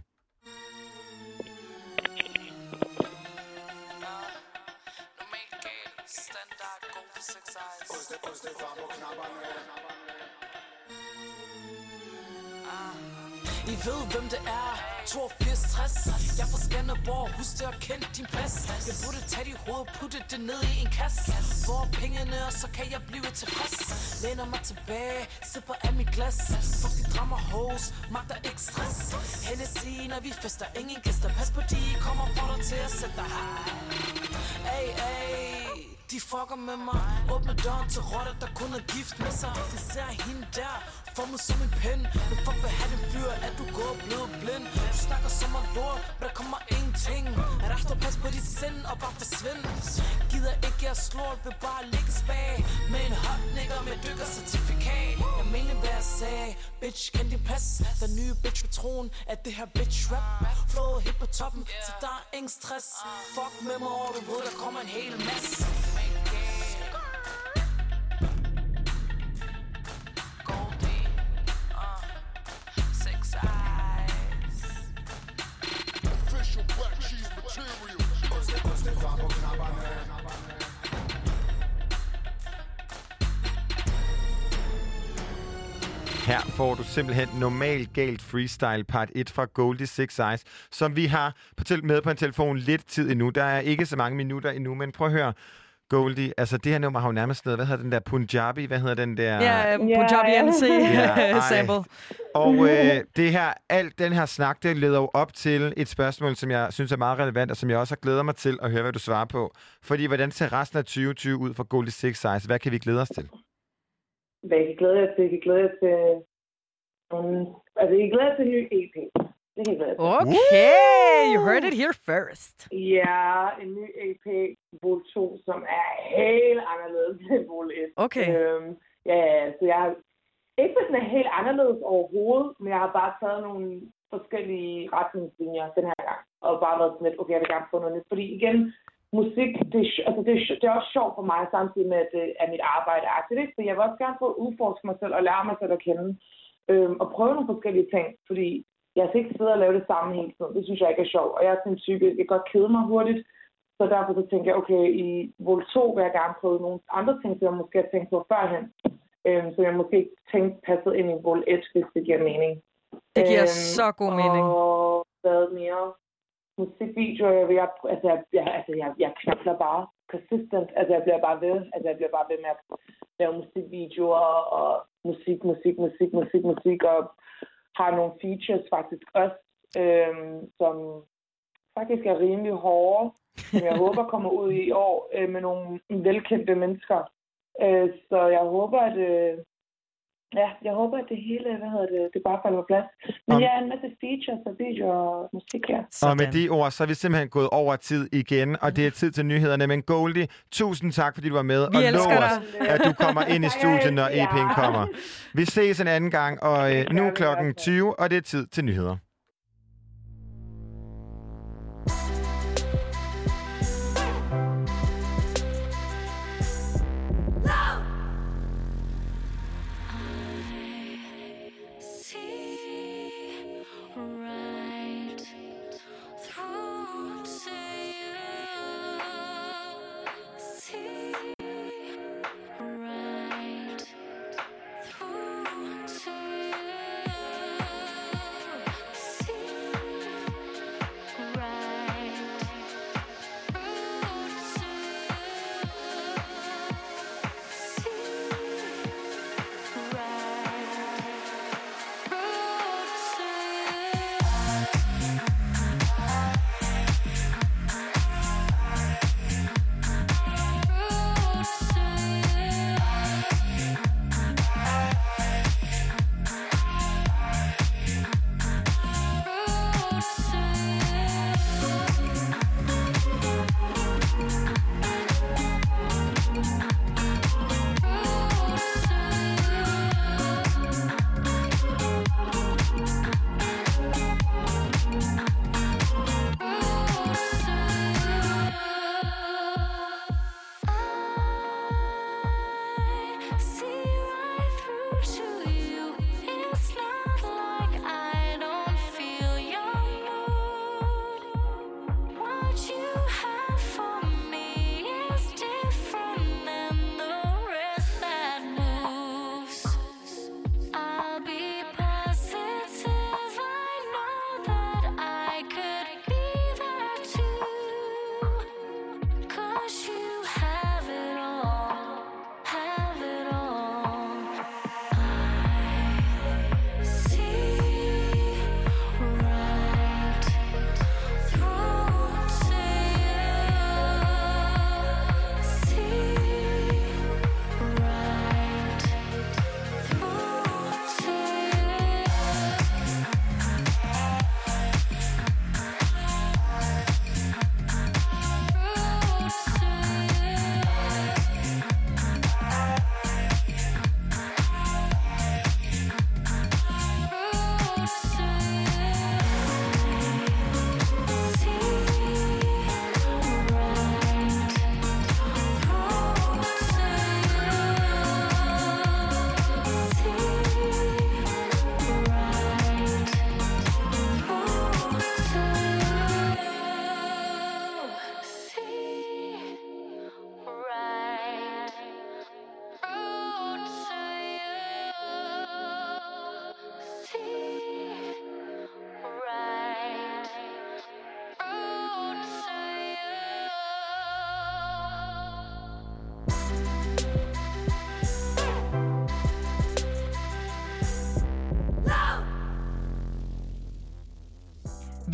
I ved, hvem det er. toogfirs tres. Jeg får Skanderborg. Husk det at kende din plads. Jeg burde tage dit hoved og putte det ned i en kasse. Hvor er pengene, og så kan jeg blive tilfreds. Læner mig tilbage, sipper af mit glas. Fuck de drammer hos, magter ikke stress. Hennessy, når vi fester, ingen gæster. Pas på, de kommer for dig til at sætte dig hej. Ay, ay. De fucker med mig. Åbner døren til rotter, der kun er gift med sig. De ser hende der, formet som en pen. Men fuck vil have den fyr, at du går blevet blind. Du snakker som en lort, men der kommer ingenting. Er der pas på dit sind og bare forsvind. Gider ikke jeg slår, vil bare ligge spag. Med en hot nigger med dykkercertifikat. Jeg mener hvad jeg sagde, bitch, kan det passe? Den nye bitch ved troen, at det her bitch rap. Flow helt på toppen, så der er ingen stress. Fuck med mig, og du ved, der kommer en hel masse. Her får du simpelthen normal galt freestyle part et fra Goldie Six Eyes, som vi har på tel- med på en telefon lidt tid endnu. Der er ikke så mange minutter endnu, men prøv at høre, Goldie, altså det her nummer har jo nærmest noget, hvad hedder den der Punjabi, hvad hedder den der... Ja, uh, Punjabi N C ja, sample. Og øh, det her, alt den her snak, det leder jo op til et spørgsmål, som jeg synes er meget relevant, og som jeg også har glæder mig til at høre, hvad du svarer på. Fordi hvordan ser resten af tyve tyve ud for Goldie Six Eyes? Hvad kan vi glæde os til? Hvad jeg kan glæde jer til? Jeg kan glæde jer til... Um, altså, jeg kan glæde jer til en ny E P. Det kan jeg glæde jer til. Okay, you heard it here first. Ja, en ny E P, Vol to, som er helt anderledes end Vol et. Okay. Øhm, ja, så jeg har ikke været sådan helt anderledes overhovedet, men jeg har bare taget nogle forskellige retningslinjer den her gang. Og bare været sådan lidt, okay, jeg vil gerne få noget nyt. Fordi igen, musik, det er, altså det, er, det er også sjovt for mig, samtidig med, at det er mit arbejde. Ikke? Så jeg vil også gerne få at udforske mig selv og lære mig selv at kende. Øhm, og prøve nogle forskellige ting, fordi jeg skal ikke sidde og lave det samme hele tiden. Det synes jeg ikke er sjovt. Og jeg er sådan en type, jeg kan godt kede mig hurtigt. Så derfor så tænker jeg, okay, i Vol to vil jeg gerne prøve nogle andre ting, som jeg måske har tænkt på førhen. Øhm, som jeg måske ikke tænkte passet ind i Vol et, hvis det giver mening. Det giver øhm, så god mening. Og hvad mere? Musikvideoer, jeg, jeg, altså, jeg, jeg, altså, jeg, jeg knapler bare consistent. Altså, jeg bliver bare ved. Altså, jeg bliver bare ved med at lave musikvideoer og musik, musik, musik, musik, musik, og har nogle features faktisk også, øhm, som faktisk er rimelig hårde, som jeg håber kommer ud i år øh, med nogle velkendte mennesker. Øh, så jeg håber, at øh, ja, jeg håber, at det hele, hvad hedder det, det bare falder på plads. Men Om... jeg er en masse features og videoer og musik her. Og med de ord, så er vi simpelthen gået over tid igen, og det er tid til nyhederne. Men Goldie, tusind tak, fordi du var med, vi og lov os, dig. at du kommer ind i studiet, når E P'en kommer. Vi ses en anden gang, og øh, nu er klokken tyve, og det er tid til nyheder.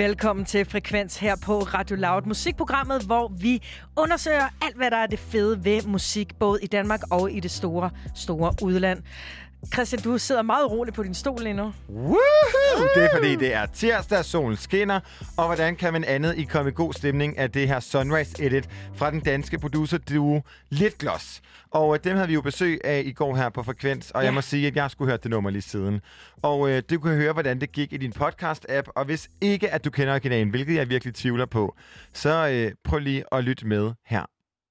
Velkommen til Frekvens her på Radio Loud, musikprogrammet, hvor vi undersøger alt, hvad der er det fede ved musik, både i Danmark og i det store, store udland. Christian, du sidder meget roligt på din stol lige nu. Woohoo! Det er fordi, det er tirsdag, solen skinner, og hvordan kan man andet i komme i god stemning af det her Sunrise Edit fra den danske producer-duo Litgloss. Og dem havde vi jo besøg af i går her på Frekvens, og ja. jeg må sige, at jeg skulle høre det nummer lige siden. Og øh, du kan høre, hvordan det gik i din podcast-app, og hvis ikke, at du kender originalen, hvilket jeg virkelig tvivler på, så øh, prøv lige at lytte med her.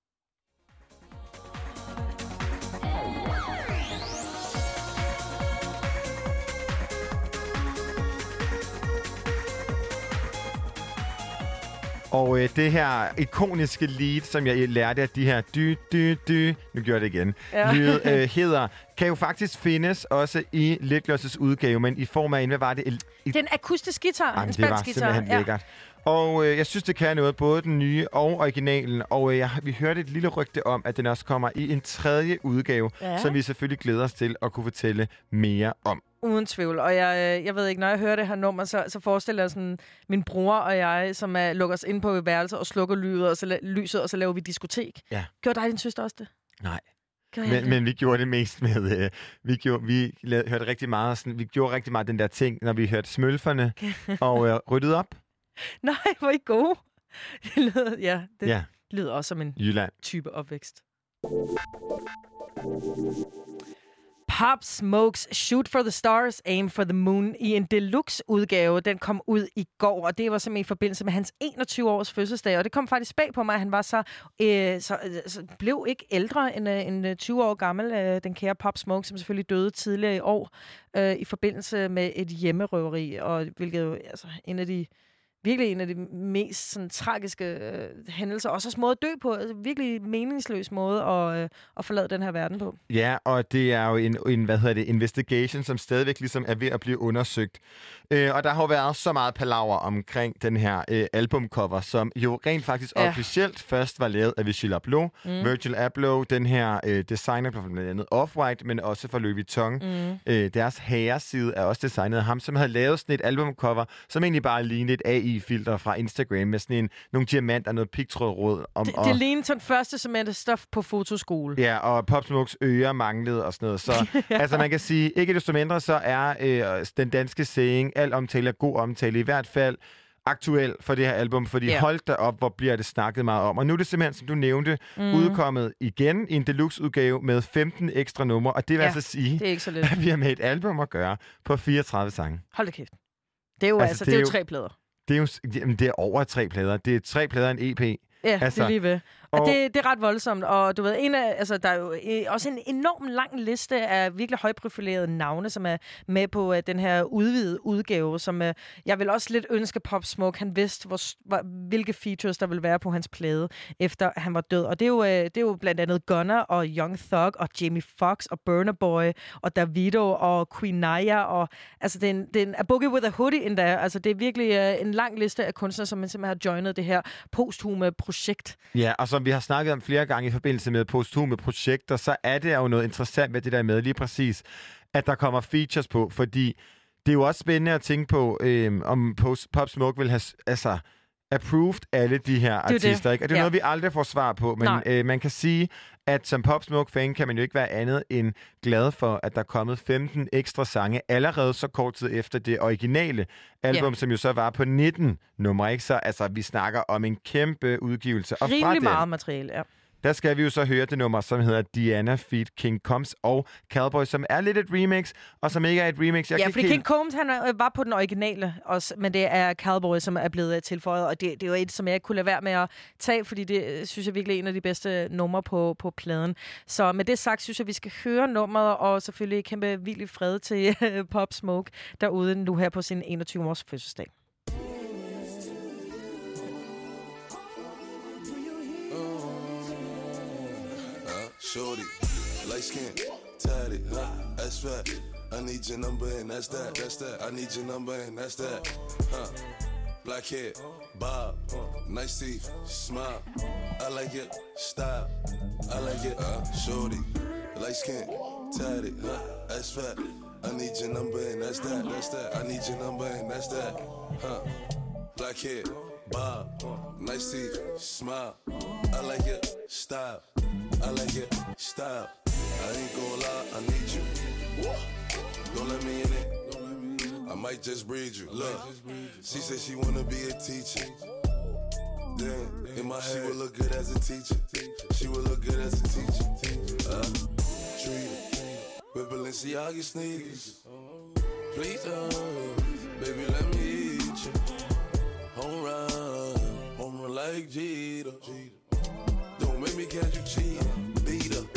Og øh, det her ikoniske lead, som jeg lærte af de her dy, dy, dy, nu gør jeg det igen, ja. Lyde, øh, hedder, kan jo faktisk findes også i Litgloss' udgave, men i form af en, hvad var det? I, det er en akustisk guitar, jamen, en spansk guitar. Det var simpelthen ja. lækkert. Og øh, jeg synes, det kan noget, både den nye og originalen. Og øh, jeg, vi hørte et lille rygte om, at den også kommer i en tredje udgave, ja. som vi selvfølgelig glæder os til at kunne fortælle mere om. Uden tvivl. Og jeg, jeg ved ikke, når jeg hører det her nummer, så, så forestiller jeg sådan min bror og jeg, som er, lukker os ind på et værelse og slukker lyset, og så, lyset, og så laver vi diskotek. Ja. Gjorde dig og din søster også det? Nej. Men, men vi gjorde det mest med, øh, vi, gjorde, vi lavede, hørte rigtig meget, sådan, vi gjorde rigtig meget den der ting, når vi hørte Smølferne og øh, ryddede op. Nej, hvor I gode. Det lyder, ja, det ja. lyder også som en Jylland. type opvækst. Pop Smoke's Shoot for the Stars, Aim for the Moon i en deluxe udgave. Den kom ud i går, og det var simpelthen i forbindelse med hans enogtyve års fødselsdag. Og det kom faktisk bag på mig, at han var så, øh, så, så blev ikke ældre end, øh, end tyve år gammel, øh, den kære Pop Smoke, som selvfølgelig døde tidligere i år øh, i forbindelse med et hjemmerøveri, og hvilket jo altså en af de virkelig en af de mest sådan, tragiske øh, hændelser. Også også måde at dø på. Altså, virkelig meningsløs måde at, øh, at forlade den her verden på. Ja, og det er jo en, en hvad hedder det, investigation, som stadigvæk ligesom er ved at blive undersøgt. Øh, og der har jo været så meget palaver omkring den her øh, albumcover, som jo rent faktisk ja. officielt først var lavet af Virgil Abloh. Mm. Virgil Abloh, den her øh, designer på blandt andet Off-White, men også for Louis Vuitton. Mm. Øh, deres herreside er også designet af ham, som havde lavet sådan et albumcover, som egentlig bare lignede et A I-filter fra Instagram med sådan en, nogle diamanter og noget pigtrådråd. Om, det og, det lignede sådan første som er det stof på fotoskole. Ja, og Pop Smokes ører manglede og sådan noget. Så ja. altså man kan sige, ikke desto mindre, så er øh, den danske saying, al omtale er god omtale, i hvert fald aktuel for det her album, fordi yeah. hold da op, hvor bliver det snakket meget om. Og nu er det simpelthen, som du nævnte, mm. udkommet igen i en deluxe-udgave med femten ekstra numre, og det vil ja, altså sige, det er ikke så lidt. at vi har med et album at gøre på fireogtredive sange. Hold da kæft. Det er jo, altså, altså, det er jo tre plader. Det er jo jamen, det er over tre plader. Det er tre plader en E P. Ja, altså, det er lige ved. Og, og det, det er ret voldsomt, og du ved, en af, altså, der er jo også en enorm lang liste af virkelig højprofilerede navne, som er med på uh, den her udvidede udgave, som uh, jeg vil også lidt ønske Pop Smoke, han vidste, hvor, hvor, hvilke features der vil være på hans plade, efter han var død. Og det er jo, uh, det er jo blandt andet Gunna og Young Thug og Jamie Foxx og Burna Boy og Davido og Queen Naya, og altså det er en, det er en A Boogie With A Hoodie endda. Altså det er virkelig uh, en lang liste af kunstnere, som man simpelthen har joinet det her posthume projekt. Ja, og som vi har snakket om flere gange i forbindelse med posthume projekter, så er det jo noget interessant med det der med lige præcis, at der kommer features på, fordi det er jo også spændende at tænke på, øh, om Pop Smoke vil have altså, approved alle de her artister, det. Ikke? Og det er ja. noget, vi aldrig får svar på, men øh, man kan sige, at som Pop Smoke-fan kan man jo ikke være andet end glad for, at der er kommet femten ekstra sange allerede så kort tid efter det originale album, yeah. som jo så var på nitten numre, ikke? Så altså, vi snakker om en kæmpe udgivelse. Og rimelig meget materiale, ja. Der skal vi jo så høre det nummer, som hedder Diana feat. King Combs og Cowboy, som er lidt et remix, og som ikke er et remix. Jeg ja, kan fordi helt... King Combs, han var på den originale også, men det er Cowboy, som er blevet tilføjet, og det, det er jo et, som jeg ikke kunne lade være med at tage, fordi det synes jeg virkelig er en af de bedste numre på, på pladen. Så med det sagt, synes jeg, vi skal høre nummeret, og selvfølgelig kæmpe vild i fred til Pop Smoke derude nu her på sin enogtyve års fødselsdag. Shorty, light skin, tatted, huh? That's fat. I need your number and that's that, that's that. I need your number and that's that, huh? Black hair, bob, nice teeth, smile. I like it, style. I like it, uh, shorty, light skin, tatted, huh? That's fat. I need your number and that's that, that's that. I need your number and that's that, huh? Black hair, bob, nice teeth, smile. I like it, style. I like it, style. I ain't gonna lie, I need you. Don't let me in it. I might just breed you. Look, she said she wanna be a teacher. Damn, in my head, she would look good as a teacher. She would look good as a teacher. Uh, treat her with Balenciaga sneakers. Please, uh, baby, let me eat you. Home run, home run like Jeter. Don't make me catch you cheating, beat her.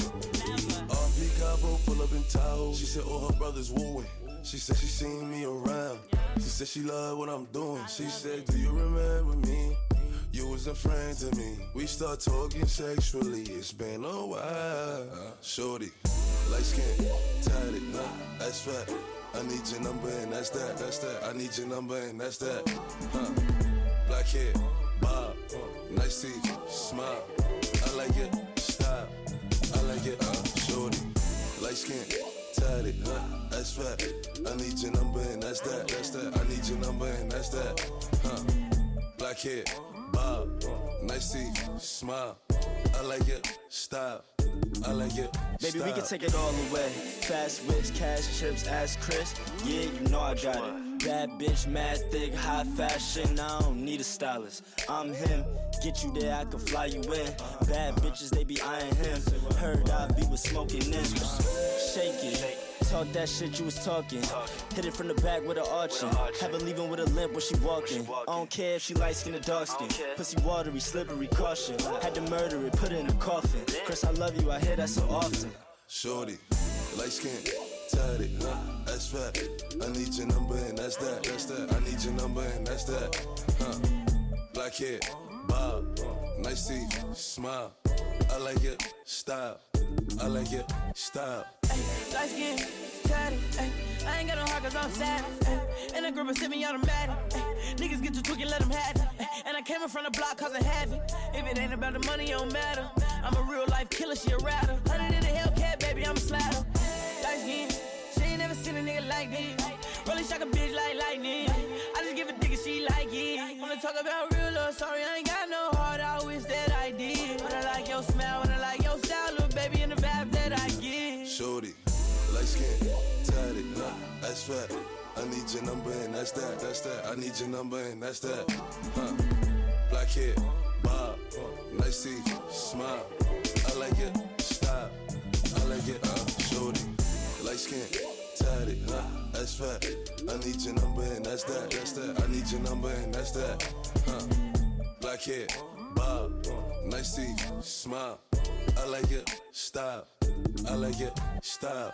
R P Cabo pull up in Tahoe. She said all her brothers wooing. She said she seen me around. She said she loved what I'm doing. She said, do you remember me? You was a friend to me. We start talking sexually. It's been a while. Shorty, light skin, tatted, huh? That's fat. I need your number and that's that, that's that. I need your number and that's that. Huh? Black hair, bob, nice teeth, smile. I like it, style. I like it, uh, shorty, light skin, tatted, huh? That's fat. I need your number and that's that, that's that. I need your number and that's that. Huh? Black hair, bob, nice teeth, smile. I like it, style. I like it. Baby, we can take it all away. Fast whips, cash chips, ask Chris. Yeah, you know I got it. Bad bitch, mad thick, high fashion. I don't need a stylist. I'm him. Get you there, I can fly you in. Bad bitches, they be eyeing him. Heard I be with smoking this. Shake it. Talk that shit you was talking. Hit it from the back with an arching. Have her leaving with a limp when she walking. I don't care if she light skin or dark skin. Pussy watery, slippery, caution. Had to murder it, put it in the coffin. Chris, I love you, I hear that so often. Shorty, light skin, tatted, huh? That's fat. I need your number and that's that, that's that. I need your number and that's that. Huh? Black hair, bob, nice teeth, smile. I like it, style. I like it, style. Light skin, tatted, ay. I ain't got no heart cause I'm sad, ay. And the group is sipping automatic, ay. Niggas get to tweaking, let them have it, ay. And I came in from the block cause I have it. If it ain't about the money, it don't matter. I'm a real life killer, she a ratter. Hundred in the Hellcat, baby, I'm a slatter. Light skin, she ain't never seen a nigga like this. Rolling shock a bitch like lightning. I just give a dick and she like it. Wanna talk about real love, sorry, I ain't got no heart, I wish that I did. But I like your smile, and I like your style, little baby, and the vibe that I get. Shorty, light skin, tatted, huh? That's fat. I need your number and that's that, that's that. I need your number and that's that. Huh? Black hair, bob, nice teeth, smile. I like it, style. I like it, uh, shorty, light skin, tatted, huh? That's fat. I need your number and that's that, that's that. I need your number and that's that. Huh? Black hair, bob, nice teeth, smile. I like it, style. I like it, style.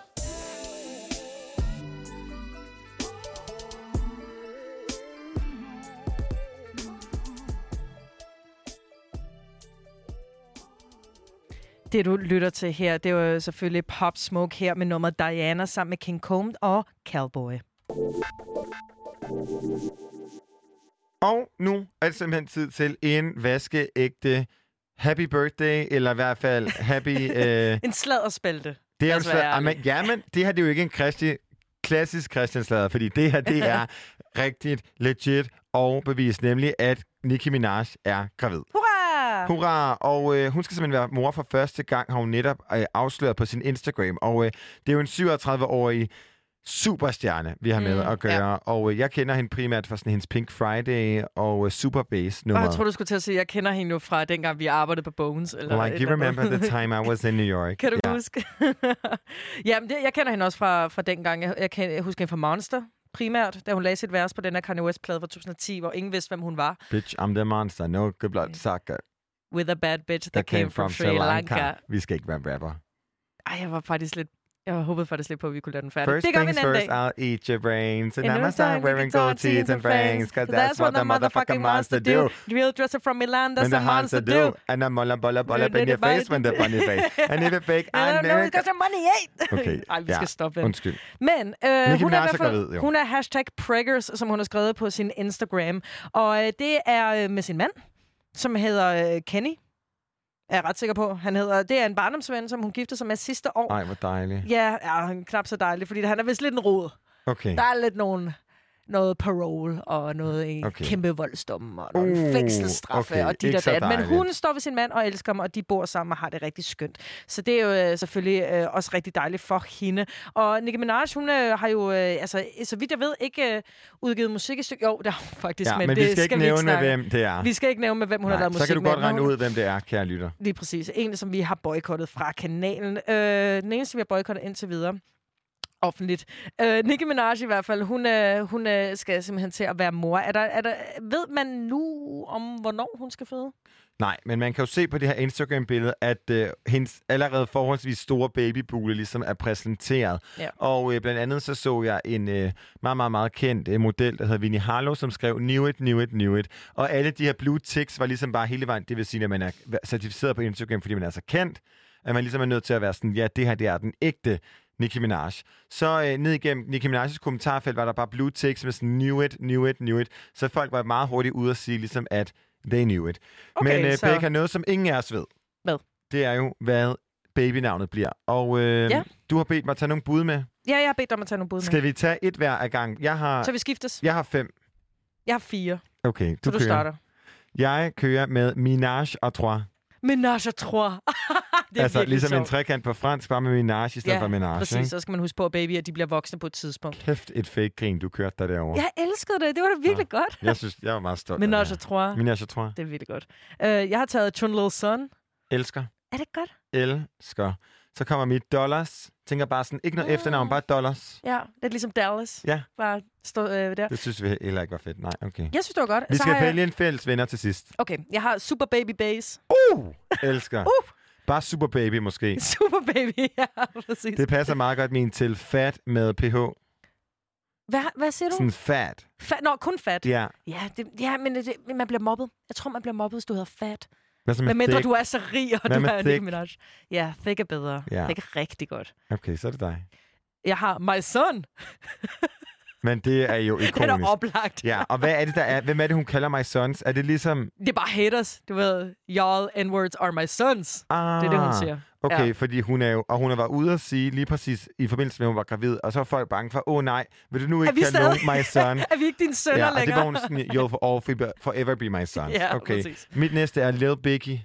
Det, du lytter til her, det var selvfølgelig Pop Smoke her med nummeret Diana sammen med King Combs og Cowboy. Og nu er det simpelthen tid til en vaskeægte happy birthday, eller i hvert fald happy... øh... en sladderspalte. Det er jo sladder. Ja, men det her det er jo ikke en christi, klassisk Christian sladder, fordi det her det er rigtigt, legit og bevis, nemlig at Nicki Minaj er gravid. Hurra! Hurra! Og øh, hun skal simpelthen være mor for første gang, har hun netop øh, afsløret på sin Instagram. Og øh, det er jo en syvogtredive-årig superstjerne, vi har med mm, at gøre. Ja. Og øh, jeg kender hende primært fra sådan hendes Pink Friday og øh, Super Bass-nummer. Og jeg tror, du skulle til at sige, at jeg kender hende jo fra dengang, vi arbejdede på Bones. Eller like, you remember the time I was in New York. Kan du yeah. huske? Jamen, det, jeg kender hende også fra, fra dengang. Jeg, jeg, kan, jeg husker hende fra Monster. Primært, da hun lagde sit vers på den her Kanye West-plade fra to tusind og ti, hvor ingen vidste, hvem hun var. Bitch, I'm the monster, no good blood sucker. With a bad bitch that, that came, came from, from Sri Lanka. Lanka. Vi skal ikke være rapper. Ej, jeg var faktisk lidt... Jeg håbede faktisk lidt på, at vi kunne lade den færdig. First det gør vi en first, dag. I'll eat your brains. And I'm start wearing gold teeth and fangs. Cause that's what the motherfucking monster do. Real dresser from Milan, that's a monster do. And I'm molla bolla bolla up in your face when the funny face. And if it fake, I'm there. No, no, money, hey! Okay, Ej, vi skal stoppe den. Undskyld. Men øh, hun, er er gravid, hun er hashtag preggers, som hun har skrevet på sin Instagram. Og øh, det er øh, med sin mand, som hedder øh, Kenny. Jeg er ret sikker på. Han hedder, det er en barndomsven, som hun giftede sig med sidste år. Ej, hvor dejligt. Ja, ja, han er knap så dejlig, fordi han er vist lidt en rod. Okay. Der er lidt nogle, noget parole og noget Okay. kæmpe voldsdom og nogle Uh, fængselsstraffe okay. og dit Ikke og så dat. Men dejligt. hun står ved sin mand og elsker ham, og de bor sammen og har det rigtig skønt. Så det er jo øh, selvfølgelig øh, også rigtig dejligt for hende. Og Nicki Minaj, hun øh, har jo, øh, altså, så vidt jeg ved, ikke øh, udgivet musik i stykke. Jo, det har hun faktisk, Ja, men, men det vi skal ikke vi nævne, snakke. hvem det er. Vi skal ikke nævne, med hvem hun Nej, har lavet musik så kan du med, godt men regne hun- ud, hvem det er, kære lytter. Lige præcis. En, som vi har boykottet fra kanalen. Øh, den eneste, vi har boykottet indtil videre. Offentligt. Øh, Nicki Minaj i hvert fald, hun, øh, hun øh, skal simpelthen til at være mor. Er der, er der, ved man nu om, hvornår hun skal føde? Nej, men man kan jo se på det her Instagram-billede, at øh, hendes allerede forholdsvis store babybule ligesom er præsenteret. Ja. Og øh, blandt andet så så jeg en øh, meget, meget, meget kendt øh, model, der hedder Winnie Harlow, som skrev Knew it, knew it, knew it. Og alle de her blue ticks var ligesom bare hele vejen, det vil sige, at man er certificeret på Instagram, fordi man er så kendt, at man ligesom er nødt til at være sådan, ja, det her, det er den ægte Nicki Minaj. Så øh, ned igennem Nicki Minaj's kommentarfelt var der bare blue ticks med sådan, knew it, knew it, knew it. Så folk var meget hurtigt ude at sige ligesom, at they knew it. Okay, Men øh, så- Becca, noget som ingen af os ved, Hvad? det er jo, hvad babynavnet bliver. Og øh, Ja. du har bedt mig at tage nogle bud med. Ja, jeg har bedt dig om at tage nogle bud med. Skal vi tage et hver af gang? Jeg har, Så vi skiftes. jeg har fem. Jeg har fire. Okay, du Så du kører. starter. Jeg kører med Minaj à trois. Menage à trois. Det er Altså virkelig ligesom sjovt. en trekant på fransk, bare med Minaj i stedet Ja, for Minaj. præcis. Ikke? Så skal man huske på, baby, at de bliver voksne på et tidspunkt. Kæft et fake grin, du kørte der derovre. Jeg elskede det. Det var da virkelig godt. Jeg synes, jeg var meget stolt. af Menage det à trois. her. Minaj à trois. Det er virkelig godt. Uh, jeg har taget Chun Lil Sun. Elsker. Er det godt? Elsker. Så kommer mit dollars. Tænker bare sådan, ikke noget efternavn, bare dollars. Ja, det er ligesom Dallas. Ja. Bare stå uh, der. Det synes vi heller ikke var fedt. Nej, okay. Jeg synes, det var godt. Vi Så skal har jeg- vælge en fælles vinder til sidst. Okay, jeg har Super Baby Bass. Uh! Elsker. Uh! Bare super baby måske. Super Baby, ja, præcis. Det passer meget godt min til fat med ph. Hvad, hvad siger du? Sådan fat. Fat? Nå, kun fat. Ja. Ja, det, ja men det, man bliver mobbet. Jeg tror, man bliver mobbet, hvis du hedder fat. Hvad så med Men mindre thick? du er så rig, og Hvad du med er thick? Nicki Minaj. Ja, thick er bedre. Ja. Thick er rigtig godt. Okay, så er det dig. Jeg har My Son. Men det er jo ikonisk. Det er da oplagt. Ja, og hvad er det, der er? Hvem er det, hun kalder my sons? Er det ligesom... Det er bare haters. Du ved, y'all N-words are my sons. Ah, Det er det, hun siger. Okay, Ja. fordi hun er jo... Og hun har været ude at sige lige præcis i forbindelse med, at hun var gravid, og så var folk bange for, åh oh, nej, vil du nu Er ikke vi kalde nogen my son? er vi ikke dine sønner ja, og det længere? var hun sådan, you'll for all for- forever be my sons. Ja, okay. præcis. Mit næste er Lil Biggie.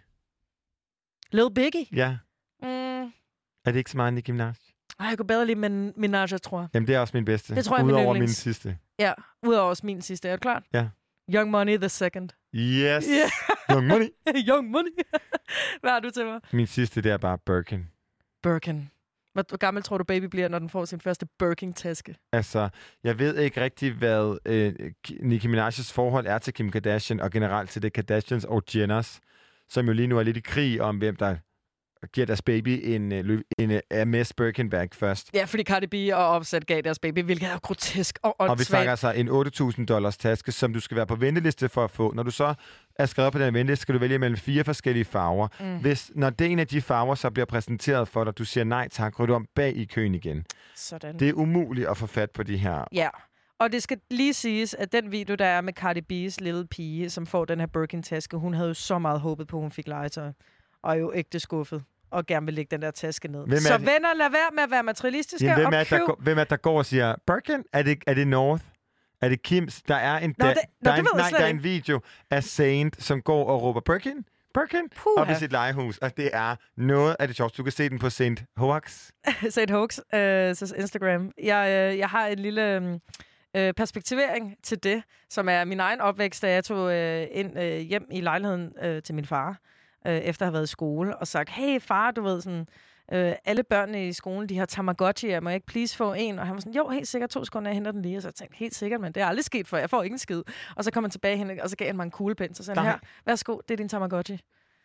Lil Biggie? Ja. Mm. Er det ikke så meget Nicki Minaj? Ej, jeg kunne bedre lide min Minaj, jeg tror. Jamen, det er også min bedste. Det tror jeg er min Udover min yndlings. sidste. Ja, udover også min sidste. Er du klar? Ja. Young Money the second. Yes. Yeah. Young Money. Young Money. Hvad har du til mig? Min sidste, det er bare Birkin. Birkin. Hvor, hvor gammel tror du, baby bliver, når den får sin første Birkin-taske? Altså, jeg ved ikke rigtig, hvad øh, Nicki Minaj's forhold er til Kim Kardashian, og generelt til det Kardashians og Jenners, som jo lige nu er lidt i krig om, hvem der giver deres baby en, en, en Hermes Birkin bag først. Ja, fordi Cardi B og Offset gav deres baby, hvilket er grotesk og Og vi åndssvagt. snakker altså en otte tusind dollars taske, som du skal være på venteliste for at få. Når du så er skrevet på den venteliste, skal du vælge mellem fire forskellige farver. Mm. Hvis, når det en af de farver så bliver præsenteret for dig, du siger nej tak, rykker du om bag i køen igen. Sådan. Det er umuligt at få fat på de her. Ja, og det skal lige siges, at den video, der er med Cardi B's lille pige, som får den her Birkin-taske, hun havde jo så meget håbet på, at hun fik legetøj. Og er jo ægte skuffet. Og gerne vil lægge den der taske ned. Hvem er Så det? venner, lad være med at være materialistiske. Jamen, hvem, og er, det, der køb... går, hvem er det, der går og siger, Birkin? Er det, er det North? Er det Kims? Der er en, Nå, da, det- nå, der er det en, ved jeg nej, slet der er ikke. en video af Saint, som går og råber Birkin, Birkin, Puha. op i sit legehus. Og det er noget af det sjoveste. Du kan se den på Saint Hoax. Saint Hoax, øh, så Instagram. Jeg, øh, jeg har en lille øh, perspektivering til det, som er min egen opvækst, da jeg tog øh, ind øh, hjem i lejligheden øh, til min far, øh, efter at have været i skole, og sagt, hey far, du ved sådan, øh, alle børnene i skolen, de har Tamagotchi, jeg må jeg ikke please få en? Og han var sådan, jo, helt sikkert, to sekunder, jeg henter den lige. Og så tænkte jeg, helt sikkert, men det er aldrig sket før, jeg får ikke en skid. Og så kom han tilbage hen, og så gav han mig en kuglepen, så sagde han, Nej. her, værsgo, det er din Tamagotchi.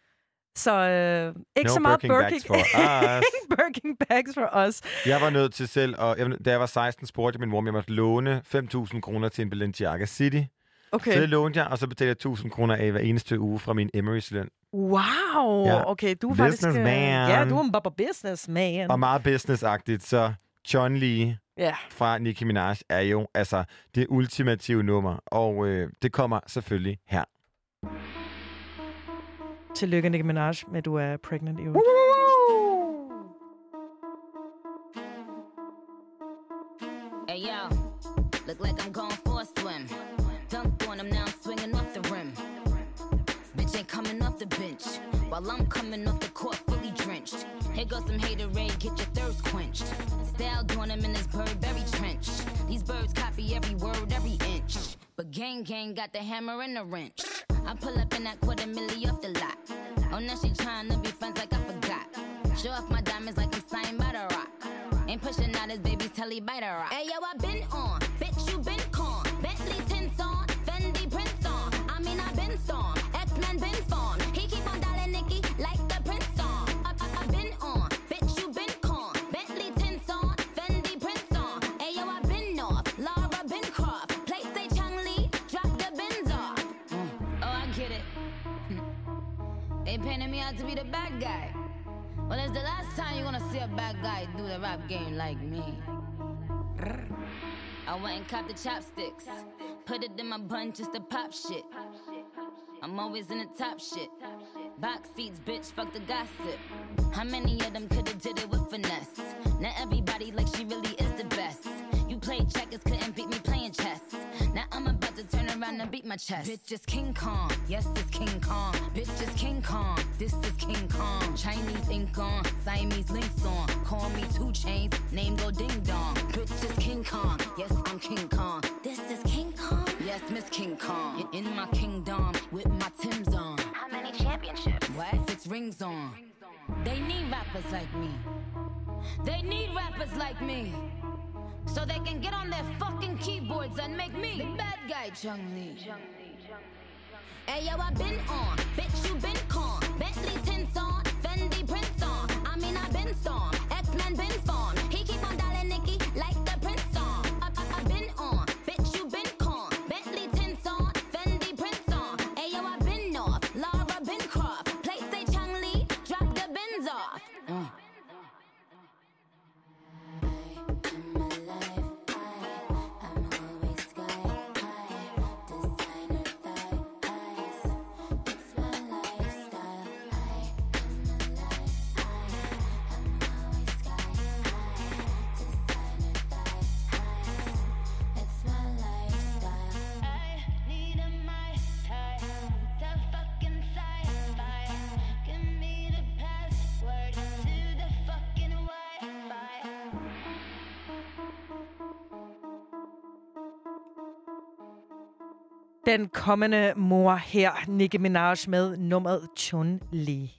Så øh, ikke No så meget Birkin bags Birkin, for us. Birkin bags for os. Jeg var nødt til selv, og jeg, da jeg var seksten, spurgte jeg min mor, om jeg måtte låne fem tusind kroner til en Balenciaga City. Okay. Så det lånte jeg, og så betalte jeg tusind kroner af hver eneste uge fra min Emerys løn. Wow, Ja. okay, du er faktisk... øh, Businessman. Ja, du er en baba businessman. Og meget businessagtigt, så John Lee Ja. fra Nicki Minaj er jo altså det ultimative nummer, og øh, det kommer selvfølgelig her. Tillykke, Nicki Minaj, med at du er pregnant i uge. Hey yo, Look like I'm going for a swim. Dunked on him, now I'm swinging off the rim. Bitch ain't coming off the bench. While I'm coming off the court fully drenched. Here goes some haterade, get your thirst quenched. Style doing him in this Burberry trench. These birds copy every word, every inch. But gang gang got the hammer and the wrench. I pull up in that quarter milli off the lot. Oh, now she tryna be friends like I forgot. Show off my diamonds like I'm signed by the rock. Ain't pushing out his baby's telly by the rock. Hey, yo, I been on. Bitch, you been con. Bentley tints on. Fendi prints on. I mean, I been storm. X-Men been formed. He keep on dialing Nicki like the Prince song. I, I, I been on. Bitch, you been con. Bentley tints on. Fendi prints on. Hey, yo, I been off. Laura been Croft. Place say Chung Lee. Drop the bins off. Mm. Oh, I get it. They painted me out to be the bad guy. Well, it's the last time you're gonna see a bad guy do the rap game like me. I went and copped the chopsticks. Put it in my bun just to pop shit. I'm always in the top shit. Box seats, bitch, fuck the gossip. How many of them could've did it with finesse? Not everybody like she really is the best. You played checkers, couldn't beat me playing chess. Now I'm about to turn around and beat my chest. Bitch is King Kong, yes, it's King Kong. Bitch is King Kong, this is King Kong. Chinese ink on, Siamese links on. Call me two chains, name go ding dong. Bitch is King Kong, yes, I'm King Kong. This is King Kong, yes, Miss King Kong. In my kingdom, with my Timbs on. How many championships? What? Six rings on. They need rappers like me. They need rappers like me. So they can get on their fucking keyboards and make me the bad guy, Chung Lee. Hey, yo, I been on. Bitch, you been con. Bentley tints on. Fendi prints on. I mean, I been storm. X-Men been formed. He keep on dialing Nicki like the Prince song. I, I, I been on. Bitch, you been con. Bentley tints on. Fendi prints on. Hey, yo, I been off. Laura been Croft. Place say Chung Lee. Drop the bins off. Mm. Den kommende mor her, Nicki Minaj med nummeret Chun Li.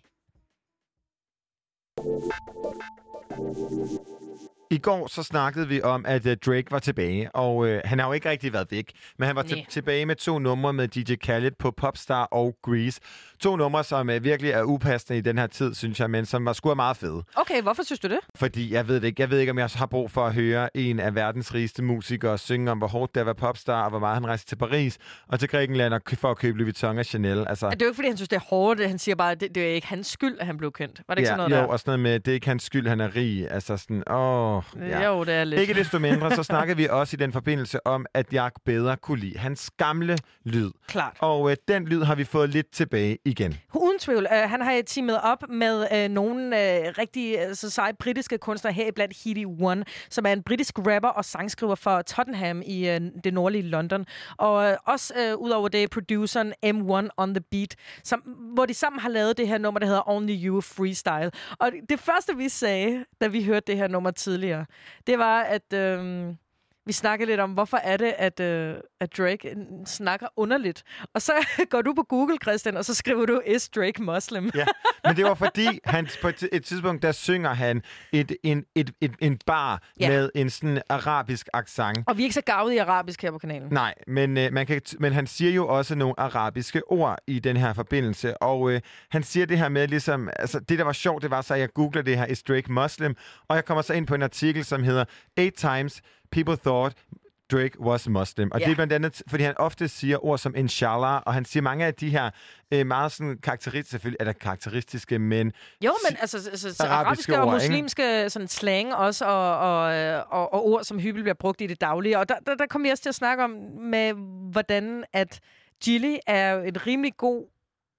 I går så snakkede vi om, at uh, Drake var tilbage, og uh, han har jo ikke rigtig været væk, men han var t- tilbage med to numre med D J Khaled på Popstar og Grease. To numre, som uh, virkelig er upassende i den her tid, synes jeg, men som var sgu meget fede. Okay, hvorfor synes du det? Fordi jeg ved det ikke. Jeg ved ikke, om jeg har brug for at høre en af verdens rigeste musikere synge om, hvor hårdt det var popstar, og hvor meget han rejste til Paris og til Grækenland og for at købe Louis Vuitton og Chanel. Altså, det er jo ikke, fordi han synes, det er hårdt. Han siger bare, at det, det er ikke hans skyld, at han blev kendt. Var det ikke ja, sådan noget jo, der? og sådan noget med, det er ikke hans skyld, han er rig. Altså sådan, åh... Ja. Jo, det er lidt. Ikke desto mindre, så snakkede vi også i den forbindelse om, at jeg bedre kunne lide hans gamle lyd. Klart. Og øh, den lyd har vi fået lidt tilbage igen. Uden tvivl. Uh, han har teamet op med uh, nogle uh, rigtig uh, så seje britiske kunstnere her blandt Heedy One, som er en britisk rapper og sangskriver for Tottenham i uh, det nordlige London. Og uh, også uh, udover det produceren M one on the Beat, som, hvor de sammen har lavet det her nummer, der hedder Only You Freestyle. Og det første, vi sagde, da vi hørte det her nummer tidligere, det var, at øh, vi snakkede lidt om, hvorfor er det, at, øh, at Drake snakker underligt. Og så går du på Google, Christian, og så skriver du, is Drake Muslim? Ja, men det var fordi, han på et, et tidspunkt, der synger han et, en, et, et, en bar ja. med en sådan arabisk accent. Og vi er ikke så gavet i arabisk her på kanalen. Nej, men, øh, man kan, men han siger jo også nogle arabiske ord i den her forbindelse. Og øh, han siger det her med, ligesom, altså det der var sjovt, det var så, at jeg googler det her, is Drake Muslim? Og jeg kommer så ind på en artikel, som hedder Eight Times People Thought Drake was Muslim. Og yeah. det er blandt andet, fordi han ofte siger ord som inshallah, og han siger mange af de her øh, meget sådan karakteristiske, selvfølgelig er der karakteristiske, men... Jo, men altså, altså arabiske, arabiske og ord, muslimske sådan slang også, og, og, og, og ord, som hyppigt bliver brugt i det daglige. Og der, der, der kommer vi også til at snakke om, med hvordan at Gilly er jo et rimelig god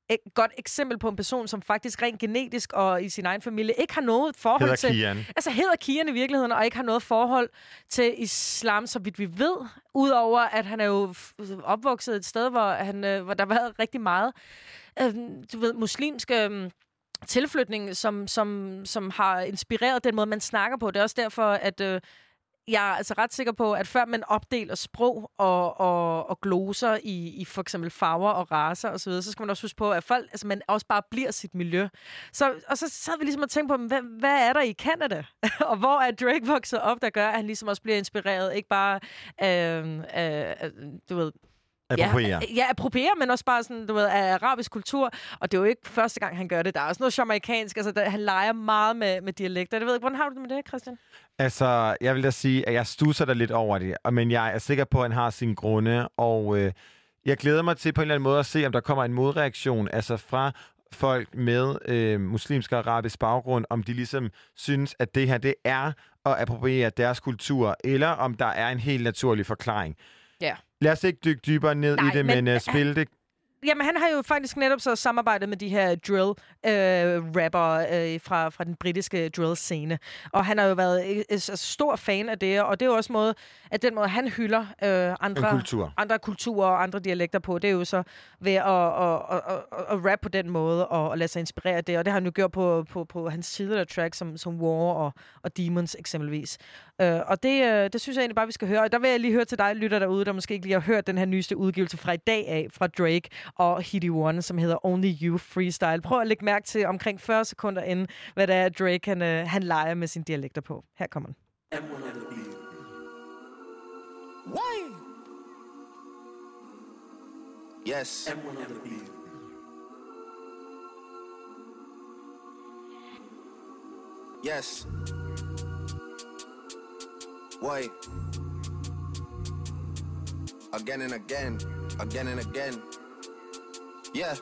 et godt eksempel på en person, som faktisk rent genetisk og i sin egen familie ikke har noget forhold hedder til... Kian. Altså hedder Kian i virkeligheden, og ikke har noget forhold til islam, så vidt vi ved. Udover at han er jo opvokset et sted, hvor, han, øh, hvor der har været rigtig meget øh, du ved, muslimske... Øh, tilflytning, som, som, som har inspireret den måde, man snakker på. Det er også derfor, at øh, jeg er altså ret sikker på, at før man opdeler sprog og, og, og gloser i, i for eksempel farver og racer osv., så, videre, så skal man også huske på, at folk, altså man også bare bliver sit miljø. Så, og så sad vi ligesom og tænkte på, hvad, hvad er der i Canada? Og hvor er Drake vokset op, der gør, at han ligesom også bliver inspireret, ikke bare af, af, af du ved, Appropriere. Ja, ja, appropriere, men også bare sådan, du ved, af arabisk kultur. Og det er jo ikke første gang, han gør det. Der er også noget jamaikansk. Altså, der, han leger meget med, med dialekter. Det ved jeg ikke. Hvordan har du det med det, Christian? Altså, jeg vil da sige, at jeg stusser der lidt over det. Men jeg er sikker på, at han har sine grunde. Og øh, jeg glæder mig til på en eller anden måde at se, om der kommer en modreaktion. Altså fra folk med øh, muslimsk og arabisk baggrund, om de ligesom synes, at det her, det er at appropriere deres kultur. Eller om der er en helt naturlig forklaring. Ja. Lad os ikke dykke dybere ned Nej, i det, men, men uh, spille det. Jamen, han har jo faktisk netop så samarbejdet med de her drill-rapper øh, øh, fra, fra den britiske drill-scene. Og han har jo været øh, stor fan af det, og det er jo også måde, at den måde, han hylder øh, andre, kultur. andre kulturer og andre dialekter på, det er jo så ved at, at, at, at, at rappe på den måde og, og lade sig inspirere af det. Og det har han jo gjort på, på, på hans tidligere tracks, som, som War og, og Demons eksempelvis. Øh, og det, øh, det synes jeg egentlig bare, vi skal høre. Og der vil jeg lige høre til dig, lytter derude, der måske ikke lige har hørt den her nyeste udgivelse fra i dag af, fra Drake og Heady One, som hedder Only You Freestyle. Prøv at lægge mærke til omkring fyrre sekunder inden, hvad det er, Drake han, øh, han leger med sine dialekter på. Her kommer den. Why? Yes. Yes. Why? Again and again, again and again. Yeah.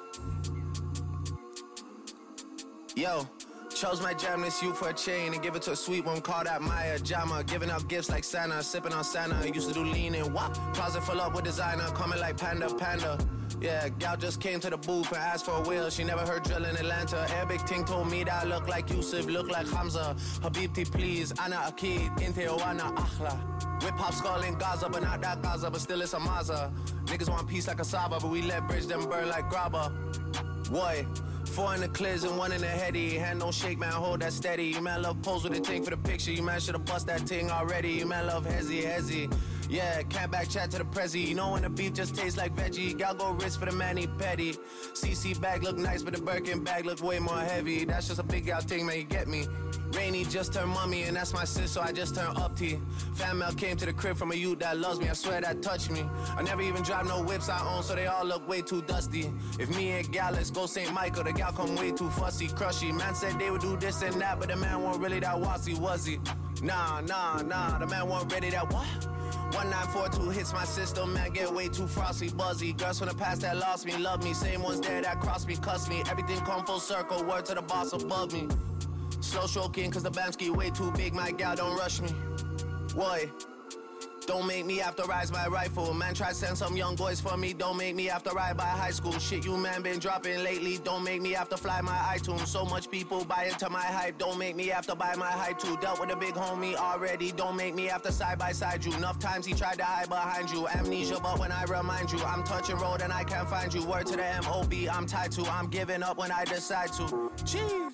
Yo, chose my jam this you for a chain and give it to a sweet one called out Maya Jama. Giving out gifts like Santa, sipping on Santa. Used to do lean and wop. Closet full up with designer, coming like Panda Panda. Yeah, gal just came to the booth and asked for a wheel. She never heard drill in Atlanta. Arabic ting told me that I look like Yusuf, look like Hamza. Habibti, please, Ana Akid, Inte Oana Akhla. Whip hop skull in Gaza, but not that Gaza, but still it's a Maza. Niggas want peace like a Saba, but we let bridge them burn like grabba. Boy, four in the clears and one in the heady. Hand don't shake, man, hold that steady. You man love pose with a ting for the picture. You man should've bust that ting already. You man love hezzy, hezzy. Yeah, can't back chat to the prezi. You know when the beef just tastes like veggie. Gal go wrist for the mani petty. C C bag look nice, but the Birkin bag look way more heavy. That's just a big gal thing, man, you get me. Rainy just turned mommy, and that's my sis, so I just turned up T. Fan mail came to the crib from a youth that loves me. I swear that touched me. I never even drive no whips I own, so they all look way too dusty. If me and gal, let's go Saint Michael. The gal come way too fussy, crushy. Man said they would do this and that, but the man wasn't really that wassy, was he? Nah, nah, nah, the man wasn't ready that what? one nine four two hits my system, man, get way too frosty, buzzy. Girls from the past that lost me, love me. Same ones there that crossed me, cuss me. Everything come full circle, word to the boss above me. Slow stroking, cause the Bamski way too big, my gal don't rush me. Boy, don't make me have to rise my rifle. Man try to send some young boys for me, don't make me have to ride by high school. Shit you man been dropping lately, don't make me have to fly my iTunes. So much people buy into my hype, don't make me have to buy my hype too. Dealt with a big homie already, don't make me have to side by side you. Enough times he tried to hide behind you. Amnesia, but when I remind you, I'm touching road and I can't find you. Word to the M O B, I'm tied to, I'm giving up when I decide to. Jeez.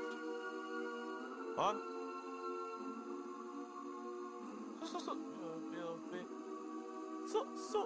Huh? So, so, so, so.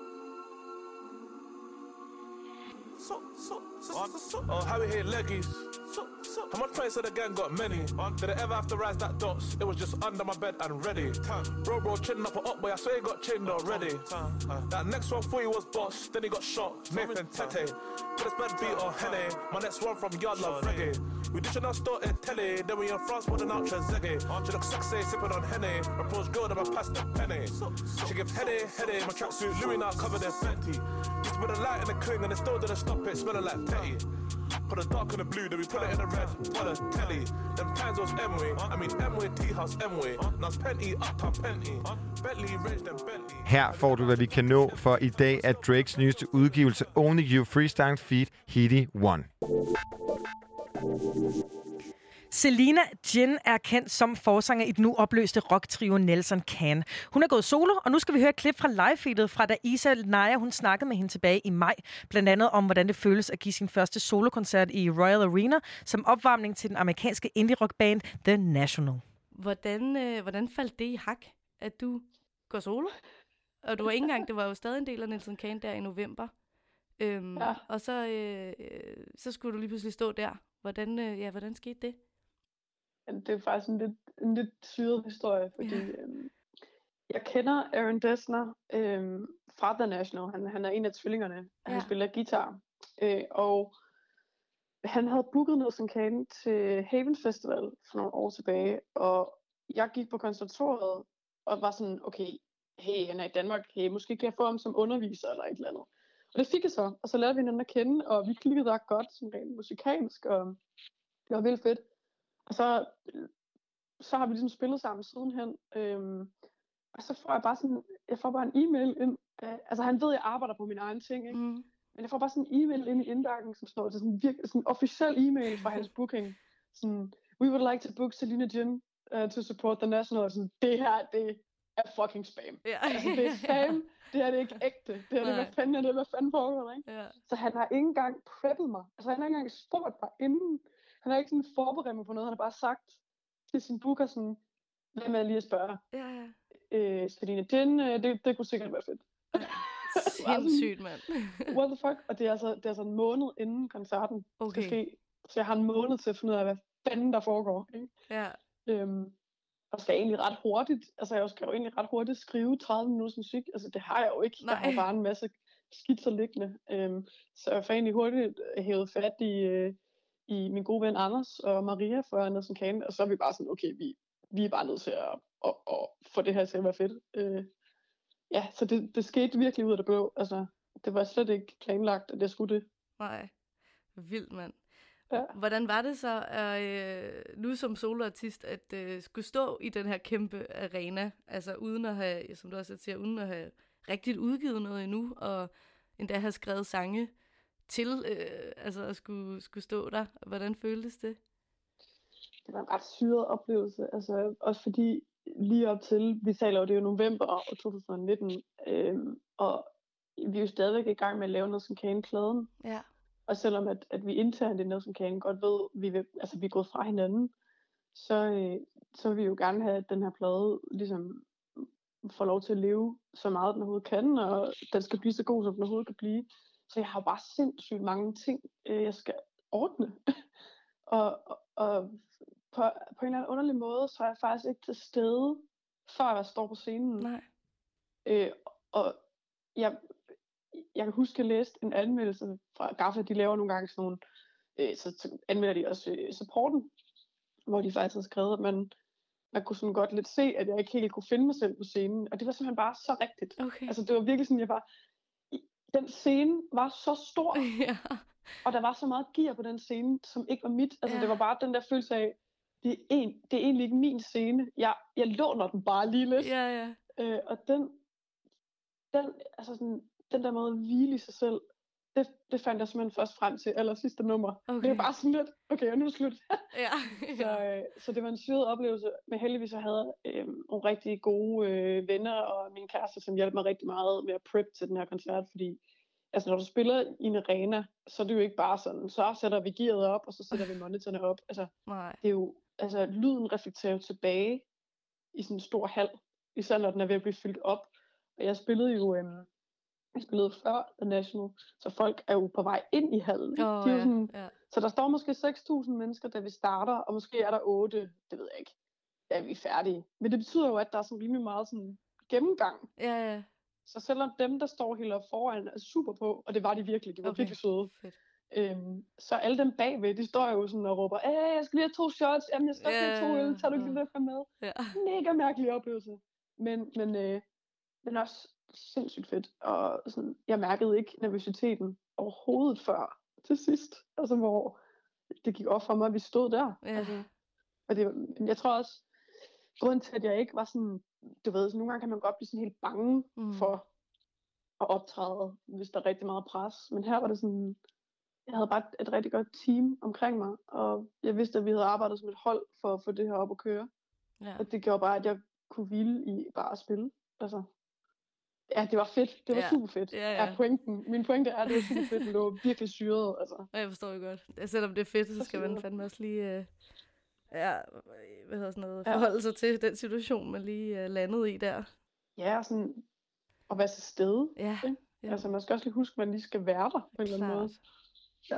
So, so, so, so, so. Oh, how we hit leggies. So, so. How much points of the gang got many? Did I ever have to rise that dots? It was just under my bed and ready. Bro, bro, chin up or up, boy, I swear he got chinned already. That next one for you was boss, then he got shot. Nathan Tete. Put a bad beat on Henny. My next one from Yard Love Reggae. We dishing our store in telly, then we in France putting out Trezeguet. She look sexy, sipping on Henny. Approach girl, then I pass the penny. She give Henny, Henny, my tracksuit Louis now covered in Fenty. Used to put a light in the cling and it still didn't stop it, smelling like petty. Put the dark and the blue, then we put it in the red. Put a telly. Them times was M-way. I mean M-way, T-house, M-way. Now Penty, uptown Penty. Bentley, Range, then Bentley. Her får du, hvad vi kan nå, for i dag er Drakes nyeste udgivelse Only You Freestyle feat. Heady One. Selena Jin er kendt som forsanger i den nu opløste rocktrio Nelson Can. Hun er gået solo, og nu skal vi høre et klip fra livefeedet fra da Isa Naya, hun snakkede med hende tilbage i maj. Blandt andet om, hvordan det føles at give sin første solokoncert i Royal Arena som opvarmning til den amerikanske indie-rockband The National. Hvordan, øh, hvordan faldt det i hak, at du går solo? Og du var ikke engang, det var jo stadig en del af Nelson Can der i november. Øhm, ja. Og så, øh, så skulle du lige pludselig stå der. Hvordan, øh, ja, hvordan skete det? Det er faktisk en lidt, en lidt syret historie, fordi ja. øhm, jeg kender Aaron Dessner øhm, fra The National. Han, han er en af tvillingerne. Ja. Han spiller guitar. Øh, og han havde booket Nelson Can til Haven Festival for nogle år tilbage. Og jeg gik på konservatoriet og var sådan, okay, hey, han er i Danmark. Hey, måske kan jeg få ham som underviser eller et eller andet. Og det fik jeg så. Og så lærte vi hinanden at kende, og vi klikkede ret godt, sådan rent musikalsk, og det var vildt fedt. Og så, så har vi ligesom spillet sammen sidenhen. Øhm, og så får jeg bare sådan, jeg får bare en e-mail ind. Øh, altså han ved, at jeg arbejder på mine egne ting, ikke? Mm. Men jeg får bare sådan en e-mail ind i indbakken, som står til sådan en virkelig sådan en officiel e-mail fra hans booking. Sådan, we would like to book Selena Jin uh, to support The National. Og sådan, det her, det er fucking spam. Yeah. Altså det er spam, det her det er ikke ægte. Det her det er, hvad fanden er det, hvad fanden foregår, ikke? Yeah. Så han har ikke engang preppet mig. Altså han har ikke engang spurgt mig inden. Han har ikke sådan forberedt mig på noget. Han har bare sagt til sin booker sådan, hvem er lige at spørge? Ja, ja. Øh, Selena Jin, øh, det, det kunne sikkert være fedt. Ja. Sindssygt, mand. What the fuck? Og det er, altså, det er altså en måned inden koncerten okay. skal ske. Så jeg har en måned til at finde ud af, hvad fanden der foregår. Ikke? Ja. Øhm, og skal egentlig ret hurtigt, altså jeg skal jo egentlig ret hurtigt skrive tredive minutters musik. Altså det har jeg jo ikke. Nej. Jeg har bare en masse skitser liggende. Øhm, så jeg får egentlig hurtigt hævet fat i... Øh, i min gode ven Anders og Maria fra Nelson Can, og så er vi bare sådan, okay, vi, vi er bare nødt til at, at, at få det her til at være fedt. Øh, ja, så det, det skete virkelig ud af det blå. Altså, det var slet ikke planlagt, at jeg skulle det. Nej, vildt mand. Ja. Hvordan var det så, øh, nu som soloartist, at øh, skulle stå i den her kæmpe arena, altså uden at have, som du også siger, uden at have rigtigt udgivet noget endnu, og endda have skrevet sange, til øh, altså at skulle, skulle stå der. Hvordan føltes det? Det var en ret syret oplevelse. Altså, også fordi lige op til, vi taler jo det er jo november to tusind nitten, øh, og vi er jo stadigvæk i gang med at lave Nelson Can-pladen. Ja. Og selvom at, at vi internt i Nelson Can godt ved, vi vil, altså vi er gået fra hinanden, så, øh, så vil vi jo gerne have, at den her plade ligesom får lov til at leve så meget, den overhovedet kan, og den skal blive så god, som den overhovedet kan blive. Så jeg har bare sindssygt mange ting, øh, jeg skal ordne. og og, og på, på en eller anden underlig måde, så er jeg faktisk ikke til stede, før jeg står på scenen. Nej. Øh, og jeg, jeg kan huske, at jeg læste en anmeldelse fra Gaffa. De laver nogle gange sådan nogle, øh, så, så anmelder de også øh, supporten, hvor de faktisk har skrevet, at man, man kunne sådan godt lidt se, at jeg ikke helt kunne finde mig selv på scenen. Og det var simpelthen bare så rigtigt. Okay. Altså det var virkelig sådan, jeg var... Den scene var så stor, ja. Og der var så meget gear på den scene, som ikke var mit. Altså ja. Det var bare den der følelse af, det er, en, det er egentlig ikke min scene. Jeg, jeg låner den bare lige lidt. Ja, ja. Øh, og den, den, altså sådan, den der måde at hvile i sig selv, det, det fandt jeg simpelthen først frem til aller sidste nummer. Okay. Det var bare sådan lidt, okay, og nu er det slut. Ja. så, øh, så det var en syret oplevelse, men heldigvis jeg havde øh, nogle rigtig gode øh, venner og min kæreste, som hjalp mig rigtig meget med at prep til den her koncert, fordi altså når du spiller i en arena, så er det jo ikke bare sådan, så sætter vi gearet op, og så sætter vi monitorerne op. Altså, nej. Det er jo, altså lyden reflekterer jo tilbage i sådan en stor hal, især når den er ved at blive fyldt op. Og jeg spillede jo, øh, jeg spillede før The National, så folk er jo på vej ind i hallen. Oh, de er jo sådan, ja, ja. Så der står måske seks tusind mennesker, da vi starter, og måske er der otte, det ved jeg ikke, da vi er færdige. Men det betyder jo, at der er sådan rimelig meget sådan gennemgang. Ja, ja. Så selvom dem, der står helt foran, er super på, og det var de virkelig, de var okay. virkelig søde. Øhm, så alle dem bagved, de står jo sådan og råber, æh, jeg skal lige have to shots, jamen jeg skal yeah, lige have to øl, tager du ikke lige det med? Yeah. Mega mærkelig oplevelse. Men, men, øh, men også sindssygt fedt, og sådan, jeg mærkede ikke nervøsiteten overhovedet før til sidst. Altså, hvor det gik op for mig, at vi stod der. Ja. Altså, og det, men jeg tror også, grunden til, at jeg ikke var sådan, du ved, så nogle gange kan man godt blive sådan helt bange Mm. for at optræde, hvis der er rigtig meget pres. Men her var det sådan, jeg havde bare et rigtig godt team omkring mig, og jeg vidste, at vi havde arbejdet som et hold for at få det her op at køre. Ja. Og det gjorde bare, at jeg kunne hvile i bare at spille. Altså, ja, det var fedt. Det var Ja. super fedt. Ja, ja. Er pointen. Min pointe er, at det var super fedt, men det var virkelig syret. Altså. Ja, jeg forstår det godt. Ja, selvom det er fedt, så skal man Forstår. fandme også lige øh, ja, hvad hedder sådan noget, Ja. forholde sig til den situation, man lige øh, landede i der. Ja, og sådan at være til stede. Ja. Ikke? Ja. Altså, man skal også lige huske, at man lige skal være der på en eller anden måde. Ja.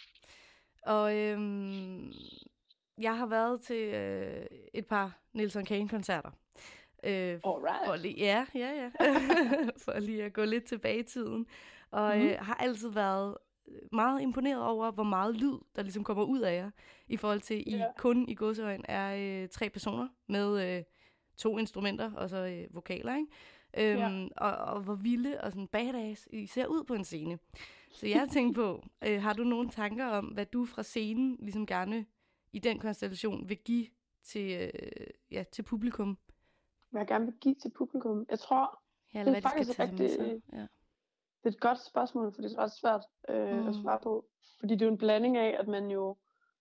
Og øhm, jeg har været til øh, et par Nelson Kane-koncerter. Øh, Alright. For lige, ja, ja, ja. for lige at gå lidt tilbage i tiden. Og Mhm. øh, har altid været meget imponeret over, hvor meget lyd, der ligesom kommer ud af jer, i forhold til, I Ja. kun i gåseøjne er øh, tre personer med øh, to instrumenter og så øh, vokaler, ikke? Øhm, Ja. og, og hvor vilde og sådan badass I ser ud på en scene. Så jeg tænkte på, øh, har du nogle tanker om, hvad du fra scenen ligesom gerne i den konstellation vil give til, øh, ja, til publikum? Hvad jeg gerne vil give til publikum? Jeg tror, Ja, eller det hvad er de skal faktisk tage med rigtig, sig. Ja. det er et godt spørgsmål, for det er ret svært øh, Mm. at svare på. Fordi det er jo en blanding af, at man jo,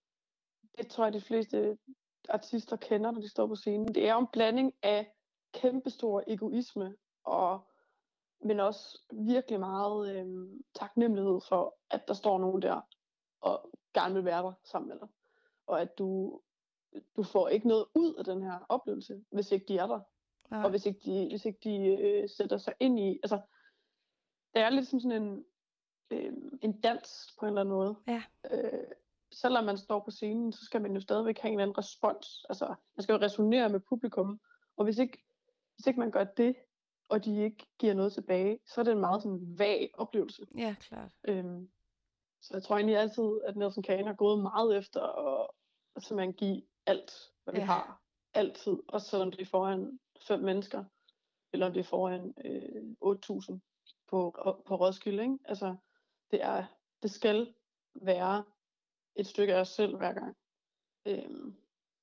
det tror jeg, de fleste artister kender, når de står på scenen. Det er jo en blanding af kæmpestor egoisme, og, men også virkelig meget øh, taknemmelighed for, at der står nogen der, og gerne vil være der sammen med dig. Og at du, du får ikke noget ud af den her oplevelse, hvis ikke de er der. Nej. Og hvis ikke de, hvis ikke de øh, sætter sig ind i, altså, det er lidt som sådan en, øh, en dans på en eller anden måde. Ja. Øh, selvom man står på scenen, så skal man jo stadigvæk have en eller anden respons. Altså, man skal jo resonere med publikum. Og hvis ikke, hvis ikke man gør det, og de ikke giver noget tilbage, så er det en meget sådan vag oplevelse. Ja, klart. Øhm, så jeg tror egentlig altid, at Nelson Kane har gået meget efter at, at simpelthen give alt, hvad vi Ja. har. Altid. Også selvom det er foran fem mennesker, eller om det er foran øh, otte tusind på, på Roskilde. Ikke? Altså, det, er, det skal være et stykke af os selv hver gang, øhm,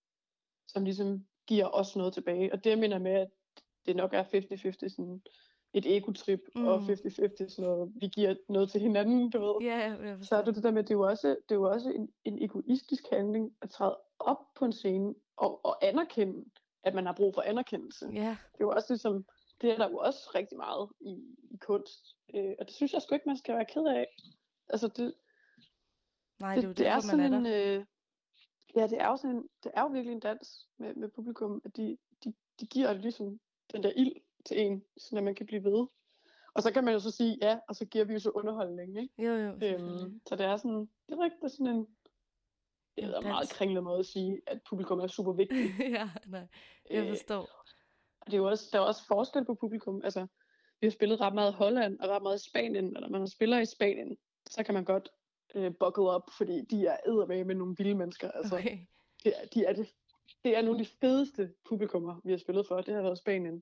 som ligesom giver os noget tilbage. Og det jeg mener med, at det nok er halvtreds halvtreds sådan et egotrip, Mm. mm. og halvtreds halvtreds sådan noget, vi giver noget til hinanden, du ved. Ja, ja, jeg Så forstår. er det det der med, det er jo også, det er jo også en, en egoistisk handling at træde op på en scene og, og anerkende, at man har brug for anerkendelse. Ja. Det er jo også ligesom, det er der jo også rigtig meget i, i kunst. Øh, og det synes jeg sgu ikke, man skal være ked af. Altså det, Nej, det, det er jo det er derfor, man sådan er en, der. øh, ja, det er jo sådan en, det er jo virkelig en dans med, med publikum, at de, de, de giver ligesom den der ild til en, sådan at man kan blive ved. Og så kan man jo så sige, ja, og så giver vi jo så underholdning, ikke? Jo, jo, selvfølgelig. Øhm, så det er sådan, det er rigtigt, sådan en, det er en meget kringlet måde at sige, at publikum er super vigtigt. ja, nej, jeg Øh, forstår. Og det er jo også, der er også forskel på publikum. Altså, vi har spillet ret meget i Holland og ret meget i Spanien, eller man spiller i Spanien, så kan man godt øh, buckle op, fordi de er eddermame med nogle vilde mennesker. Altså, Okay. det, er, de er det, det er nogle af de fedeste publikummer, vi har spillet for. Det har været Spanien.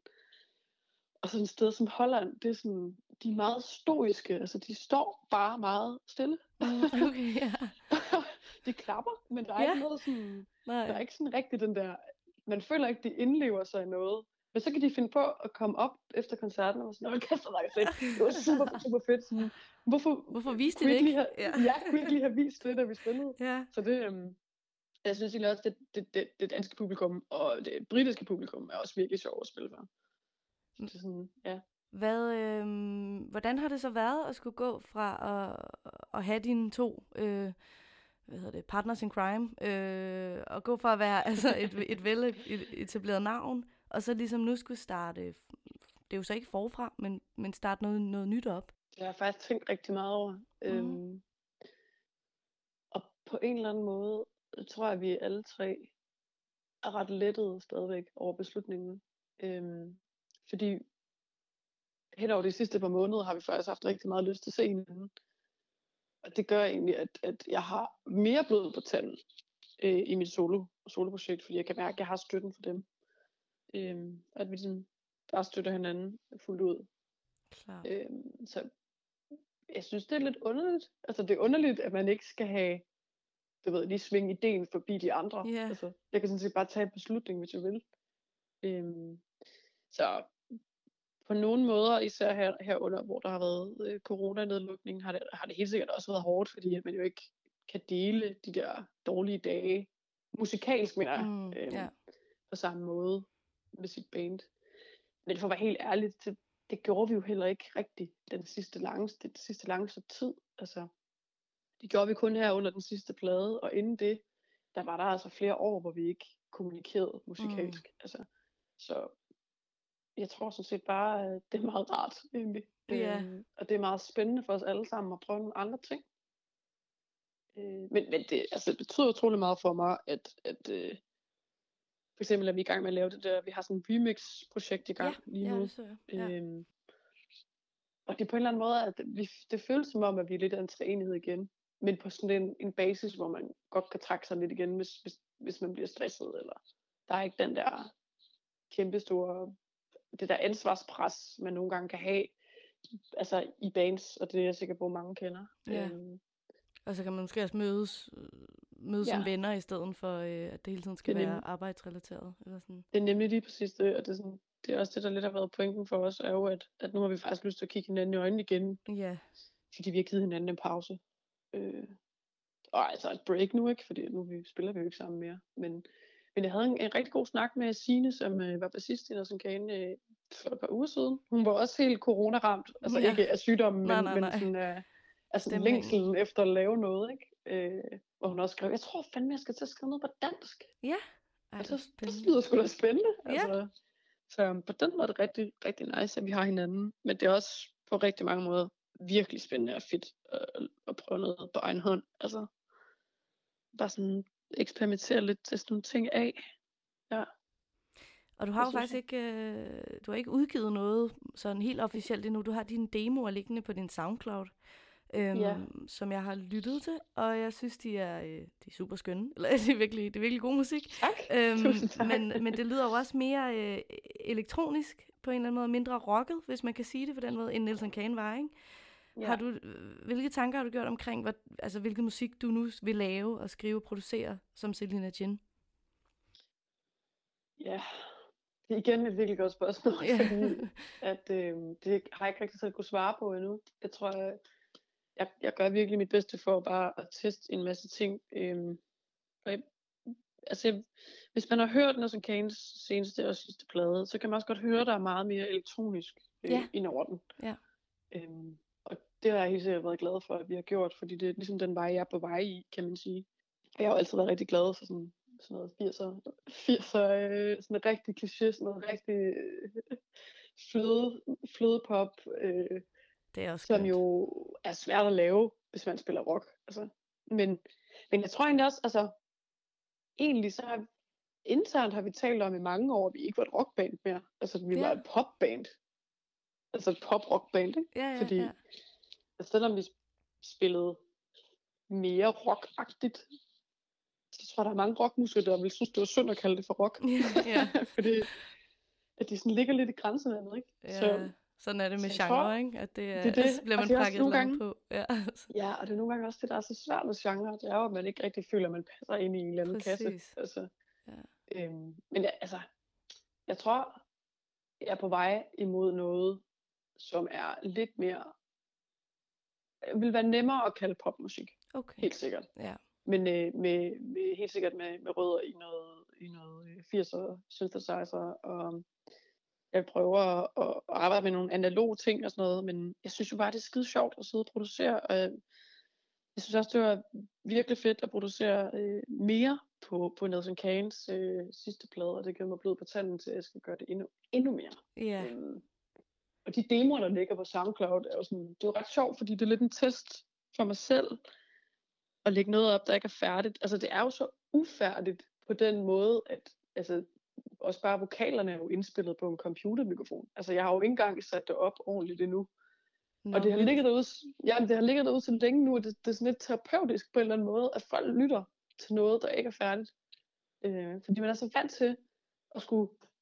Og sådan et sted som Holland, det er sådan, de er meget stoiske. Altså, de står bare meget stille. Okay, ja. De klapper, men der er Ja. ikke noget sådan, Nej. der er ikke sådan rigtig den der, man føler ikke, de indlever sig i noget. Men så kan de finde på at komme op efter koncerten og sådan, åh, kæft, hvor var det fedt. Det var super, super fedt. Sådan, hvorfor, Hvorfor viste de kunne det I lige ikke? Have, Ja. ja. ja, kunne I ikke lige have vist det, da vi spillede. Ja. Så det, øhm, jeg synes egentlig også, det, det, det, det danske publikum og det britiske publikum er også virkelig sjovt at spille for. Så det er sådan, ja. Hvad, øh, hvordan har det så været at skulle gå fra at, at have dine to øh, hvad hedder det, partners in crime, øh, og gå fra at være altså et, et vel etableret navn, og så ligesom nu skulle starte, det er jo så ikke forfra, men, men starte noget, noget nyt op? Det har jeg faktisk tænkt rigtig meget over. Mm. Øhm, og på en eller anden måde, tror jeg, at vi alle tre er ret lettede stadigvæk over beslutningen. Øhm, fordi hen over de sidste par måneder har vi faktisk haft rigtig meget lyst til at se hinanden. Og det gør egentlig, at, at jeg har mere blod på tanden øh, i mit solo, soloprojekt, fordi jeg kan mærke, at jeg har støtten for dem. Øhm, at vi ligesom bare støtter hinanden fuldt ud. Klart. Øhm, så jeg synes, det er lidt underligt. Altså, det er underligt, at man ikke skal have, du ved, lige svinge ideen forbi de andre. Yeah. Altså, jeg kan sådan set bare tage en beslutning, hvis jeg vil. Øhm, så på nogle måder, især her, herunder, hvor der har været øh, coronanedlukning, har det, har det helt sikkert også været hårdt, fordi at man jo ikke kan dele de der dårlige dage, musikalsk mener jeg, Mm, øhm, ja. på samme måde med sit band. Men for at være helt ærlig, det, det gjorde vi jo heller ikke rigtigt den sidste lange, den sidste lange stykke tid. Altså, det gjorde vi kun her under den sidste plade, og inden det, der var der altså flere år, hvor vi ikke kommunikerede musikalsk. Mm. Altså, så jeg tror sådan set bare, at det er meget rart egentlig. Ja. Øhm, og det er meget spændende for os alle sammen at prøve nogle andre ting. Øh, men men det, altså, det betyder utrolig meget for mig, at, at øh, for eksempel er vi i gang med at lave det der, vi har sådan et remix-projekt i gang Ja, lige ja, nu. det så jeg. Ja. Øhm, og det er på en eller anden måde, at vi, det føles som om, at vi er lidt af en træenighed igen. Men på sådan en, en basis, hvor man godt kan trække sig lidt igen, hvis, hvis, hvis man bliver stresset. Eller der er ikke den der kæmpe store, det der ansvarspres, man nogle gange kan have, altså i bands, og det er jeg sikker på, at mange kender. Ja. Øhm, Og så kan man måske også mødes, øh, mødes Ja. som venner, i stedet for, øh, at det hele tiden skal Det er være nemlig- arbejdsrelateret. Eller sådan. Det er nemlig lige præcis det, og det er, sådan, det er også det, der lidt har været pointen for os, er jo, at, at nu har vi faktisk lyst til at kigge hinanden i øjnene igen, Ja. fordi vi har givet hinanden en pause. Øh, og altså et break nu, ikke? Fordi nu vi, spiller vi jo ikke sammen mere. Men, men jeg havde en, en rigtig god snak med Signe, som øh, var bassist i Nelson Kane øh, for et par uger siden. Hun var også helt corona-ramt, altså Ja. ikke af sygdommen, Nej, men, nej, men nej. sådan af altså Stemningen. længselen efter at lave noget, ikke? Øh, hvor hun også skrev, jeg tror fandme, jeg skal til at skrive noget på dansk. Ja. Ej, det, det lyder sgu da spændende. Ja. Altså, så på den måde er det rigtig, rigtig nice, at vi har hinanden. Men det er også på rigtig mange måder virkelig spændende og fedt at, at prøve noget på egen hånd. Altså, bare sådan eksperimentere lidt, teste nogle ting af. Ja. Og du har Det jo synes faktisk ikke, øh, du har ikke udgivet noget sådan helt officielt endnu. Du har dine demoer liggende på din SoundCloud, øhm, Ja. som jeg har lyttet til, og jeg synes, de er, øh, de er super skønne. Eller det er virkelig, det er virkelig god musik. Tak. Øhm, Tusind tak. Men, men det lyder jo også mere øh, elektronisk på en eller anden måde, mindre rocket, hvis man kan sige det på den måde, end Nelson Kane var, ikke? Ja. Har du, øh, hvilke tanker har du gjort omkring, hvad, altså, hvilken musik du nu vil lave og skrive og producere som Selina Jin? Ja, det er igen et virkelig godt spørgsmål, Ja. fordi at, øh, det har jeg ikke rigtig selv kunne svare på endnu. Jeg tror, jeg, jeg, jeg gør virkelig mit bedste for bare at teste en masse ting. Øh, og jeg, altså, hvis man har hørt Nelson Kanes seneste og sidste plade, så kan man også godt høre, at der er meget mere elektronisk øh, Ja. ind over den. Ja. Øhm, og det har jeg helt sikkert været glad for, at vi har gjort, fordi det er ligesom den vej, jeg er på vej i, kan man sige. Og jeg har jo altid været rigtig glad for sådan, sådan noget firser, firser øh, sådan noget rigtig kliché, sådan noget rigtig øh, fløde, flødepop, øh, det er også som skønt. jo er svært at lave, hvis man spiller rock. Altså. Men, men jeg tror egentlig også, altså, egentlig så har internt har vi talt om i mange år, at vi ikke var et rockband mere. Altså, vi Ja. var et popband. Altså et pop-rockband, ikke? Ja, ja, Fordi ja. altså, selvom vi spillede mere rockagtigt, så tror jeg, der er mange rockmusikere, der vil synes, det var synd at kalde det for rock. Ja. Fordi at de sådan ligger lidt i grænselandet, ikke? Ja, sådan er det med så jeg genre, tror, ikke? At det er, det er det. så bliver Og man det er også pakket nogle langt gange- på. Ja. Ja, og det er nogle gange også det, der er så svært med genre. Det er jo, at man ikke rigtig føler, at man passer ind i en eller anden Præcis. kasse. Altså, Ja. øhm, men jeg, altså, jeg tror, jeg er på vej imod noget, som er lidt mere, vil være nemmere at kalde popmusik. Okay. Helt sikkert. Ja. Men øh, med, med, helt sikkert med, med rødder i noget, i noget øh, firser synthesizer, og jeg prøver at, at arbejde med nogle analoge ting og sådan noget, men jeg synes jo bare, det er skide sjovt at sidde og producere, og jeg, jeg synes også, det var virkelig fedt at producere øh, mere på, på Nelson Kanes øh, sidste plade, og det giver mig blod på tanden til, at jeg skal gøre det endnu, endnu mere. Ja. Øhm, og de demoer, der ligger på SoundCloud, er jo sådan, det er jo ret sjovt, fordi det er lidt en test for mig selv, at lægge noget op, der ikke er færdigt. Altså, det er jo så ufærdigt på den måde, at altså, også bare vokalerne er jo indspillet på en computermikrofon. Altså, jeg har jo ikke engang sat det op ordentligt endnu. Nå, og det har, vildt. ligget derude, jamen, det har ligget derude så længe nu, og det, det er sådan lidt terapeutisk på en eller anden måde, at folk lytter til noget, der ikke er færdigt. Øh, fordi man er så vant til at skulle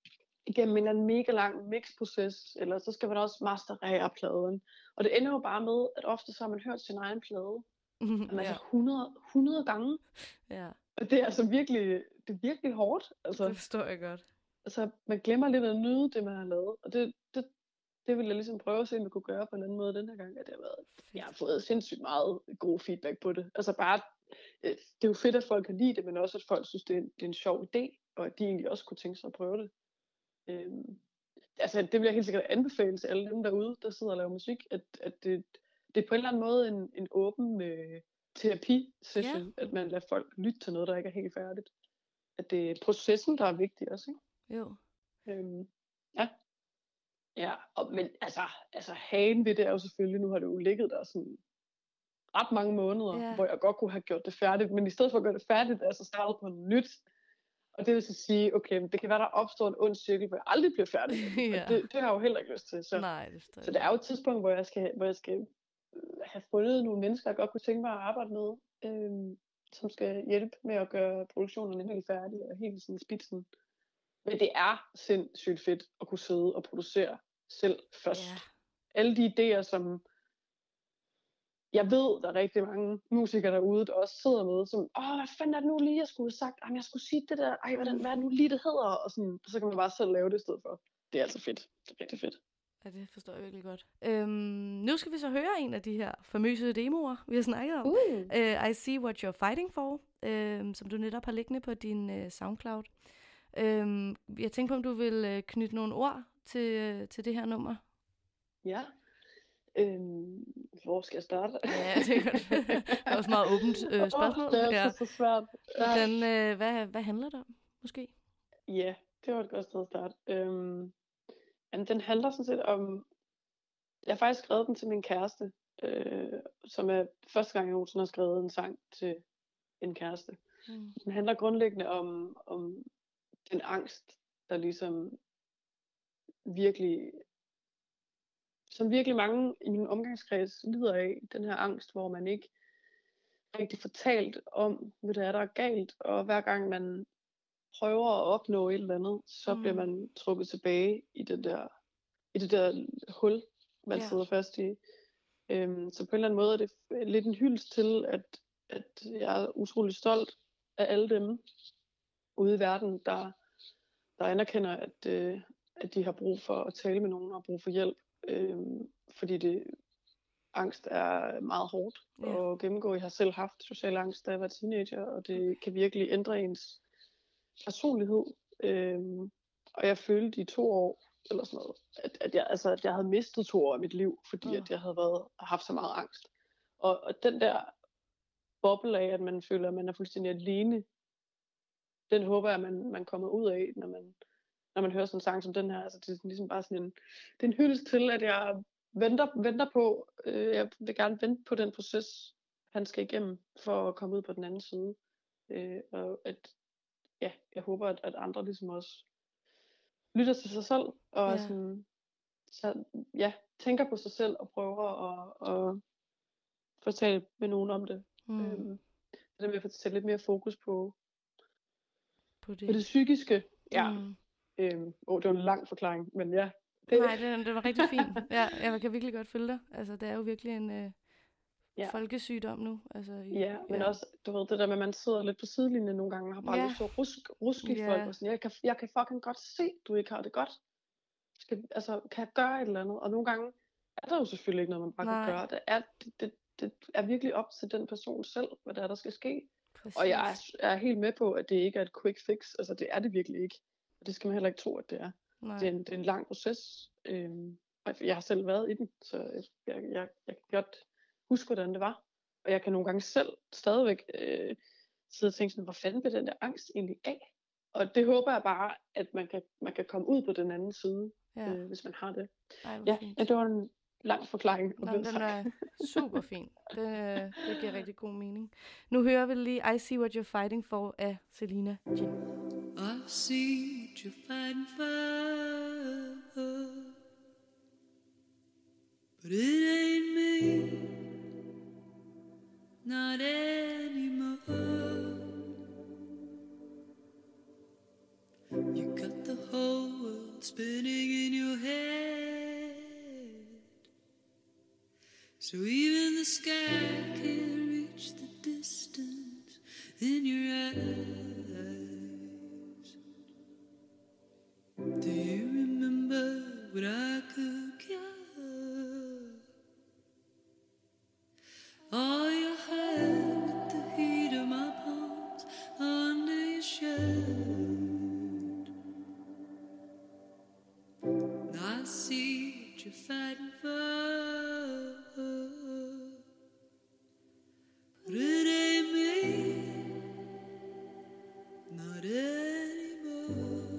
igennem en eller anden mega lang mixproces, eller så skal man også masterere pladen. Og det ender jo bare med, at ofte så har man hørt sin egen plade, altså Ja. hundrede, hundrede gange. Ja, Og det er altså virkelig, det er virkelig hårdt. Altså, det forstår jeg godt. altså, man glemmer lidt at nyde det, man har lavet. Og det, det, det vil jeg ligesom prøve at se, om jeg kunne gøre på en anden måde den her gang. At det har været, jeg har fået sindssygt meget god feedback på det. Altså bare, øh, det er jo fedt, at folk kan lide det, men også at folk synes, det er en, det er en sjov idé, og at de egentlig også kunne tænke sig at prøve det. Øhm, altså, det vil jeg helt sikkert anbefale til alle dem derude, der sidder og laver musik, at, at det, det er på en eller anden måde en, en åben øh, terapi-session, at man lader folk lytte til noget, der ikke er helt færdigt. At det er processen, der er vigtig også, ikke? Jo. Øhm, ja. Ja, og, men altså, altså hagen ved det er jo selvfølgelig, nu har det jo ligget der sådan ret mange måneder, Ja. hvor jeg godt kunne have gjort det færdigt, men i stedet for at gøre det færdigt, er jeg så startet på noget nyt. Og det vil så sige, okay, det kan være, der opstår en ond cirkel, hvor jeg aldrig bliver færdig. Ja. Og det, det har jeg jo heller ikke lyst til. Så, Nej, det forstår så der er jo et tidspunkt, hvor jeg skal, hvor jeg skal have fundet nogle mennesker, jeg godt kunne tænke mig at arbejde med, øhm, som skal hjælpe med at gøre produktionerne helt færdige og helt sådan spidsen. Men det er sindssygt fedt at kunne sidde og producere selv først. Ja. Alle de idéer, som jeg ved, der er rigtig mange musikere derude, der også sidder med, som, åh, hvad fanden er det nu lige, jeg skulle have sagt? Jamen, jeg skulle sige det der, ej, hvordan, hvad er det nu lige, det hedder? Og, sådan, og så kan man bare selv lave det i stedet for. Det er altså fedt. Det er rigtig fedt. Ja, det forstår jeg virkelig godt. Øhm, nu skal vi så høre en af de her famøse demoer, vi har snakket om. Uh. Uh, I See What You're Fighting For, uh, som du netop har liggende på din uh, SoundCloud. Uh, jeg tænker på, om du vil uh, knytte nogle ord til, uh, til det her nummer. Ja. Øhm, hvor skal jeg starte? Ja, det er godt. Det er også meget åbent uh, spørgsmål. Oh, det er ja. så svært. Hvordan, uh, hvad, hvad handler det om, måske? Ja, det var et godt sted at starte. Øhm, jamen, den handler sådan set om... Jeg har faktisk skrevet den til min kæreste, øh, som er første gang, jeg nogensinde har skrevet en sang til en kæreste. Mm. Den handler grundlæggende om, om den angst, der ligesom virkelig... som virkelig mange i min omgangskreds lider af. Den her angst, hvor man ikke rigtig fortalt om, hvad det er, der er galt. Og hver gang man prøver at opnå et eller andet, så Mm. bliver man trukket tilbage i det der, i det der hul, man Ja. sidder fast i. Øhm, så på en eller anden måde er det lidt en hyldest til, at, at jeg er utrolig stolt af alle dem ude i verden, der, der anerkender, at, øh, at de har brug for at tale med nogen og brug for hjælp. Øhm, fordi det, angst er meget hårdt Ja. at gennemgå. Jeg har selv haft social angst, da jeg var teenager, og det kan virkelig ændre ens personlighed. Øhm, og jeg følte i to år, eller sådan noget, at, at, jeg, altså, at jeg havde mistet to år af mit liv, fordi Ja. at jeg havde været, haft så meget angst. Og, og den der boble af, at man føler, at man er fuldstændig alene, den håber jeg, at man, man kommer ud af, når man, når man hører sådan en sang som den her. Altså, det er sådan, ligesom bare sådan en, det er en hyldest til, at jeg venter, venter på, øh, jeg vil gerne vente på den proces, han skal igennem, for at komme ud på den anden side. Øh, og at, ja, jeg håber, at, at andre ligesom også lytter til sig selv, og Ja. sådan, så, ja, tænker på sig selv, og prøver at, at fortælle med nogen om det. Mm. Øhm, det med at sætte lidt mere fokus på, På det. på det psykiske. Ja. Mm. Øhm, åh, det var en lang forklaring, men ja. Det, Nej, det, det var rigtig fint. Ja, jeg kan virkelig godt følge dig. Altså, det er jo virkelig en øh, Ja. folkesygdom nu. Altså, i, Ja, men også, du ved, det der med, at man sidder lidt på sidelinjen nogle gange, og har bare Ja. lyst til at rusk, ruske i Ja. folk, og sådan, jeg kan, jeg kan fucking godt se, du ikke har det godt. Skal, altså, kan jeg gøre et eller andet? Og nogle gange er der jo selvfølgelig ikke noget, man bare Nej. kan gøre. Det er, det, det, det er virkelig op til den person selv, hvad der er, der skal ske. Præcis. Og jeg er, jeg er helt med på, at det ikke er et quick fix. Altså, det er det virkelig ikke. Og det skal man heller ikke tro, at det er. Nej. Det er en, det er en lang proces. Øhm, og jeg har selv været i den, så jeg, jeg, jeg kan godt huske, hvordan det var. Og jeg kan nogle gange selv stadigvæk øh, sidde og tænke sådan, hvor fanden bliver den der angst egentlig af? Og det håber jeg bare, at man kan, man kan komme ud på den anden side, Ja. øh, hvis man har det. Ej, hvor Ja, fint. ja, det var en lang forklaring. om Nå, den den sang. er super fin. Det, øh, det giver rigtig god mening. Nu hører vi lige I See What You're Fighting For af Selena Jin. I see what you're fighting for, but it ain't me, not anymore. You got the whole world So even the sky can't reach the distance in your eyes. Do you remember what I cook you? All your head with the heat of my palms under your shirt. I see what you're fighting for. But it ain't me, not anymore.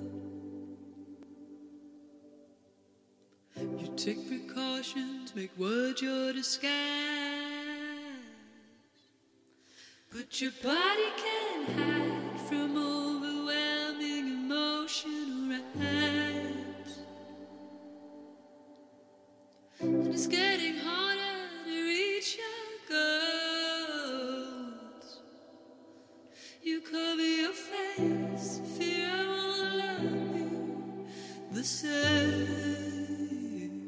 You take precautions, make words your disguise, but your body can't hide from overwhelming emotional rise. And it's getting harder to reach your goals. You cover your face, fear I won't love you the same.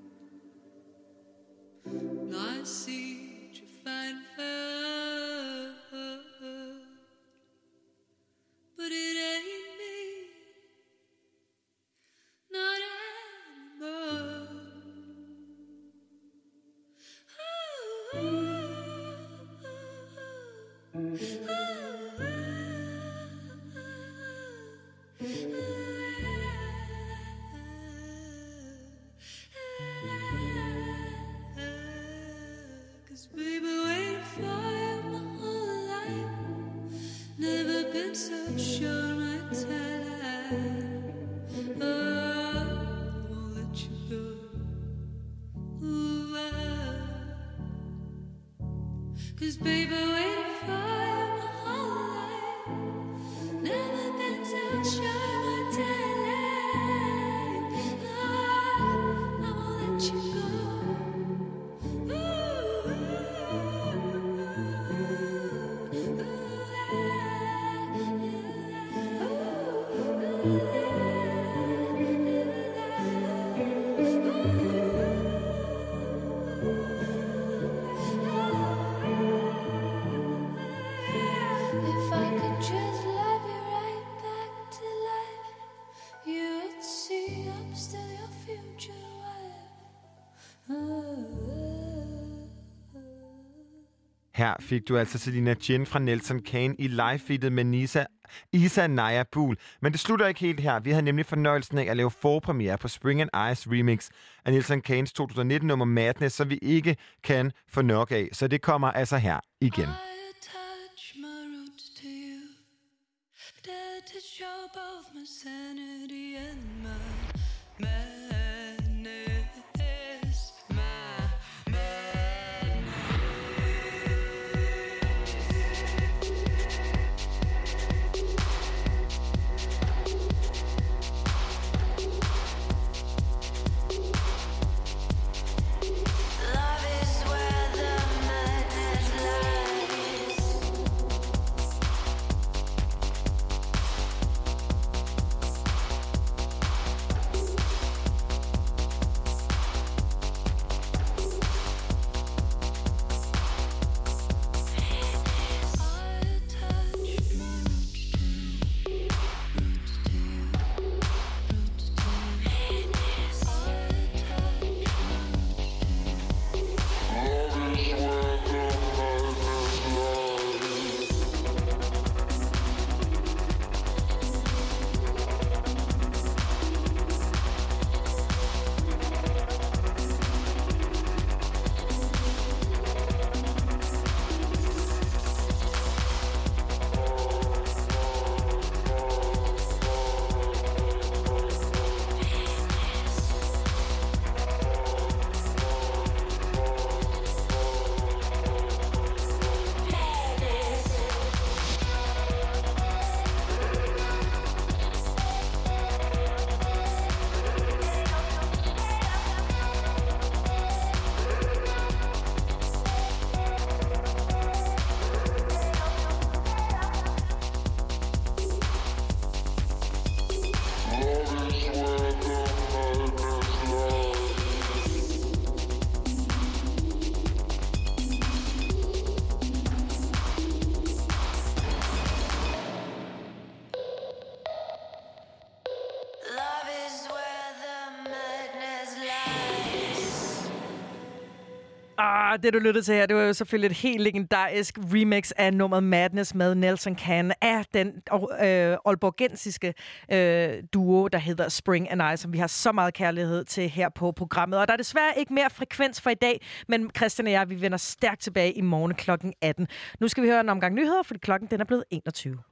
I see what you're fighting for, but it ain't me, not anymore. Cause baby, waiting for you my whole life. Never been so sure my entire life. Oh, I won't let you go. Ooh, ah. Cause baby, waiting for you my whole life. Never been so sure my entire life. Oh, I won't let you go. If I could just love you right back to life, you would see I'm still your future wife. Her fik du altså Selina Jin fra Nelson Kane i live-feedet med Nisa, Isa Naya Buhl. Men det slutter ikke helt her. Vi havde nemlig fornøjelsen af at lave forpremiere på Spring and Ice remix af Nelson Kanes to tusind nitten nummer Madness, som vi ikke kan få nok af. Så det kommer altså her igen. Attach my roots to you, dare to show both my sanity and my madness, my love is where the madness lies. Og det, du lyttede til her, det var jo selvfølgelig et helt legendarisk remix af nummeret Madness med Nelson Can af den øh, aalborgensiske øh, duo, der hedder Spring and I, som vi har så meget kærlighed til her på programmet. Og der er desværre ikke mere frekvens for i dag, men Christian og jeg, vi vender stærkt tilbage i morgen klokken atten. Nu skal vi høre en omgang nyheder, fordi klokken den er blevet enogtyve.